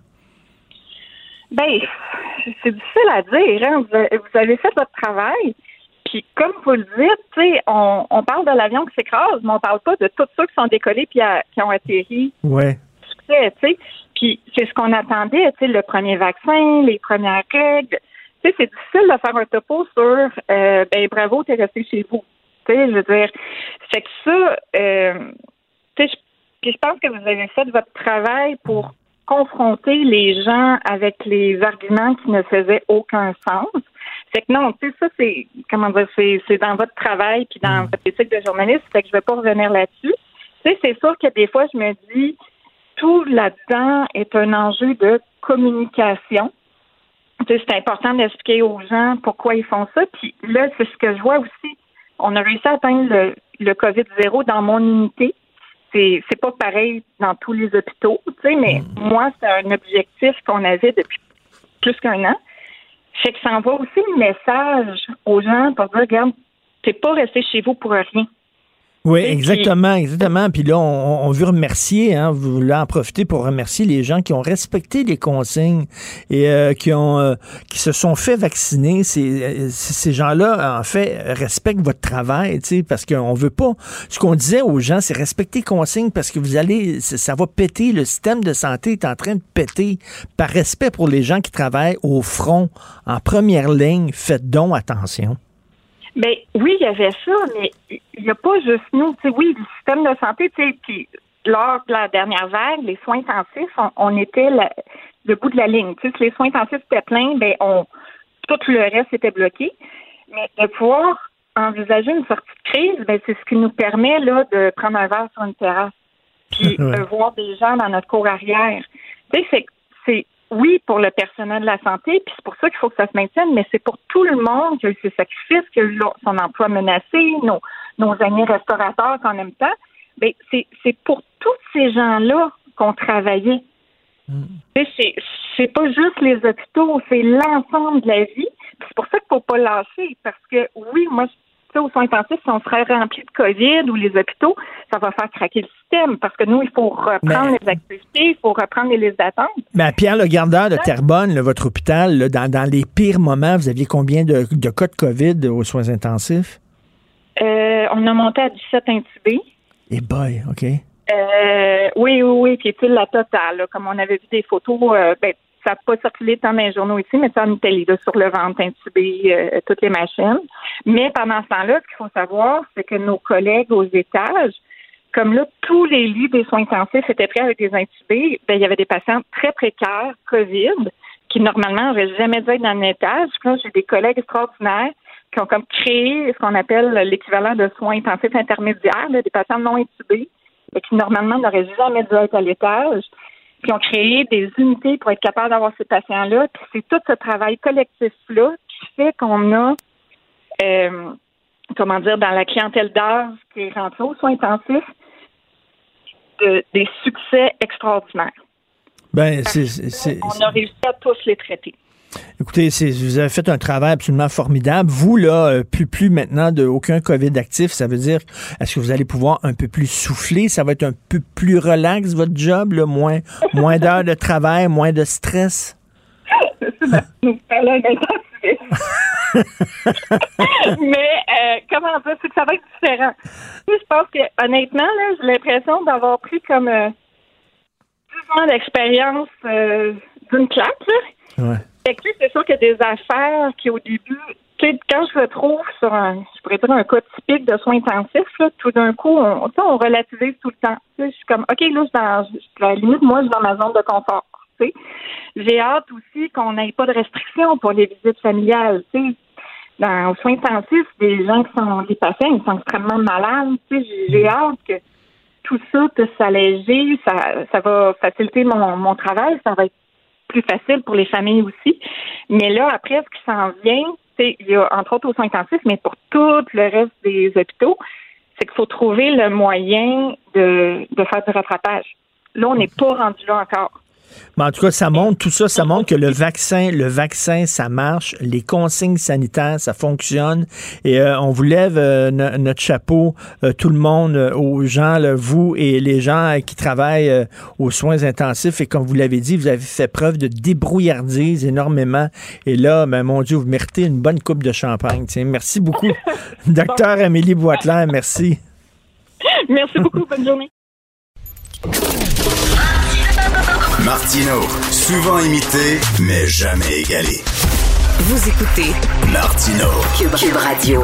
Ben, c'est difficile à dire. Hein? Vous avez fait votre travail. Puis, comme vous le dites, tu sais, on, on parle de l'avion qui s'écrase, mais on parle pas de tous ceux qui sont décollés puis à, qui ont atterri. Ouais. Tu sais, puis c'est ce qu'on attendait, tu sais, le premier vaccin, les premières règles. Tu sais, c'est difficile de faire un topo sur, euh, ben bravo, t'es resté chez vous. Tu sais, je veux dire, c'est que ça, euh, tu sais, puis je pense que vous avez fait votre travail pour confronter les gens avec les arguments qui ne faisaient aucun sens. Fait que non, tu sais, ça, c'est, comment dire, c'est, c'est dans votre travail puis dans votre éthique de journaliste, fait que je vais pas revenir là-dessus. Tu sais, c'est sûr que des fois, je me dis, tout là-dedans est un enjeu de communication. Tu sais, c'est important d'expliquer aux gens pourquoi ils font ça. Puis là, c'est ce que je vois aussi. On a réussi à atteindre le, le COVID zéro dans mon unité. C'est, c'est pas pareil dans tous les hôpitaux, tu sais, mais mmh. moi, c'est un objectif qu'on avait depuis plus qu'un an. Fait que ça envoie aussi le message aux gens pour dire, regarde, t'es pas resté chez vous pour rien. Oui, exactement, exactement. Puis là, on, on veut remercier, hein, vous voulez en profiter pour remercier les gens qui ont respecté les consignes et euh, qui ont euh, qui se sont fait vacciner. Ces, ces gens-là, en fait, respectent votre travail, tu sais, parce qu'on veut pas. Ce qu'on disait aux gens, c'est respecter les consignes parce que vous allez, ça va péter. Le système de santé est en train de péter. Par respect pour les gens qui travaillent au front, en première ligne, faites donc attention. Ben oui, il y avait ça, mais il n'y a pas juste nous. Tu sais, oui, le système de santé, tu sais, puis lors de la dernière vague, les soins intensifs, on, on était la, le bout de la ligne. Tu sais, si les soins intensifs étaient pleins, ben on tout le reste était bloqué. Mais de pouvoir envisager une sortie de crise, ben c'est ce qui nous permet là de prendre un verre sur une terrasse, puis ouais. de voir des gens dans notre cour arrière. Tu sais, c'est c'est oui, pour le personnel de la santé, puis c'est pour ça qu'il faut que ça se maintienne, mais c'est pour tout le monde qui a eu ses sacrifices, qui a eu son emploi menacé, nos, nos amis restaurateurs qu'on aime tant. bien, c'est, c'est pour tous ces gens-là qu'on travaillait. Mm. C'est, c'est pas juste les hôpitaux, c'est l'ensemble de la vie. C'est pour ça qu'il faut pas lâcher, parce que oui, moi, aux soins intensifs, si on serait rempli de COVID ou les hôpitaux, ça va faire craquer le système, parce que nous, il faut reprendre mais, les activités, il faut reprendre les listes d'attente. Mais Pierre Le Gardeur de Terrebonne, là, votre hôpital, là, dans, dans les pires moments, vous aviez combien de, de cas de COVID aux soins intensifs? Euh, on a monté à dix-sept intubés. Et boy, OK. Euh, oui, oui, oui, puis tu sais, la totale, là, comme on avait vu des photos, euh, ben, ça n'a pas circulé tant dans les journaux ici, mais ça en Italie, là, sur le ventre intubé, euh, toutes les machines. Mais pendant ce temps-là, ce qu'il faut savoir, c'est que nos collègues aux étages, comme là, tous les lits des soins intensifs étaient prêts avec des intubés, ben, il y avait des patients très précaires, COVID, qui normalement n'auraient jamais dû être dans un étage. Puis là, j'ai des collègues extraordinaires qui ont comme créé ce qu'on appelle l'équivalent de soins intensifs intermédiaires, là, des patients non intubés, mais qui normalement n'auraient jamais dû être à l'étage. Puis ont créé des unités pour être capables d'avoir ces patients-là. Puis c'est tout ce travail collectif-là qui fait qu'on a, euh, comment dire, dans la clientèle d'âge qui est rentrée aux soins intensifs, de, des succès extraordinaires. Ben, c'est, c'est, c'est, on a réussi à tous les traiter. Écoutez, c'est, vous avez fait un travail absolument formidable. Vous, là, plus, plus maintenant de aucun COVID actif, ça veut dire, est-ce que vous allez pouvoir un peu plus souffler? Ça va être un peu plus relax, votre job, là? Moins, moins d'heures de travail, moins de stress? Nous parlons d'intensité. Mais, euh, comment dire, c'est que ça va être différent. Je pense que, honnêtement, là, j'ai l'impression d'avoir pris comme euh, dix ans d'expérience euh, d'une claque, là. Ouais. Fait que, c'est sûr qu'il y a des affaires qui, au début, tu sais, quand je me trouve sur un, je pourrais dire un cas typique de soins intensifs, là, tout d'un coup, on, on relativise tout le temps. Tu sais, je suis comme, OK, là, je dans, je, à la limite, moi, je suis dans ma zone de confort. Tu sais. J'ai hâte aussi qu'on n'ait pas de restrictions pour les visites familiales. Tu sais. Dans, aux soins intensifs, des gens qui sont des patients, ils sont extrêmement malades. Tu sais, j'ai, j'ai hâte que tout ça puisse s'alléger. Ça, ça va faciliter mon, mon travail. Ça va être plus facile pour les familles aussi. Mais là, après, ce qui s'en vient, c'est il y a entre autres aux soins intensifs, mais pour tout le reste des hôpitaux, c'est qu'il faut trouver le moyen de, de faire du rattrapage. Là, on n'est pas rendu là encore. Mais en tout cas, ça montre, tout ça, ça montre que le vaccin, le vaccin, ça marche, les consignes sanitaires, ça fonctionne. Et euh, on vous lève euh, no- notre chapeau, euh, tout le monde, euh, aux gens, là, vous et les gens euh, qui travaillent euh, aux soins intensifs. Et comme vous l'avez dit, vous avez fait preuve de débrouillardise énormément. Et là, ben, mon Dieu, vous méritez une bonne coupe de champagne. Tiens, merci beaucoup, docteur Amélie Boisclair. Merci. Merci beaucoup. Bonne journée. Martino, souvent imité, mais jamais égalé. Vous écoutez Martino, Cube, Cube Radio.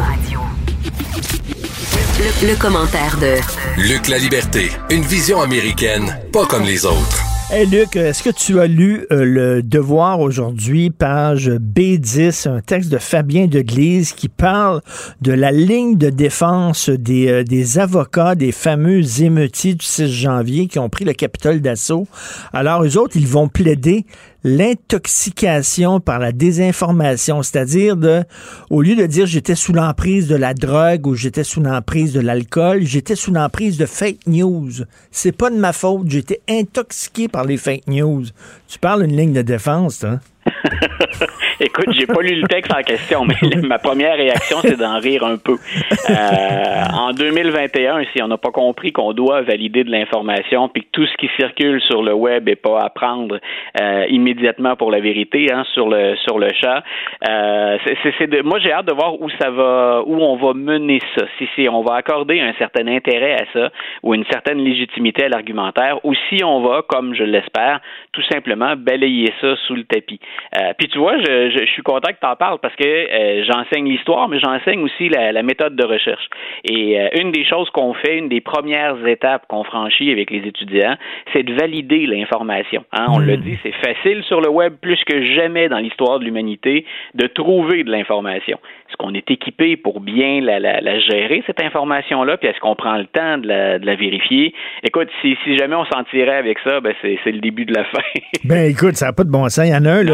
Le, le commentaire de Luc La Liberté, une vision américaine, pas comme les autres. Hey Luc, est-ce que tu as lu euh, Le Devoir aujourd'hui, page B dix, un texte de Fabien Deglise qui parle de la ligne de défense des, euh, des avocats des fameux émeutiers du six janvier qui ont pris le Capitole d'assaut. Alors, eux autres, ils vont plaider l'intoxication par la désinformation, c'est-à-dire de, au lieu de dire j'étais sous l'emprise de la drogue ou j'étais sous l'emprise de l'alcool, j'étais sous l'emprise de fake news. C'est pas de ma faute, j'étais intoxiqué par les fake news. Tu parles d'une ligne de défense, hein? Écoute, j'ai pas lu le texte en question, mais ma première réaction, c'est d'en rire un peu. Euh, en deux mille vingt et un, si on n'a pas compris qu'on doit valider de l'information, puis que tout ce qui circule sur le web est pas à prendre euh, immédiatement pour la vérité, hein, sur le sur le champ. Euh, c'est, c'est, c'est de, moi, j'ai hâte de voir où ça va, où on va mener ça. Si, si on va accorder un certain intérêt à ça, ou une certaine légitimité à l'argumentaire, ou si on va, comme je l'espère, tout simplement balayer ça sous le tapis. Euh, puis tu vois, je, je, je suis content que tu en parles parce que euh, j'enseigne l'histoire, mais j'enseigne aussi la, la méthode de recherche. Et euh, une des choses qu'on fait, une des premières étapes qu'on franchit avec les étudiants, c'est de valider l'information. Hein? On mmh. l'a dit, c'est facile sur le web plus que jamais dans l'histoire de l'humanité de trouver de l'information. Est-ce qu'on est équipé pour bien la, la, la gérer, cette information-là, puis est-ce qu'on prend le temps de la, de la vérifier? Écoute, si, si jamais on s'en tirait avec ça, ben c'est, c'est le début de la fin. Ben écoute, ça n'a pas de bon sens. Il y en a un, là, il y a un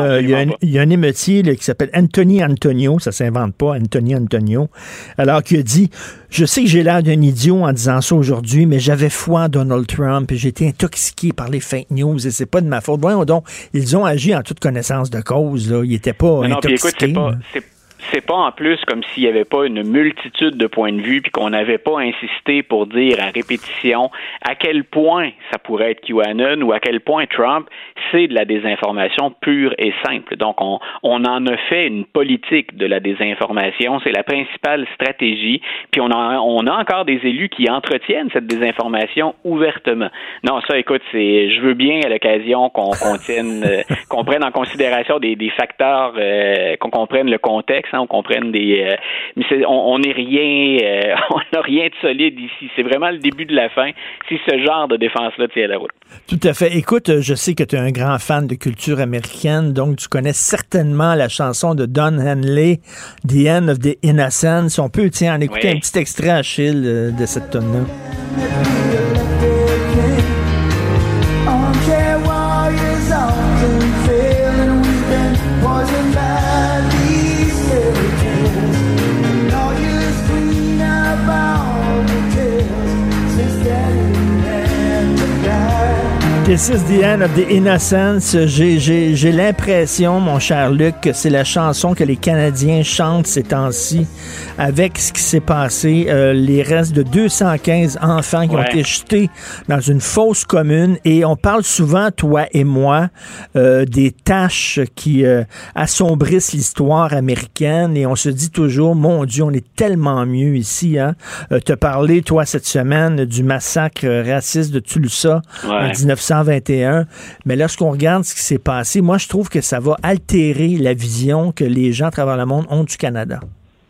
a, il y a un émeutier là, qui s'appelle Anthony Antonio, ça s'invente pas, Anthony Antonio, alors qui a dit « Je sais que j'ai l'air d'un idiot en disant ça aujourd'hui, mais j'avais foi en Donald Trump et j'ai été intoxiqué par les fake news et c'est pas de ma faute. » Voyons donc, ils ont agi en toute connaissance de cause, là. Ils n'étaient pas mais intoxiqués. Non, puis écoute, c'est pas... C'est pas en plus comme s'il n'y avait pas une multitude de points de vue puis qu'on n'avait pas insisté pour dire à répétition à quel point ça pourrait être QAnon ou à quel point Trump, c'est de la désinformation pure et simple. Donc, on, on en a fait une politique de la désinformation. C'est la principale stratégie. Puis, on a, on a encore des élus qui entretiennent cette désinformation ouvertement. Non, ça, écoute, c'est, je veux bien à l'occasion qu'on, qu'on tienne, euh, qu'on prenne en considération des, des facteurs, euh, qu'on comprenne le contexte, hein, on comprenne des... Euh, mais c'est, on n'est rien... Euh, on n'a rien de solide ici. C'est vraiment le début de la fin si ce genre de défense-là tient la route. Tout à fait. Écoute, je sais que tu es un grand fan de culture américaine, donc tu connais certainement la chanson de Don Henley, The End of the Innocence. On peut, tiens, en écouter oui. un petit extrait, Achille, euh, de cette tonne-là. This is the end of the innocence. J'ai, j'ai, j'ai l'impression, mon cher Luc, que c'est la chanson que les Canadiens chantent ces temps-ci avec ce qui s'est passé. Euh, les restes de deux cent quinze enfants qui ouais. ont été jetés dans une fosse commune. Et on parle souvent, toi et moi, euh, des taches qui euh, assombrissent l'histoire américaine. Et on se dit toujours, mon Dieu, on est tellement mieux ici. Hein? Euh, t'as parlé, toi, cette semaine, du massacre raciste de Tulsa ouais. en dix-neuf cent vingt et un. Mais lorsqu'on regarde ce qui s'est passé, moi, je trouve que ça va altérer la vision que les gens à travers le monde ont du Canada.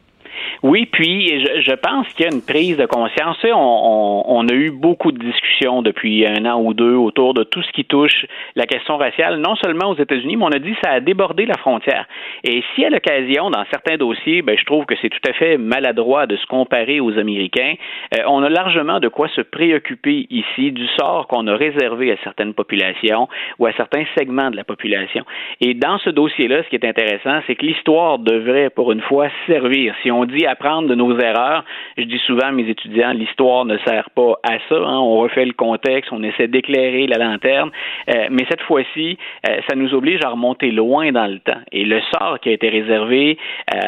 Oui, puis je, je pense qu'il y a une prise de conscience. Tu sais, on, on, on a eu beaucoup de discussions depuis un an ou deux autour de tout ce qui touche la question raciale, non seulement aux États-Unis, mais on a dit que ça a débordé la frontière. Et si à l'occasion, dans certains dossiers, ben je trouve que c'est tout à fait maladroit de se comparer aux Américains, euh, on a largement de quoi se préoccuper ici du sort qu'on a réservé à certaines populations ou à certains segments de la population. Et dans ce dossier-là, ce qui est intéressant, c'est que l'histoire devrait, pour une fois, servir. Si on dit apprendre de nos erreurs. Je dis souvent à mes étudiants, l'histoire ne sert pas à ça. Hein. On refait le contexte, on essaie d'éclairer la lanterne. Euh, mais cette fois-ci, euh, ça nous oblige à remonter loin dans le temps. Et le sort qui a été réservé euh,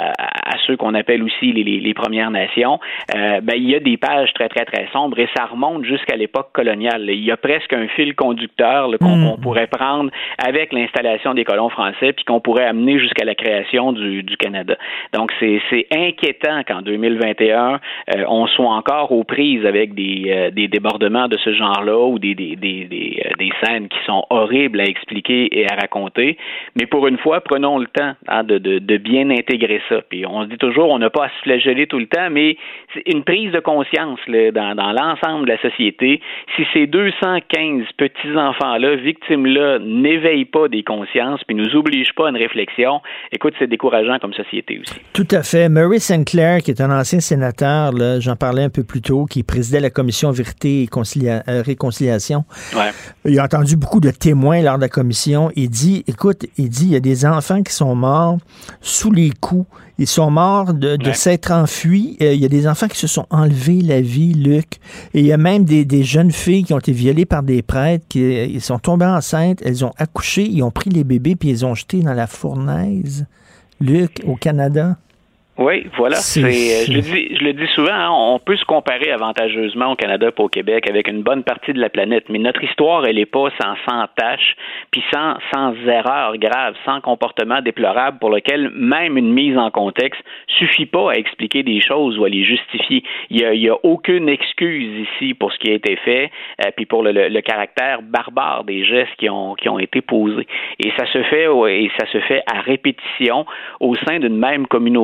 à ceux qu'on appelle aussi les, les, les Premières Nations, euh, ben, il y a des pages très, très, très sombres et ça remonte jusqu'à l'époque coloniale. Il y a presque un fil conducteur là, qu'on, mmh. qu'on pourrait prendre avec l'installation des colons français puis qu'on pourrait amener jusqu'à la création du, du Canada. Donc, c'est, c'est inquiétant qu'en deux mille vingt et un, euh, on soit encore aux prises avec des, euh, des débordements de ce genre-là ou des, des, des, des, euh, des scènes qui sont horribles à expliquer et à raconter. Mais pour une fois, prenons le temps hein, de, de, de bien intégrer ça. Puis on se dit toujours, on n'a pas à se flageller tout le temps, mais c'est une prise de conscience là, dans, dans l'ensemble de la société. Si ces deux cent quinze petits-enfants-là, victimes-là, n'éveillent pas des consciences puis nous obligent pas à une réflexion, écoute, c'est décourageant comme société aussi. Tout à fait. Murray Sinclair, qui est un ancien sénateur, là, j'en parlais un peu plus tôt, qui présidait la commission Vérité et Concilia- euh, Réconciliation. Ouais. Il a entendu beaucoup de témoins lors de la commission. Il dit, écoute, il dit, il y a des enfants qui sont morts sous les coups. Ils sont morts de, de ouais. s'être enfuis. Euh, il y a des enfants qui se sont enlevés la vie, Luc. Et il y a même des, des jeunes filles qui ont été violées par des prêtres, qui ils sont tombées enceintes, elles ont accouché, ils ont pris les bébés puis ils les ont jetés dans la fournaise. Luc, au Canada. Oui, voilà. C'est, c'est, je, le dis, je le dis souvent, hein, on peut se comparer avantageusement au Canada et au Québec avec une bonne partie de la planète, mais notre histoire, elle n'est pas sans, sans tâches, puis sans, sans erreurs graves, sans comportement déplorable pour lequel même une mise en contexte suffit pas à expliquer des choses ou à les justifier. Il y a, il y a aucune excuse ici pour ce qui a été fait, euh, puis pour le, le, le caractère barbare des gestes qui ont, qui ont été posés. Et ça se fait, et ça se fait à répétition au sein d'une même communauté. Tu vois,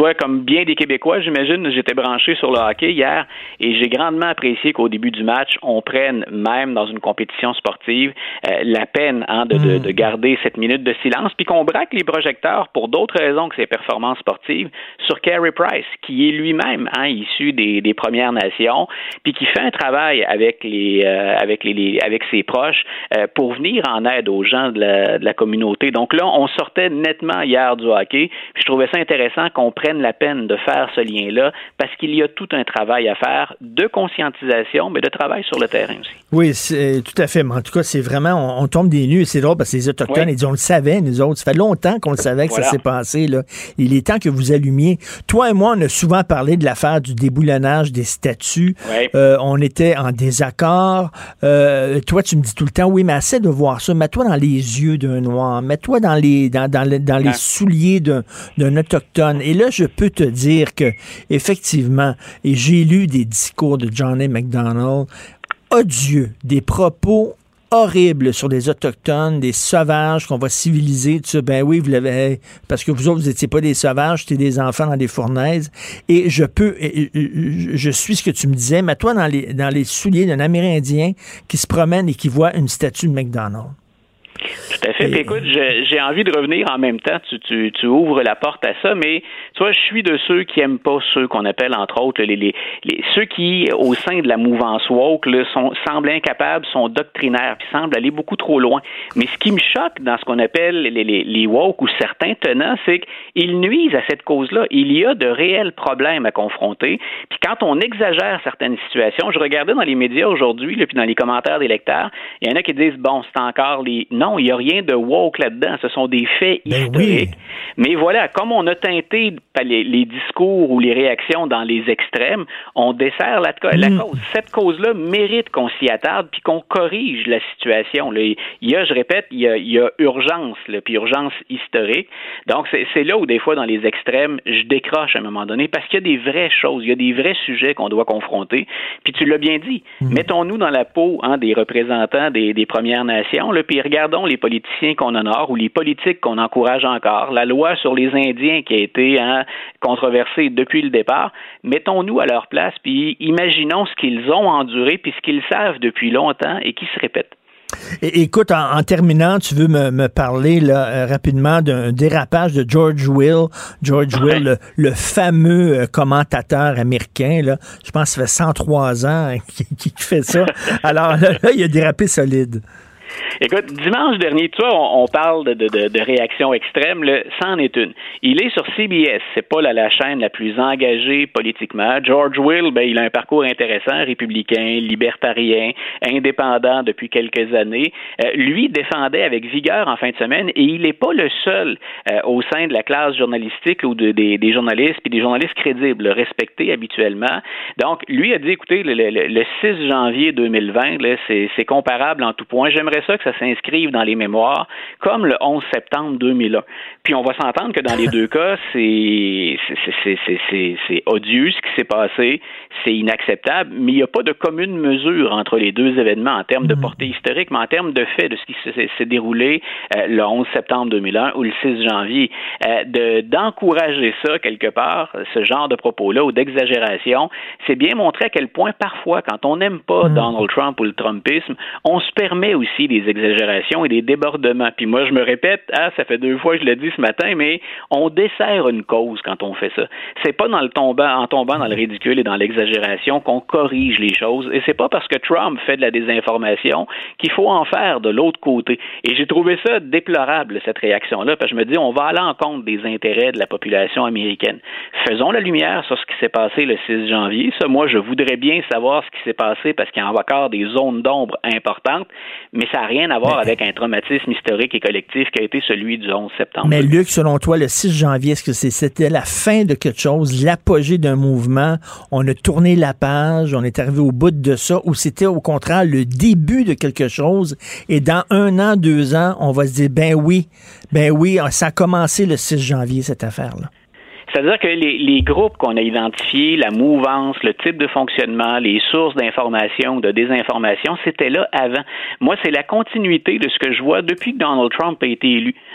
moi, comme bien des Québécois, j'imagine, j'étais branché sur le hockey hier et j'ai grandement apprécié qu'au début du match, on prenne, même dans une compétition sportive, euh, la peine hein, de, de, de garder cette minute de silence, puis qu'on braque les projecteurs pour d'autres raisons que ses performances sportives sur Carey Price, qui est lui-même hein, issu des, des Premières Nations, puis qui fait un travail avec les euh, avec les, les avec ses proches euh, pour venir en aide aux gens de la, de la communauté. Donc là, on sortait nettement hier du hockey, puis je trouvais ça intéressant qu'on prenne la peine de faire ce lien-là, parce qu'il y a tout un travail à faire de conscientisation, mais de travail sur le terrain aussi. Oui, c'est, tout à fait. Mais en tout cas, c'est vraiment, on, on tombe des nues. C'est drôle parce que les Autochtones, oui. Ils disent, on le savait, nous autres. Ça fait longtemps qu'on le savait que voilà. Ça s'est passé. Là. Il est temps que vous allumiez. Toi et moi, on a souvent parlé de l'affaire du déboulonnage des statues. Oui. Euh, on était en désaccord. Euh, toi, tu me dis tout le temps, oui, mais assez de voir ça. Mets-toi dans les yeux d'un Noir. Mets-toi dans les, dans, dans, dans les souliers d'un, d'un Autochtone. Et là, je peux te dire que, effectivement, et j'ai lu des discours de John A. Macdonald, odieux, des propos horribles sur des Autochtones, des sauvages qu'on va civiliser, tout ça. Ben oui, vous l'avez, parce que vous autres, vous n'étiez pas des sauvages, c'était des enfants dans des fournaises. Et je peux, et, et, je suis ce que tu me disais, mais toi, dans les, dans les souliers d'un Amérindien qui se promène et qui voit une statue de McDonald's. Tout à fait. Puis écoute, j'ai, j'ai envie de revenir en même temps. Tu, tu, tu ouvres la porte à ça, mais tu vois, je suis de ceux qui aiment pas ceux qu'on appelle, entre autres, les, les, les ceux qui, au sein de la mouvance woke, là, sont, semblent incapables, sont doctrinaires, puis semblent aller beaucoup trop loin. Mais ce qui me choque dans ce qu'on appelle les, les, les woke ou certains tenants, c'est qu'ils nuisent à cette cause-là. Il y a de réels problèmes à confronter. Puis quand on exagère certaines situations, je regardais dans les médias aujourd'hui, là, puis dans les commentaires des lecteurs, il y en a qui disent, bon, c'est encore les... Non, il n'y a rien de woke là-dedans. Ce sont des faits ben historiques. Oui. Mais voilà, comme on a teinté les, les discours ou les réactions dans les extrêmes, on dessert la, la mmh. cause. Cette cause-là mérite qu'on s'y attarde puis qu'on corrige la situation. Là. Il y a, je répète, il y a, il y a urgence, là, puis urgence historique. Donc, c'est, c'est là où, des fois, dans les extrêmes, je décroche à un moment donné parce qu'il y a des vraies choses, il y a des vrais sujets qu'on doit confronter. Puis tu l'as bien dit, mmh. mettons-nous dans la peau hein, des représentants des, des Premières Nations, là, puis regardons les politiciens qu'on honore ou les politiques qu'on encourage encore. La loi sur les Indiens qui a été hein, controversée depuis le départ. Mettons-nous à leur place, puis imaginons ce qu'ils ont enduré, puis ce qu'ils savent depuis longtemps et qui se répète. Et, écoute, en, en terminant, tu veux me, me parler là, euh, rapidement d'un dérapage de George Will. George ouais. Will, le, le fameux euh, commentateur américain, là, je pense que ça fait cent trois ans hein, qui, qui fait ça. Alors là, là, il a dérapé solide. Écoute, dimanche dernier, tu vois, on, on parle de, de, de réactions extrêmes, là, c'en est une. Il est sur C B S, c'est pas la, la chaîne la plus engagée politiquement. George Will, ben, il a un parcours intéressant, républicain, libertarien, indépendant depuis quelques années. Euh, lui défendait avec vigueur en fin de semaine et il n'est pas le seul euh, au sein de la classe journalistique ou de, des, des journalistes, puis des journalistes crédibles, respectés habituellement. Donc, lui a dit, écoutez, le, le, le six janvier deux mille vingt, là, c'est, c'est comparable en tout point. J'aimerais ça que ça s'inscrive dans les mémoires comme le onze septembre deux mille un. Puis on va s'entendre que dans les deux cas, c'est, c'est, c'est, c'est, c'est, c'est odieux ce qui s'est passé, c'est inacceptable, mais il n'y a pas de commune mesure entre les deux événements en termes de portée historique, mais en termes de fait de ce qui s'est, s'est déroulé euh, le onze septembre deux mille un ou le six janvier. Euh, de, d'encourager ça quelque part, ce genre de propos-là ou d'exagération, c'est bien montrer à quel point parfois, quand on n'aime pas Donald Trump ou le Trumpisme, on se permet aussi des exagérations et des débordements. Puis moi, je me répète, ah, ça fait deux fois que je l'ai dit ce matin, mais on dessert une cause quand on fait ça. C'est pas dans le tombant, en tombant dans le ridicule et dans l'exagération qu'on corrige les choses. Et c'est pas parce que Trump fait de la désinformation qu'il faut en faire de l'autre côté. Et j'ai trouvé ça déplorable, cette réaction-là, parce que je me dis, on va à l'encontre des intérêts de la population américaine. Faisons la lumière sur ce qui s'est passé le six janvier. Ça, moi, je voudrais bien savoir ce qui s'est passé parce qu'il y a encore des zones d'ombre importantes, mais ça n'a rien à voir mais, avec un traumatisme historique et collectif qui a été celui du onze septembre. Mais Luc, selon toi, le six janvier, est-ce que c'est, c'était la fin de quelque chose, l'apogée d'un mouvement, on a tourné la page, on est arrivé au bout de ça, ou c'était au contraire le début de quelque chose, et dans un an, deux ans, on va se dire, ben oui, ben oui, ça a commencé le six janvier, cette affaire-là. C'est-à-dire que les, les groupes qu'on a identifiés, la mouvance, le type de fonctionnement, les sources d'information ou de désinformation, c'était là avant. Moi, c'est la continuité de ce que je vois depuis que Donald Trump a été élu.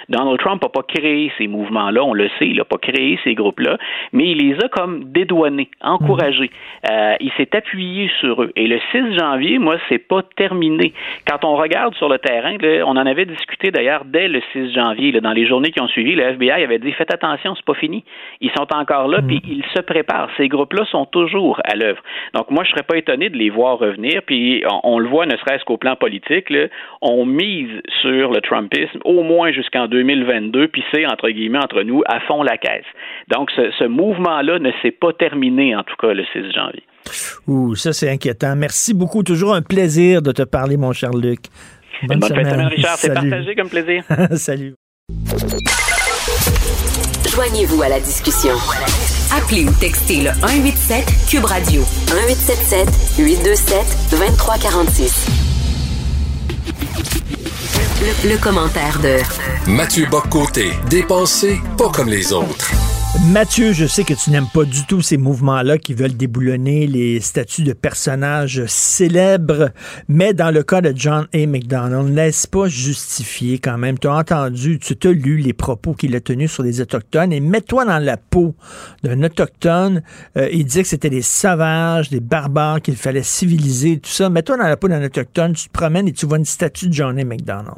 Donald Trump n'a pas créé ces mouvements-là, on le sait, il n'a pas créé ces groupes-là, mais il les a comme dédouanés, encouragés. Euh, il s'est appuyé sur eux. Et le six janvier, moi, c'est pas terminé. Quand on regarde sur le terrain, là, on en avait discuté d'ailleurs dès le six janvier, là, dans les journées qui ont suivi, le F B I avait dit « Faites attention, c'est pas fini. » Ils sont encore là, puis ils se préparent. Ces groupes-là sont toujours à l'œuvre. Donc moi, je serais pas étonné de les voir revenir, puis on, on le voit, ne serait-ce qu'au plan politique, là, on mise sur le Trumpisme au moins jusqu'en deux mille vingt-deux, puis c'est, entre guillemets, entre nous, à fond la caisse. Donc ce, ce mouvement-là ne s'est pas terminé, en tout cas, le six janvier. Ouh, ça c'est inquiétant. Merci beaucoup. Toujours un plaisir de te parler, mon cher Luc. Bonne, Bonne fête de semaine, Richard. C'est partagé comme plaisir. Salut. Joignez-vous à la discussion. Appelez ou textez le un huit sept Cube Radio. un huit sept sept huit deux sept deux trois quatre six. Le, le commentaire de Mathieu Bock-Côté. Dépensé pas comme les autres. Mathieu, je sais que tu n'aimes pas du tout ces mouvements-là qui veulent déboulonner les statuts de personnages célèbres, mais dans le cas de John A. McDonnell, n'est-ce pas justifié quand même? Tu as entendu, tu t'as lu les propos qu'il a tenus sur les Autochtones, et mets-toi dans la peau d'un Autochtone. Euh, il disait que c'était des sauvages, des barbares, qu'il fallait civiliser, tout ça. Mets-toi dans la peau d'un Autochtone, tu te promènes et tu vois une statue de John A. McDonnell.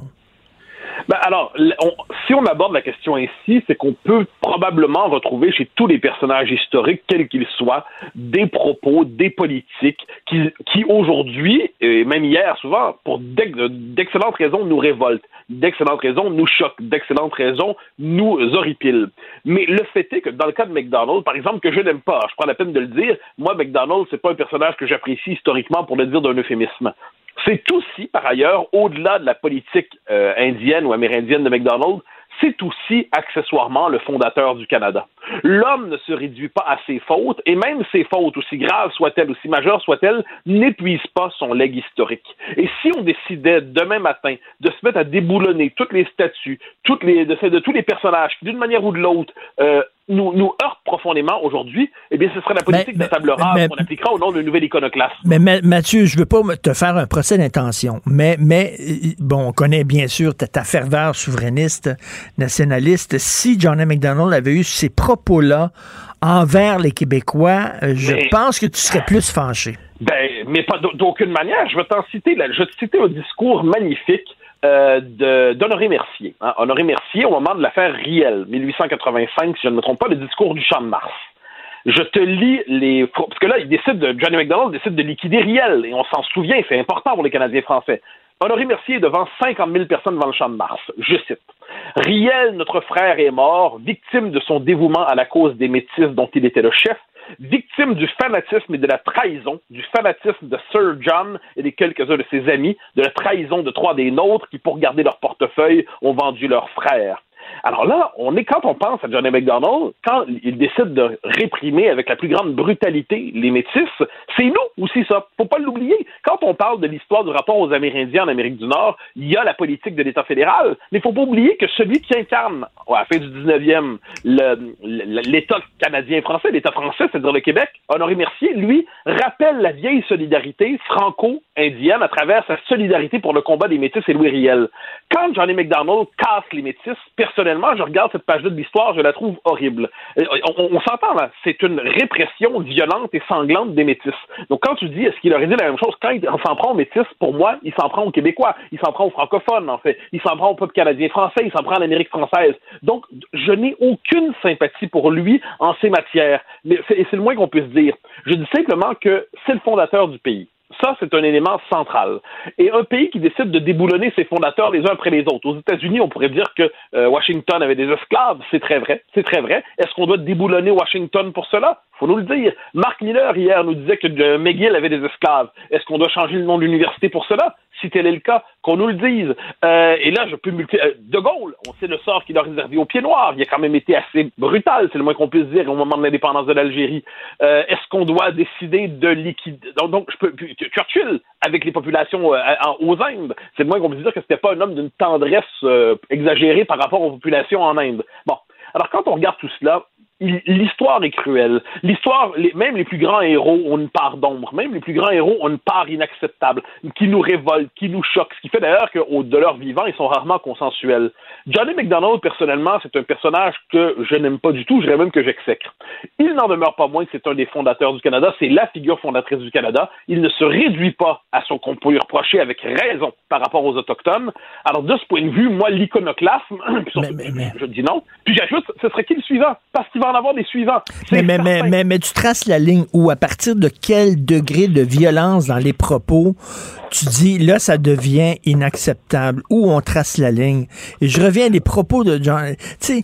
Ben alors, on, si on aborde la question ainsi, c'est qu'on peut probablement retrouver chez tous les personnages historiques, quels qu'ils soient, des propos, des politiques qui, qui aujourd'hui, et même hier souvent, pour d'excellentes raisons, nous révoltent, d'excellentes raisons nous choquent, d'excellentes raisons nous horripilent. Mais le fait est que dans le cas de McDonnell, par exemple, que je n'aime pas, je prends la peine de le dire, moi, McDonnell, c'est pas un personnage que j'apprécie historiquement, pour le dire d'un euphémisme. C'est aussi, par ailleurs, au-delà de la politique euh, indienne ou amérindienne de McDonnell, c'est aussi accessoirement le fondateur du Canada. L'homme ne se réduit pas à ses fautes, et même ses fautes, aussi graves soient-elles, aussi majeures soient-elles, n'épuisent pas son legs historique. Et si on décidait demain matin de se mettre à déboulonner toutes les statues, toutes les, de, de tous les personnages qui, d'une manière ou de l'autre, euh, nous, nous heurtent profondément aujourd'hui, eh bien, ce serait la politique mais, de la table rase qu'on appliquera au nom d'un nouvel iconoclasme. Mais, mais Mathieu, je veux pas te faire un procès d'intention, mais, mais bon, on connaît bien sûr ta, ta ferveur souverainiste, nationaliste. Si John A. McDonnell avait eu ses propos-là envers les Québécois, je mais, pense que tu serais plus fâché. Ben, mais pas d'aucune manière. Je vais t'en citer, là, je vais te citer un discours magnifique Euh, de, d'Honoré Mercier. Hein? Honoré Mercier, au moment de l'affaire Riel, dix-huit cent quatre-vingt-cinq, si je ne me trompe pas, le discours du Champ de Mars. Je te lis les... Parce que là, il décide de... Johnny McDonnell décide de liquider Riel, et on s'en souvient, c'est important pour les Canadiens français. Honoré Mercier est devant cinquante mille personnes devant le Champ de Mars. Je cite. « Riel, notre frère, est mort, victime de son dévouement à la cause des Métis dont il était le chef, victime du fanatisme et de la trahison, du fanatisme de Sir John et de quelques-uns de ses amis, de la trahison de trois des nôtres qui, pour garder leur portefeuille, ont vendu leur frère. » Alors là, on est, quand on pense à John A. McDonnell, quand il décide de réprimer avec la plus grande brutalité les Métis, c'est nous aussi ça. Faut pas l'oublier. Quand on parle de l'histoire du rapport aux Amérindiens en Amérique du Nord, il y a la politique de l'État fédéral, mais il faut pas oublier que celui qui incarne, à la fin du dix-neuvième, le, le, l'État canadien-français, l'État français, c'est-à-dire le Québec, Honoré Mercier, lui, rappelle la vieille solidarité franco-indienne à travers sa solidarité pour le combat des Métis et Louis Riel. Quand John A. McDonnell casse les Métis, personnellement, je regarde cette page-là de l'histoire, je la trouve horrible. On, on, on s'entend là, c'est une répression violente et sanglante des Métis. Donc quand tu dis, est-ce qu'il aurait dit la même chose, quand il s'en prend aux Métis, pour moi, il s'en prend aux Québécois, il s'en prend aux francophones, en fait, il s'en prend au peuple canadien-français, il s'en prend à l'Amérique française. Donc, je n'ai aucune sympathie pour lui en ces matières. Mais c'est, et c'est le moins qu'on puisse dire. Je dis simplement que c'est le fondateur du pays. Ça, c'est un élément central. Et un pays qui décide de déboulonner ses fondateurs les uns après les autres. Aux États-Unis, on pourrait dire que euh, Washington avait des esclaves. C'est très vrai. C'est très vrai. Est-ce qu'on doit déboulonner Washington pour cela? Faut nous le dire. Marc Miller, hier, nous disait que euh, McGill avait des esclaves. Est-ce qu'on doit changer le nom de l'université pour cela? Si tel est le cas, qu'on nous le dise. Euh, et là, je peux multiplier. Euh, de Gaulle, on sait le sort qu'il a réservé aux pieds noirs. Il a quand même été assez brutal, c'est le moins qu'on puisse dire, au moment de l'indépendance de l'Algérie. Euh, est-ce qu'on doit décider de liquider... Donc, donc je peux... Churchill, avec les populations euh, aux Indes, c'est le moins qu'on puisse dire que c'était pas un homme d'une tendresse euh, exagérée par rapport aux populations en Inde. Bon. Alors, quand on regarde tout cela, l'histoire est cruelle. L'histoire, les, même les plus grands héros ont une part d'ombre. Même les plus grands héros ont une part inacceptable, qui nous révolte, qui nous choque. Ce qui fait d'ailleurs que, au, de leur vivant, ils sont rarement consensuels. Johnny McDonald, personnellement, c'est un personnage que je n'aime pas du tout. Je dirais même que j'exècre. Il n'en demeure pas moins que c'est un des fondateurs du Canada. C'est la figure fondatrice du Canada. Il ne se réduit pas à ce qu'on peut lui reprocher avec raison par rapport aux Autochtones. Alors, de ce point de vue, moi, l'iconoclasme, mais, mais, mais... je dis non. Puis j'ajoute, ce serait qui le suivant? Parce qu'il va en avoir des suivants. Mais, mais, mais, mais, mais tu traces la ligne où, à partir de quel degré de violence dans les propos, tu dis, là, ça devient inacceptable. Où on trace la ligne? Et je reviens des propos de John. Tu sais,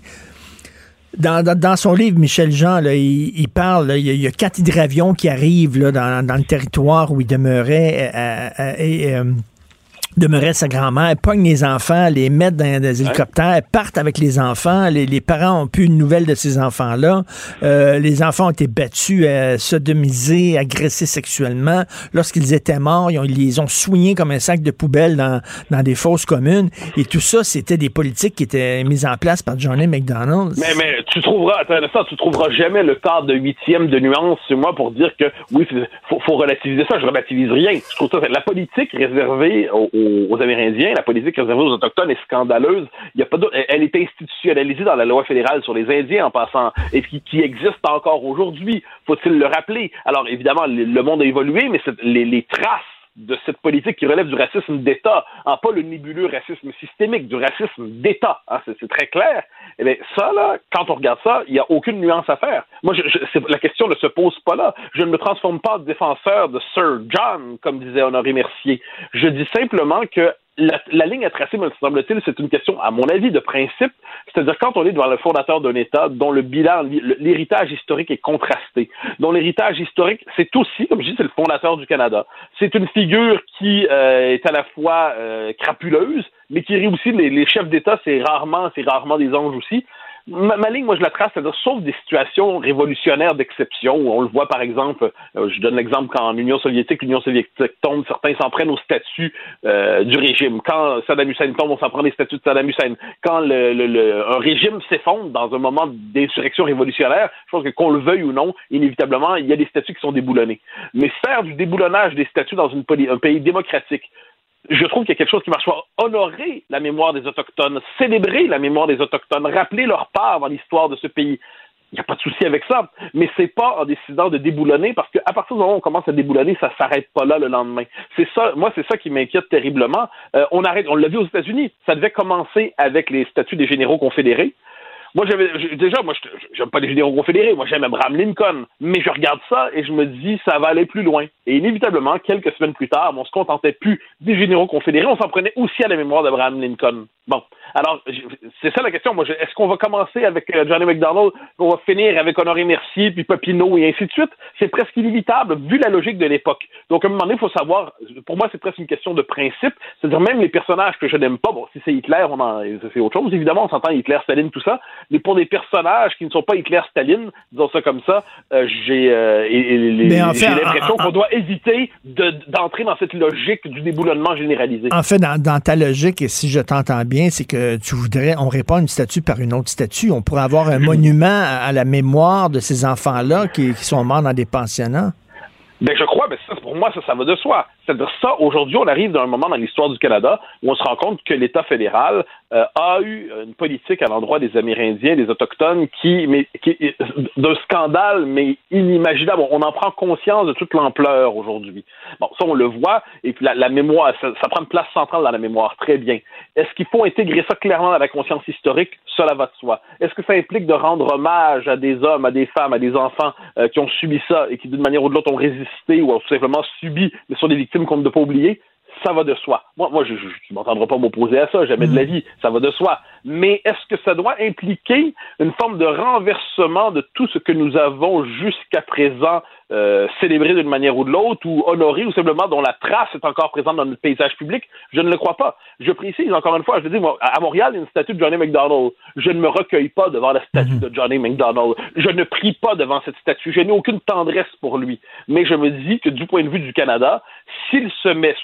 Dans, dans, dans son livre, Michel Jean, là, il, il parle, là, il, y a, il y a quatre hydravions qui arrivent là, dans, dans le territoire où il demeurait euh, euh, et euh, demeurait sa grand-mère, pognent les enfants, les mettent dans des hélicoptères, partent avec les enfants. Les, les parents ont plus de nouvelles de ces enfants-là. Euh, les enfants ont été battus, euh, sodomisés, agressés sexuellement. Lorsqu'ils étaient morts, ils, ont, ils les ont soignés comme un sac de poubelle dans, dans des fosses communes. Et tout ça, c'était des politiques qui étaient mises en place par Johnny McDonald. Mais, mais tu trouveras, attends un instant, tu trouveras jamais le quart de huitième de nuance sur moi pour dire que oui, il faut, faut relativiser ça. Je relativise rien. Je trouve ça, la politique réservée aux aux Amérindiens, la politique réservée aux Autochtones est scandaleuse. Il y a pas d'autre, elle est institutionnalisée dans la loi fédérale sur les Indiens en passant, et qui, qui existe encore aujourd'hui. Faut-il le rappeler? Alors évidemment, le monde a évolué, mais les, les traces de cette politique qui relève du racisme d'État, en pas le nébuleux racisme systémique, du racisme d'État, hein, c'est, c'est très clair. Eh bien, ça, là, quand on regarde ça, il n'y a aucune nuance à faire. Moi, je, je, c'est, la question ne se pose pas là. Je ne me transforme pas en défenseur de Sir John, comme disait Honoré Mercier. Je dis simplement que La, la ligne à tracer, me semble-t-il, c'est une question, à mon avis, de principe. C'est-à-dire, quand on est devant le fondateur d'un État dont le bilan, l'héritage historique est contrasté, dont l'héritage historique, c'est aussi, comme je dis, c'est le fondateur du Canada. C'est une figure qui euh, est à la fois euh, crapuleuse, mais qui réussit. Les, les chefs d'État, c'est rarement, c'est rarement des anges aussi. Ma, ma ligne, moi, je la trace, c'est-à-dire, sauf des situations révolutionnaires d'exception, où on le voit, par exemple, euh, je donne l'exemple quand en Union soviétique, l'Union soviétique tombe, certains s'en prennent au statut euh, du régime. Quand Saddam Hussein tombe, on s'en prend des statuts de Saddam Hussein. Quand le, le, le, un régime s'effondre dans un moment d'insurrection révolutionnaire, je pense que qu'on le veuille ou non, inévitablement, il y a des statuts qui sont déboulonnés. Mais faire du déboulonnage des statuts dans une, un pays démocratique, je trouve qu'il y a quelque chose qui marche pas. Honorer la mémoire des Autochtones, célébrer la mémoire des Autochtones, rappeler leur part dans l'histoire de ce pays. Il n'y a pas de souci avec ça, mais c'est pas en décidant de déboulonner, parce qu'à partir du moment où on commence à déboulonner, ça s'arrête pas là le lendemain. C'est ça, moi, c'est ça qui m'inquiète terriblement. Euh, on arrête, on l'a vu aux États-Unis. Ça devait commencer avec les statuts des généraux confédérés. Moi, j'avais, déjà, moi, j'aime pas les généraux confédérés. Moi, j'aime Abraham Lincoln. Mais je regarde ça et je me dis, ça va aller plus loin. Et inévitablement, quelques semaines plus tard, on se contentait plus des généraux confédérés. On s'en prenait aussi à la mémoire d'Abraham Lincoln. Bon. Alors, c'est ça la question. Moi, je, est-ce qu'on va commencer avec euh, Johnny McDonald, on va finir avec Honoré Mercier, puis Papineau, et ainsi de suite? C'est presque inévitable, vu la logique de l'époque. Donc, à un moment donné, il faut savoir, pour moi, c'est presque une question de principe. C'est-à-dire, même les personnages que je n'aime pas, bon, si c'est Hitler, on en, c'est autre chose. Évidemment, on s'entend Hitler, Staline, tout ça. Mais pour des personnages qui ne sont pas Hitler, Staline, disons ça comme ça, euh, j'ai, euh, et, et, les, en fait, j'ai l'impression en, en, qu'on doit éviter de, d'entrer dans cette logique du déboulonnement généralisé. En fait, dans, dans ta logique, et si je t'entends bien, c'est que tu voudrais, on répond une statue par une autre statue. On pourrait avoir un monument à, à la mémoire de ces enfants-là qui, qui sont morts dans des pensionnats. Ben, je crois, ben, ça, pour moi, ça, ça va de soi. C'est-à-dire ça, aujourd'hui, on arrive dans un moment dans l'histoire du Canada où on se rend compte que l'État fédéral euh, a eu une politique à l'endroit des Amérindiens, des Autochtones, qui, mais, qui d'un scandale, mais inimaginable. On en prend conscience de toute l'ampleur aujourd'hui. Bon, ça, on le voit, et puis la, la mémoire, ça, ça prend une place centrale dans la mémoire, très bien. Est-ce qu'il faut intégrer ça clairement dans la conscience historique? Cela va de soi. Est-ce que ça implique de rendre hommage à des hommes, à des femmes, à des enfants euh, qui ont subi ça et qui, d'une manière ou de l'autre, ont résisté ou ont tout simplement subi, mais sont des victimes qu'on ne doit pas oublier? Ça va de soi. Moi, moi je ne m'entendrai pas m'opposer à ça, jamais de la vie, ça va de soi. Mais est-ce que ça doit impliquer une forme de renversement de tout ce que nous avons jusqu'à présent euh, célébré d'une manière ou de l'autre, ou honoré, ou simplement dont la trace est encore présente dans notre paysage public? Je ne le crois pas. Je précise encore une fois, je dis, moi, à Montréal, il y a une statue de Johnny McDonald. Je ne me recueille pas devant la statue de Johnny McDonald. Je ne prie pas devant cette statue. Je n'ai aucune tendresse pour lui. Mais je me dis que du point de vue du Canada, s'il se met soudainement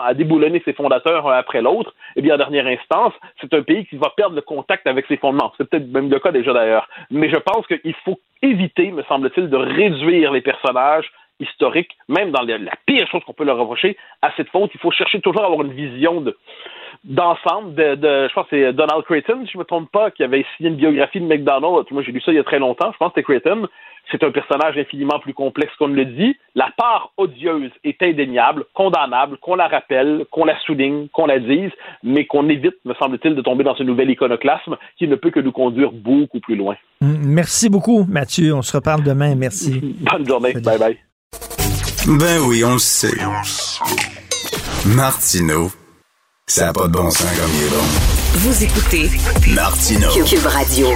à déboulonner ses fondateurs un après l'autre, eh bien, en dernière instance, c'est un pays qui va perdre le contact avec ses fondements. C'est peut-être même le cas déjà d'ailleurs. Mais je pense qu'il faut éviter, me semble-t-il, de réduire les personnages historiques, même dans les, la pire chose qu'on peut leur reprocher, à cette faute. Il faut chercher toujours à avoir une vision de, d'ensemble. De, de, je pense que c'est Donald Creighton, si je ne me trompe pas, qui avait signé une biographie de McDonald's. Moi, j'ai lu ça il y a très longtemps. Je pense que c'était Creighton. C'est un personnage infiniment plus complexe qu'on ne le dit. La part odieuse est indéniable, condamnable, qu'on la rappelle, qu'on la souligne, qu'on la dise, mais qu'on évite, me semble-t-il, de tomber dans ce nouvel iconoclasme qui ne peut que nous conduire beaucoup plus loin. Merci beaucoup, Mathieu. On se reparle demain. Merci. Bonne journée. Bye bye. Ben oui, on le sait. Martineau, ça n'a pas de bon sens comme il est bon. Vous écoutez Martineau. Cube Radio.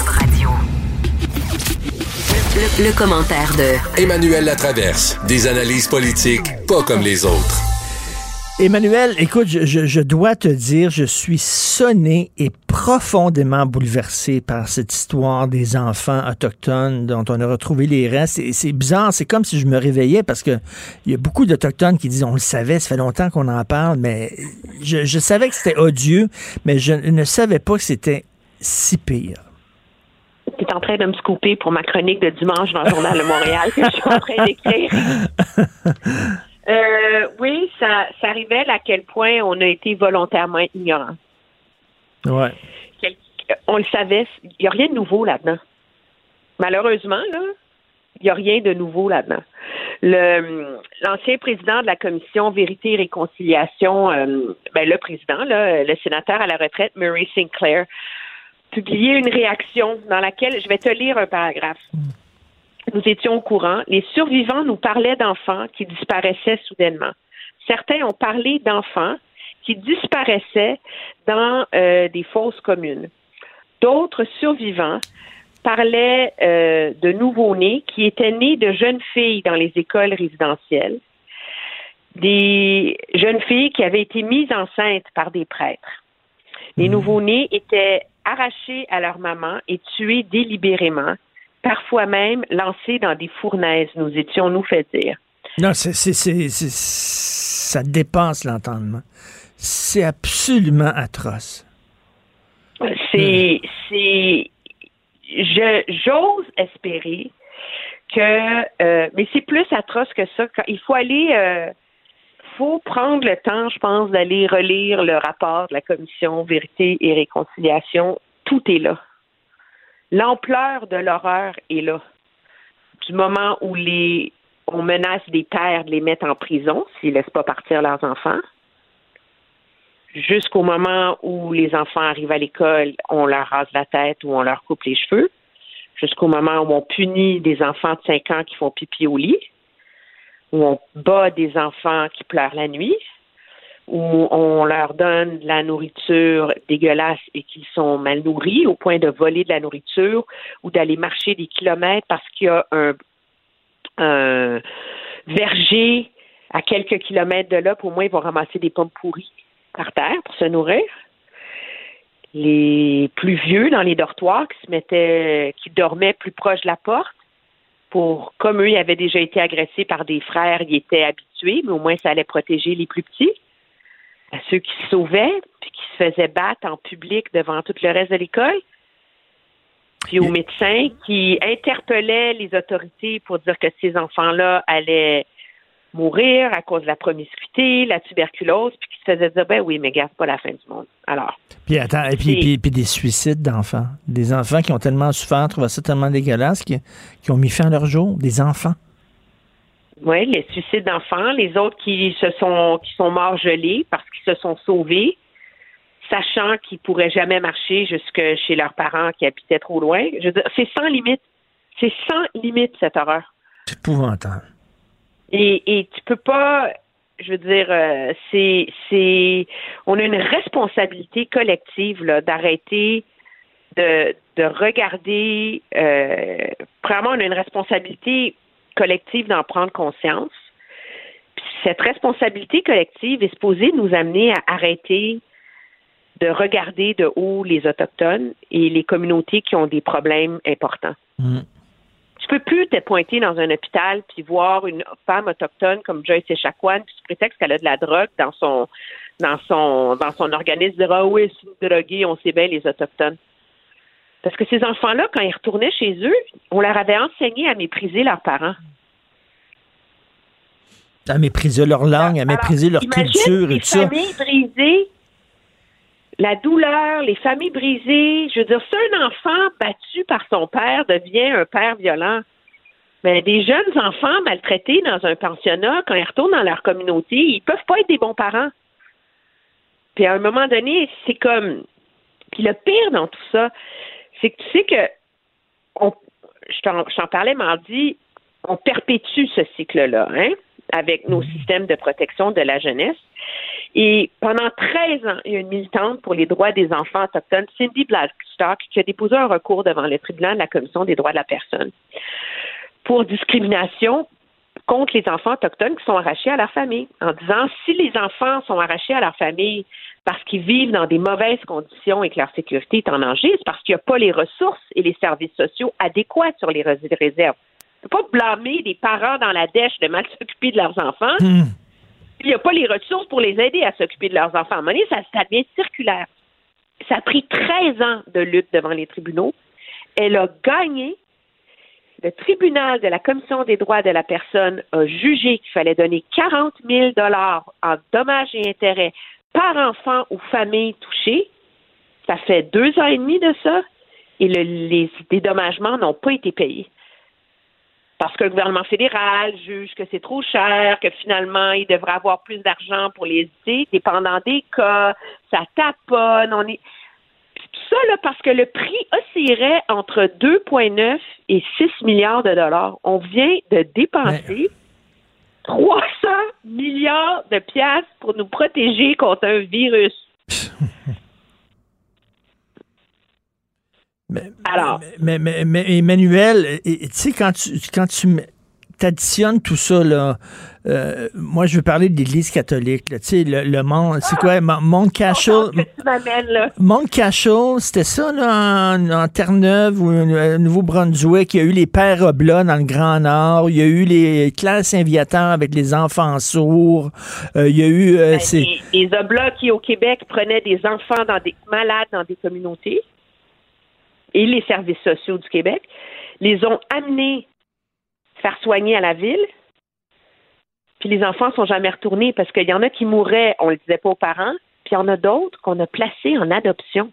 Le, le commentaire de Emmanuel Latraverse. Des analyses politiques pas comme les autres. Emmanuel, écoute, je, je, je dois te dire, je suis sonné et profondément bouleversé par cette histoire des enfants autochtones dont on a retrouvé les restes. Et c'est bizarre, c'est comme si je me réveillais parce que il y a beaucoup d'Autochtones qui disent, on le savait, ça fait longtemps qu'on en parle, mais je, je savais que c'était odieux, mais je ne savais pas que c'était si pire. Tu es en train de me scooper pour ma chronique de dimanche dans le Journal de Montréal que je suis en train d'écrire. Euh, oui, ça, ça révèle à quel point on a été volontairement ignorants. Ouais. Quel, on le savait, il n'y a rien de nouveau là-dedans. Malheureusement, là, il n'y a rien de nouveau là-dedans. Le, l'ancien président de la commission Vérité et Réconciliation, euh, ben, le président, là, le sénateur à la retraite, Murray Sinclair, publié une réaction dans laquelle, je vais te lire un paragraphe. Nous étions au courant. Les survivants nous parlaient d'enfants qui disparaissaient soudainement. Certains ont parlé d'enfants qui disparaissaient dans euh, des fosses communes. D'autres survivants parlaient euh, de nouveau-nés qui étaient nés de jeunes filles dans les écoles résidentielles, des jeunes filles qui avaient été mises enceintes par des prêtres. Les mmh. nouveau-nés étaient arrachés à leur maman et tués délibérément, parfois même lancés dans des fournaises, nous étions-nous fait dire. Non, c'est, c'est, c'est, c'est, ça dépasse l'entendement. C'est absolument atroce. C'est, mmh. c'est, je, j'ose espérer que, euh, mais c'est plus atroce que ça. Il faut aller, euh, faut prendre le temps, je pense, d'aller relire le rapport de la commission Vérité et Réconciliation. Tout est là. L'ampleur de l'horreur est là. Du moment où les, on menace des pères de les mettre en prison s'ils ne laissent pas partir leurs enfants, jusqu'au moment où les enfants arrivent à l'école, on leur rase la tête ou on leur coupe les cheveux, jusqu'au moment où on punit des enfants de cinq ans qui font pipi au lit, où on bat des enfants qui pleurent la nuit, où on leur donne de la nourriture dégueulasse et qu'ils sont mal nourris au point de voler de la nourriture ou d'aller marcher des kilomètres parce qu'il y a un, un verger à quelques kilomètres de là, pour moi, ils vont ramasser des pommes pourries par terre pour se nourrir. Les plus vieux dans les dortoirs qui se mettaient, qui dormaient plus proche de la porte, pour, comme eux, ils avaient déjà été agressés par des frères, ils étaient habitués, mais au moins ça allait protéger les plus petits. À ceux qui se sauvaient, puis qui se faisaient battre en public devant tout le reste de l'école, puis aux médecins qui interpellaient les autorités pour dire que ces enfants-là allaient mourir à cause de la promiscuité, la tuberculose, puis qui se faisaient dire, ben oui, mais gars, c'est pas la fin du monde. Alors. Puis attends, et puis, puis, puis des suicides d'enfants. Des enfants qui ont tellement souffert, trouvaient ça tellement dégueulasse, qui, qui ont mis fin à leur jour. Des enfants. Oui, les suicides d'enfants, les autres qui se sont qui sont morts gelés parce qu'ils se sont sauvés, sachant qu'ils pourraient jamais marcher jusque chez leurs parents qui habitaient trop loin. Je veux dire, c'est sans limite. C'est sans limite, cette horreur. C'est épouvantable. Et, et tu peux pas, je veux dire, euh, c'est c'est on a une responsabilité collective là, d'arrêter de, de regarder euh, vraiment on a une responsabilité collective d'en prendre conscience. Puis cette responsabilité collective est supposée nous amener à arrêter de regarder de haut les Autochtones et les communautés qui ont des problèmes importants. Mmh. Je peux plus te pointer dans un hôpital puis voir une femme autochtone comme Joyce Echaquan puis sous prétexte qu'elle a de la drogue dans son dans son dans son organisme dire ah oui, c'est une droguée, on sait bien les autochtones. Parce que ces enfants-là, quand ils retournaient chez eux, on leur avait enseigné à mépriser leurs parents. À mépriser leur langue, à mépriser Alors, leur culture et tout ça. Les familles brisées, la douleur, les familles brisées. Je veux dire, si un enfant battu par son père devient un père violent, mais des jeunes enfants maltraités dans un pensionnat, quand ils retournent dans leur communauté, ils peuvent pas être des bons parents. Puis à un moment donné, c'est comme... Puis le pire dans tout ça, c'est que tu sais que, on, je, t'en, je t'en parlais mardi, on perpétue ce cycle-là, hein, avec nos systèmes de protection de la jeunesse. Et pendant treize ans, il y a une militante pour les droits des enfants autochtones, Cindy Blackstock, qui a déposé un recours devant le tribunal de la Commission des droits de la personne pour discrimination contre les enfants autochtones qui sont arrachés à leur famille, en disant si les enfants sont arrachés à leur famille parce qu'ils vivent dans des mauvaises conditions et que leur sécurité est en danger, c'est parce qu'il n'y a pas les ressources et les services sociaux adéquats sur les réserves. On ne peut pas blâmer des parents dans la dèche de mal s'occuper de leurs enfants. Mmh. Il n'y a pas les ressources pour les aider à s'occuper de leurs enfants. À un moment donné, ça, ça devient circulaire. Ça a pris treize ans de lutte devant les tribunaux. Elle a gagné. Le tribunal de la Commission des droits de la personne a jugé qu'il fallait donner quarante mille dollars en dommages et intérêts par enfant ou famille touchée. Ça fait deux ans et demi de ça. Et le, les dédommagements n'ont pas été payés. Parce que le gouvernement fédéral juge que c'est trop cher, que finalement, il devrait avoir plus d'argent pour les aider, dépendant des cas, ça taponne, on est... Tout ça, là, parce que le prix oscillerait entre deux virgule neuf et six milliards de dollars. On vient de dépenser Mais... trois cents milliards de piastres pour nous protéger contre un virus. Mais, Alors, mais, mais, mais Emmanuel, tu sais, quand tu quand tu t'additionnes tout ça, là, euh, moi, je veux parler de l'Église catholique. Tu sais, le, le monde, c'est quoi, Mount Cashel? Mount Cashel, c'était ça, là, en, en Terre-Neuve ou au Nouveau-Brunswick. Il y a eu les Pères Oblats dans le Grand Nord. Il y a eu les Claires Saint-Viateur avec les enfants sourds. Euh, il y a eu... Euh, ben, c'est... Les, les Oblats qui, au Québec, prenaient des enfants dans des malades dans des communautés. Et les services sociaux du Québec les ont amenés faire soigner à la ville. Puis les enfants ne sont jamais retournés parce qu'il y en a qui mouraient, on ne le disait pas aux parents, puis il y en a d'autres qu'on a placés en adoption.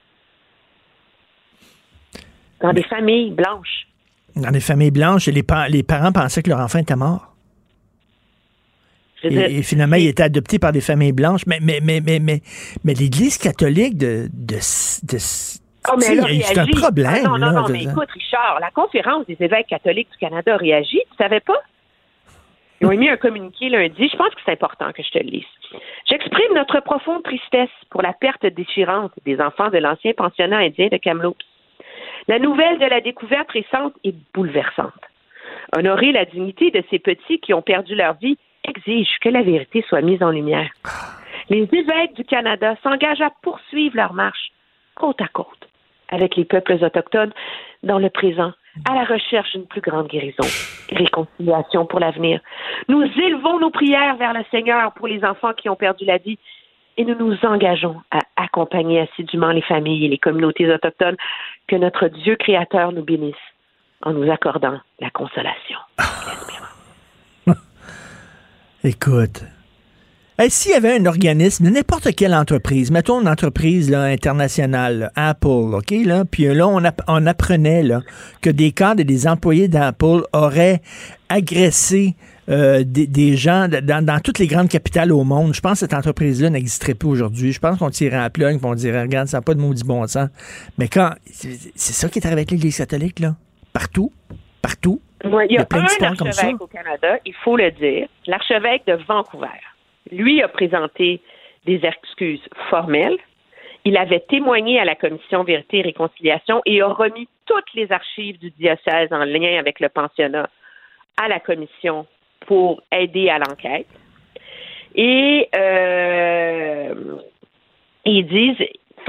Dans des familles blanches. Dans des familles blanches, et les, pa- les parents pensaient que leur enfant était mort. Et, dire, et finalement, il était adopté par des familles blanches. Mais, mais, mais, mais, mais, mais l'Église catholique de... de, de Oh, mais elle a c'est un problème. Ah, non, non, là, non, mais écoute, Richard, la Conférence des évêques catholiques du Canada a réagi. Tu savais pas? Ils ont émis un communiqué lundi. Je pense que c'est important que je te le lise. J'exprime notre profonde tristesse pour la perte déchirante des enfants de l'ancien pensionnat indien de Kamloops. La nouvelle de la découverte récente est bouleversante. Honorer la dignité de ces petits qui ont perdu leur vie exige que la vérité soit mise en lumière. Les évêques du Canada s'engagent à poursuivre leur marche côte à côte avec les peuples autochtones dans le présent, à la recherche d'une plus grande guérison et réconciliation pour l'avenir. Nous élevons nos prières vers le Seigneur pour les enfants qui ont perdu la vie et nous nous engageons à accompagner assidûment les familles et les communautés autochtones. Que notre Dieu créateur nous bénisse en nous accordant la consolation et l'espérance. Écoute... Hey, s'il y avait un organisme, n'importe quelle entreprise, mettons une entreprise là, internationale, là, Apple, OK, là, puis là, on, app- on apprenait là, que des cadres et des employés d'Apple auraient agressé euh, des, des gens dans, dans toutes les grandes capitales au monde. Je pense que cette entreprise-là n'existerait plus aujourd'hui. Je pense qu'on tirait à la plug et on dirait, regarde, ça n'a pas de maudit bon sens. Mais quand, c'est, c'est ça qui est arrivé avec l'Église catholique, là. Partout, partout. Ouais, il y a, il y a plein un archevêque au Canada, il faut le dire, l'archevêque de Vancouver. Lui a présenté des excuses formelles. Il avait témoigné à la Commission Vérité et Réconciliation et a remis toutes les archives du diocèse en lien avec le pensionnat à la Commission pour aider à l'enquête. Et euh, ils disent,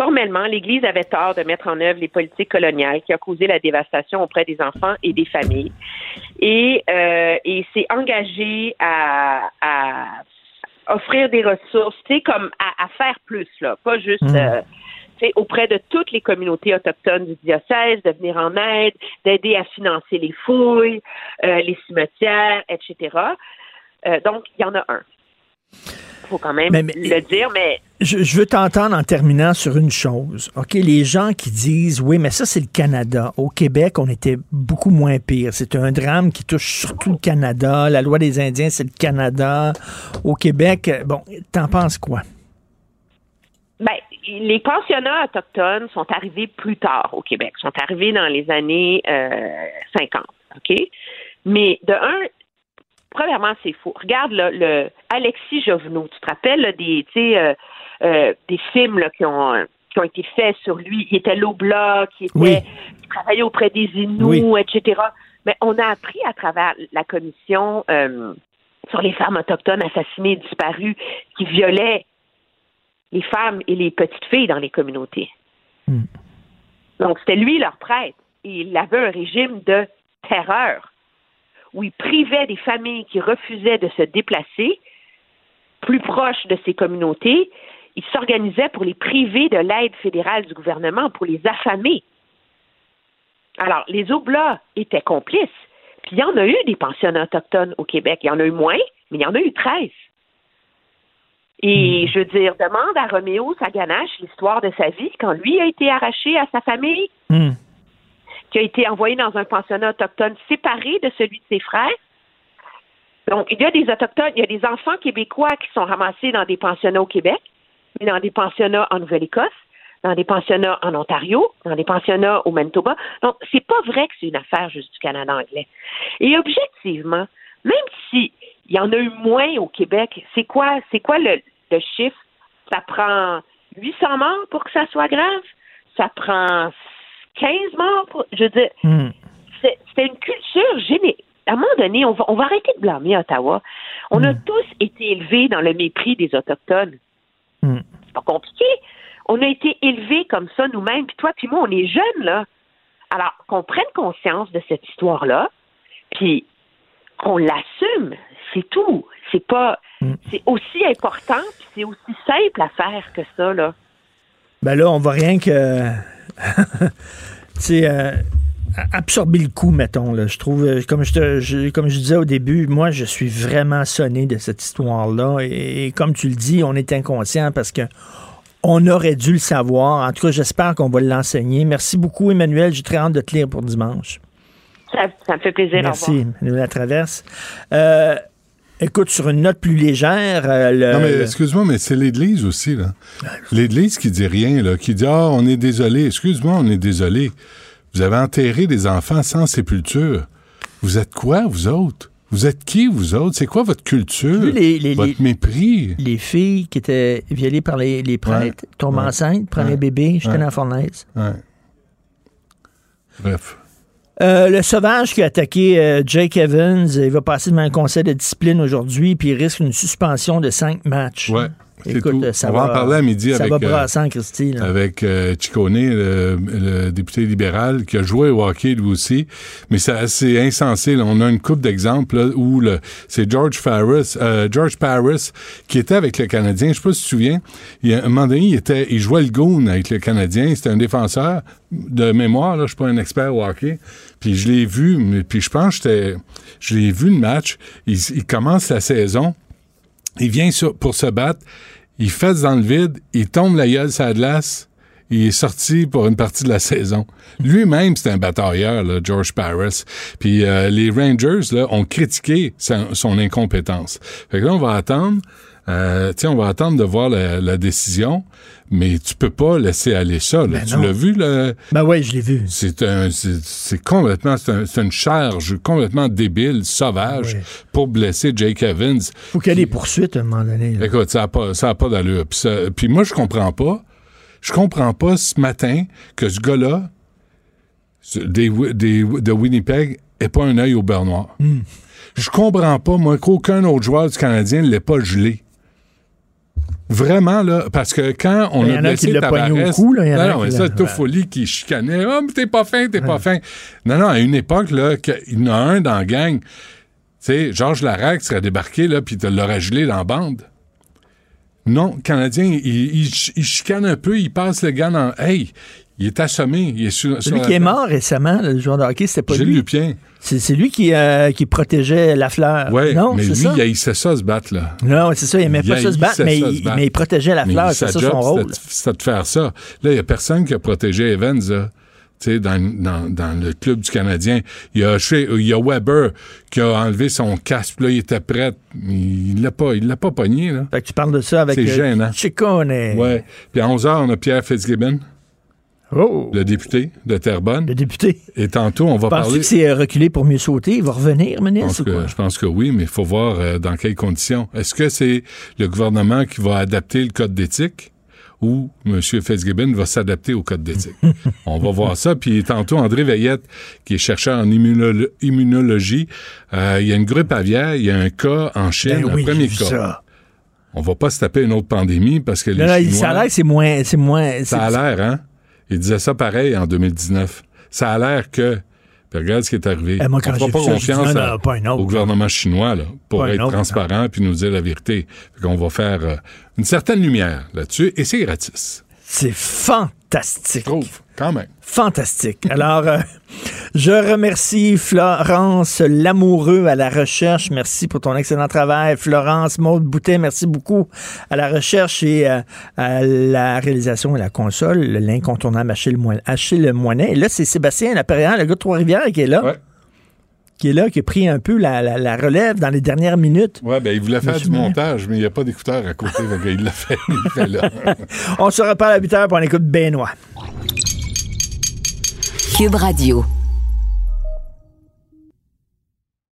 formellement, l'Église avait tort de mettre en œuvre les politiques coloniales qui ont causé la dévastation auprès des enfants et des familles. Et, euh, et s'est engagée à, à offrir des ressources, tu sais, comme à, à faire plus, là, pas juste... Mmh. Euh, auprès de toutes les communautés autochtones du diocèse, de venir en aide, d'aider à financer les fouilles, euh, les cimetières, et cetera. Euh, donc, il y en a un. Il faut quand même mais, mais, le dire, mais... Je, je veux t'entendre en terminant sur une chose. OK, les gens qui disent, oui, mais ça, c'est le Canada. Au Québec, on était beaucoup moins pire. C'est un drame qui touche surtout le Canada. La loi des Indiens, c'est le Canada. Au Québec, bon, t'en penses quoi? Ben, les pensionnats autochtones sont arrivés plus tard au Québec, sont arrivés dans les années euh, cinquante, OK? Mais de un, premièrement, c'est faux. Regarde là, le Alexis Jovenot, tu te rappelles là, des, tu sais, euh, euh, des films là, qui ont qui ont été faits sur lui. Il était l'Oblat, qui était oui. qui travaillait auprès des Inuits, oui. et cetera. Mais on a appris à travers la commission euh, sur les femmes autochtones assassinées et disparues qui violaient les femmes et les petites filles dans les communautés. Mm. Donc, c'était lui leur prêtre. Et il avait un régime de terreur où il privait des familles qui refusaient de se déplacer plus proches de ces communautés. Il s'organisait pour les priver de l'aide fédérale du gouvernement, pour les affamer. Alors, les Oblats étaient complices. Puis, il y en a eu des pensionnats autochtones au Québec. Il y en a eu moins, mais il y en a eu treize. Et je veux dire, demande à Roméo Saganache l'histoire de sa vie quand lui a été arraché à sa famille, mm. qui a été envoyé dans un pensionnat autochtone séparé de celui de ses frères. Donc, il y a des autochtones, il y a des enfants québécois qui sont ramassés dans des pensionnats au Québec, mais dans des pensionnats en Nouvelle-Écosse, dans des pensionnats en Ontario, dans des pensionnats au Manitoba. Donc, c'est pas vrai que c'est une affaire juste du Canada anglais. Et objectivement, même si il y en a eu moins au Québec, c'est quoi, c'est quoi le Le chiffre? Ça prend huit cents morts pour que ça soit grave. Ça prend quinze morts pour... Je veux dire, mm. c'est, c'est une culture générale. À un moment donné, on va, on va arrêter de blâmer Ottawa. On mm. a tous été élevés dans le mépris des Autochtones. Mm. C'est pas compliqué. On a été élevés comme ça nous-mêmes. Puis toi, puis moi, on est jeunes, là. Alors, qu'on prenne conscience de cette histoire-là, puis qu'on l'assume, c'est tout. C'est pas... C'est aussi important, puis c'est aussi simple à faire que ça, là. Ben là, on va rien que... tu sais, euh, absorber le coup, mettons, là. Je trouve, comme je, te, je, comme je disais au début, moi, je suis vraiment sonné de cette histoire-là. Et, et comme tu le dis, on est inconscient parce que on aurait dû le savoir. En tout cas, j'espère qu'on va l'enseigner. Merci beaucoup, Emmanuel. J'ai très hâte de te lire pour dimanche. Ça, ça me fait plaisir. Merci, Emmanuel Latraverse. Euh... Écoute, sur une note plus légère... Euh, le, non, mais le... excuse-moi, mais c'est l'Église aussi, là. L'Église qui dit rien, là, qui dit « Ah, on est désolé. » Excuse-moi, on est désolé. Vous avez enterré des enfants sans sépulture. Vous êtes quoi, vous autres? Vous êtes qui, vous autres? C'est quoi votre culture? Les, les, votre les, mépris? Les filles qui étaient violées par les, les prêtres, ouais, tombent ouais, enceintes, prennent ouais, un bébé, j'étais ouais, dans la fournaise. Ouais. Bref. Euh, le sauvage qui a attaqué euh, Jake Evans, il va passer devant un conseil de discipline aujourd'hui, puis il risque une suspension de cinq matchs. Ouais. Écoute, tout. ça On va, va en parler à midi ça avec, va brasser en Christie, là. avec euh, Ciccone, le, le député libéral, qui a joué au hockey lui aussi. Mais c'est assez insensé. Là. On a une couple d'exemples là, où le, c'est George Paris, euh, George Paris qui était avec le Canadien. Je sais pas si tu te souviens. Il, à un moment donné, il, était, il jouait le goon avec le Canadien. C'était un défenseur de mémoire. Là, je suis pas un expert au hockey. Puis je l'ai vu. Mais, puis je pense que j'étais, je l'ai vu le match. Il, il commence la saison. Il vient sur, pour se battre, il fesse dans le vide, il tombe la gueule sur la glace, il est sorti pour une partie de la saison. Lui-même, c'est un batailleur, là, George Paris. Puis euh, les Rangers là, ont critiqué sa, son incompétence. Fait que là, on va attendre, euh, on va attendre de voir la, la décision, mais tu peux pas laisser aller ça. Là. Ben tu non. l'as vu? Là? Ben oui, je l'ai vu. C'est, un, c'est, c'est complètement, c'est, un, c'est une charge complètement débile, sauvage, oui. pour blesser Jake Evans. Faut qu'il y ait des poursuites à un moment donné. Là. Écoute, ça n'a pas, ça a pas d'allure. Puis, ça, puis moi, je comprends pas. Je comprends pas ce matin que ce gars-là, des, des, de Winnipeg, ait pas un œil au beurre noir. Mm. Je comprends pas, moi, qu'aucun autre joueur du Canadien ne l'ait pas gelé. Vraiment, là, parce que quand on il y a en a blessé qui l'a pogné au cou, là, il y en a non, non, mais ça, Toffoli qui chicanait, « Ah, oh, mais t'es pas fin, t'es ouais. pas fin. » Non, non, à une époque, là, il y en a un dans la gang, tu sais, Georges Larac serait débarqué, là, puis il l'aurait gelé dans la bande. Non, le Canadien, il, il, il chicane un peu, il passe le gars dans... Hey, il est assommé. Il est sur, Celui sur qui est mort récemment, le joueur de hockey, c'était pas Gilles lui. Lupien. C'est, c'est lui qui, euh, qui protégeait Lafleur. Oui, non, mais c'est lui, ça? il haïssait ça se battre, là. Non, c'est ça, il aimait pas ça se battre, mais, il, mais il protégeait Lafleur, c'est ça job, son rôle. C'était, c'était de faire ça. Là, il n'y a personne qui a protégé Evans, là. Tu sais, dans, dans, dans le club du Canadien. Il y a, il y a Weber qui a enlevé son casque, là, il était prêt. Il l'a pas, il l'a pas pogné, là. Fait que tu parles de ça avec C'est euh, gênant. Ciccone. Ouais. Puis à onze heures, on a Pierre Fitzgibbon. Oh. Le député de Terrebonne. Le député. Et tantôt, on va Penses-tu parler... que c'est reculé pour mieux sauter? Il va revenir, ministre, je pense, ou quoi? Que, je pense que oui, mais il faut voir euh, dans quelles conditions. Est-ce que c'est le gouvernement qui va adapter le code d'éthique ou M. Fitzgibbon va s'adapter au code d'éthique? On va voir ça. Puis tantôt, André Veillette, qui est chercheur en immunolo- immunologie, euh, il y a une grippe aviaire, il y a un cas en Chine, ben un oui, premier j'ai vu cas. ça. On va pas se taper une autre pandémie parce que les non, Chinois... Ça a l'air que c'est moins... C'est moins ça c'est... a l'air, hein? Il disait ça pareil en deux mille dix-neuf. Ça a l'air que... Puis regarde ce qui est arrivé. Eh, moi, quand on ne fera j'ai pas vu ça, confiance j'ai dit, non, à, non, pas un autre. au gouvernement chinois là, pour Pas un être autre, transparent puis nous dire la vérité. Fait qu'on va faire euh, une certaine lumière là-dessus et c'est gratis. C'est fantastique. Je trouve, quand même. Fantastique. Alors, euh, je remercie Florence Lamoureux à la recherche. Merci pour ton excellent travail. Florence Maude Boutet, merci beaucoup à la recherche et euh, à la réalisation et la console, l'incontournable Achille Moinet. Achille Moinet. Et là, c'est Sébastien Lapéréant, le gars de Trois-Rivières, qui est là. Ouais. Qui est là, qui a pris un peu la, la, la relève dans les dernières minutes. Oui, bien, il voulait faire Monsieur du Moinet. montage, mais il n'y a pas d'écouteur à côté. Donc il l'a fait, il le fait là. On se reparle à huit heures pour on écoute Benoît. Cube Radio.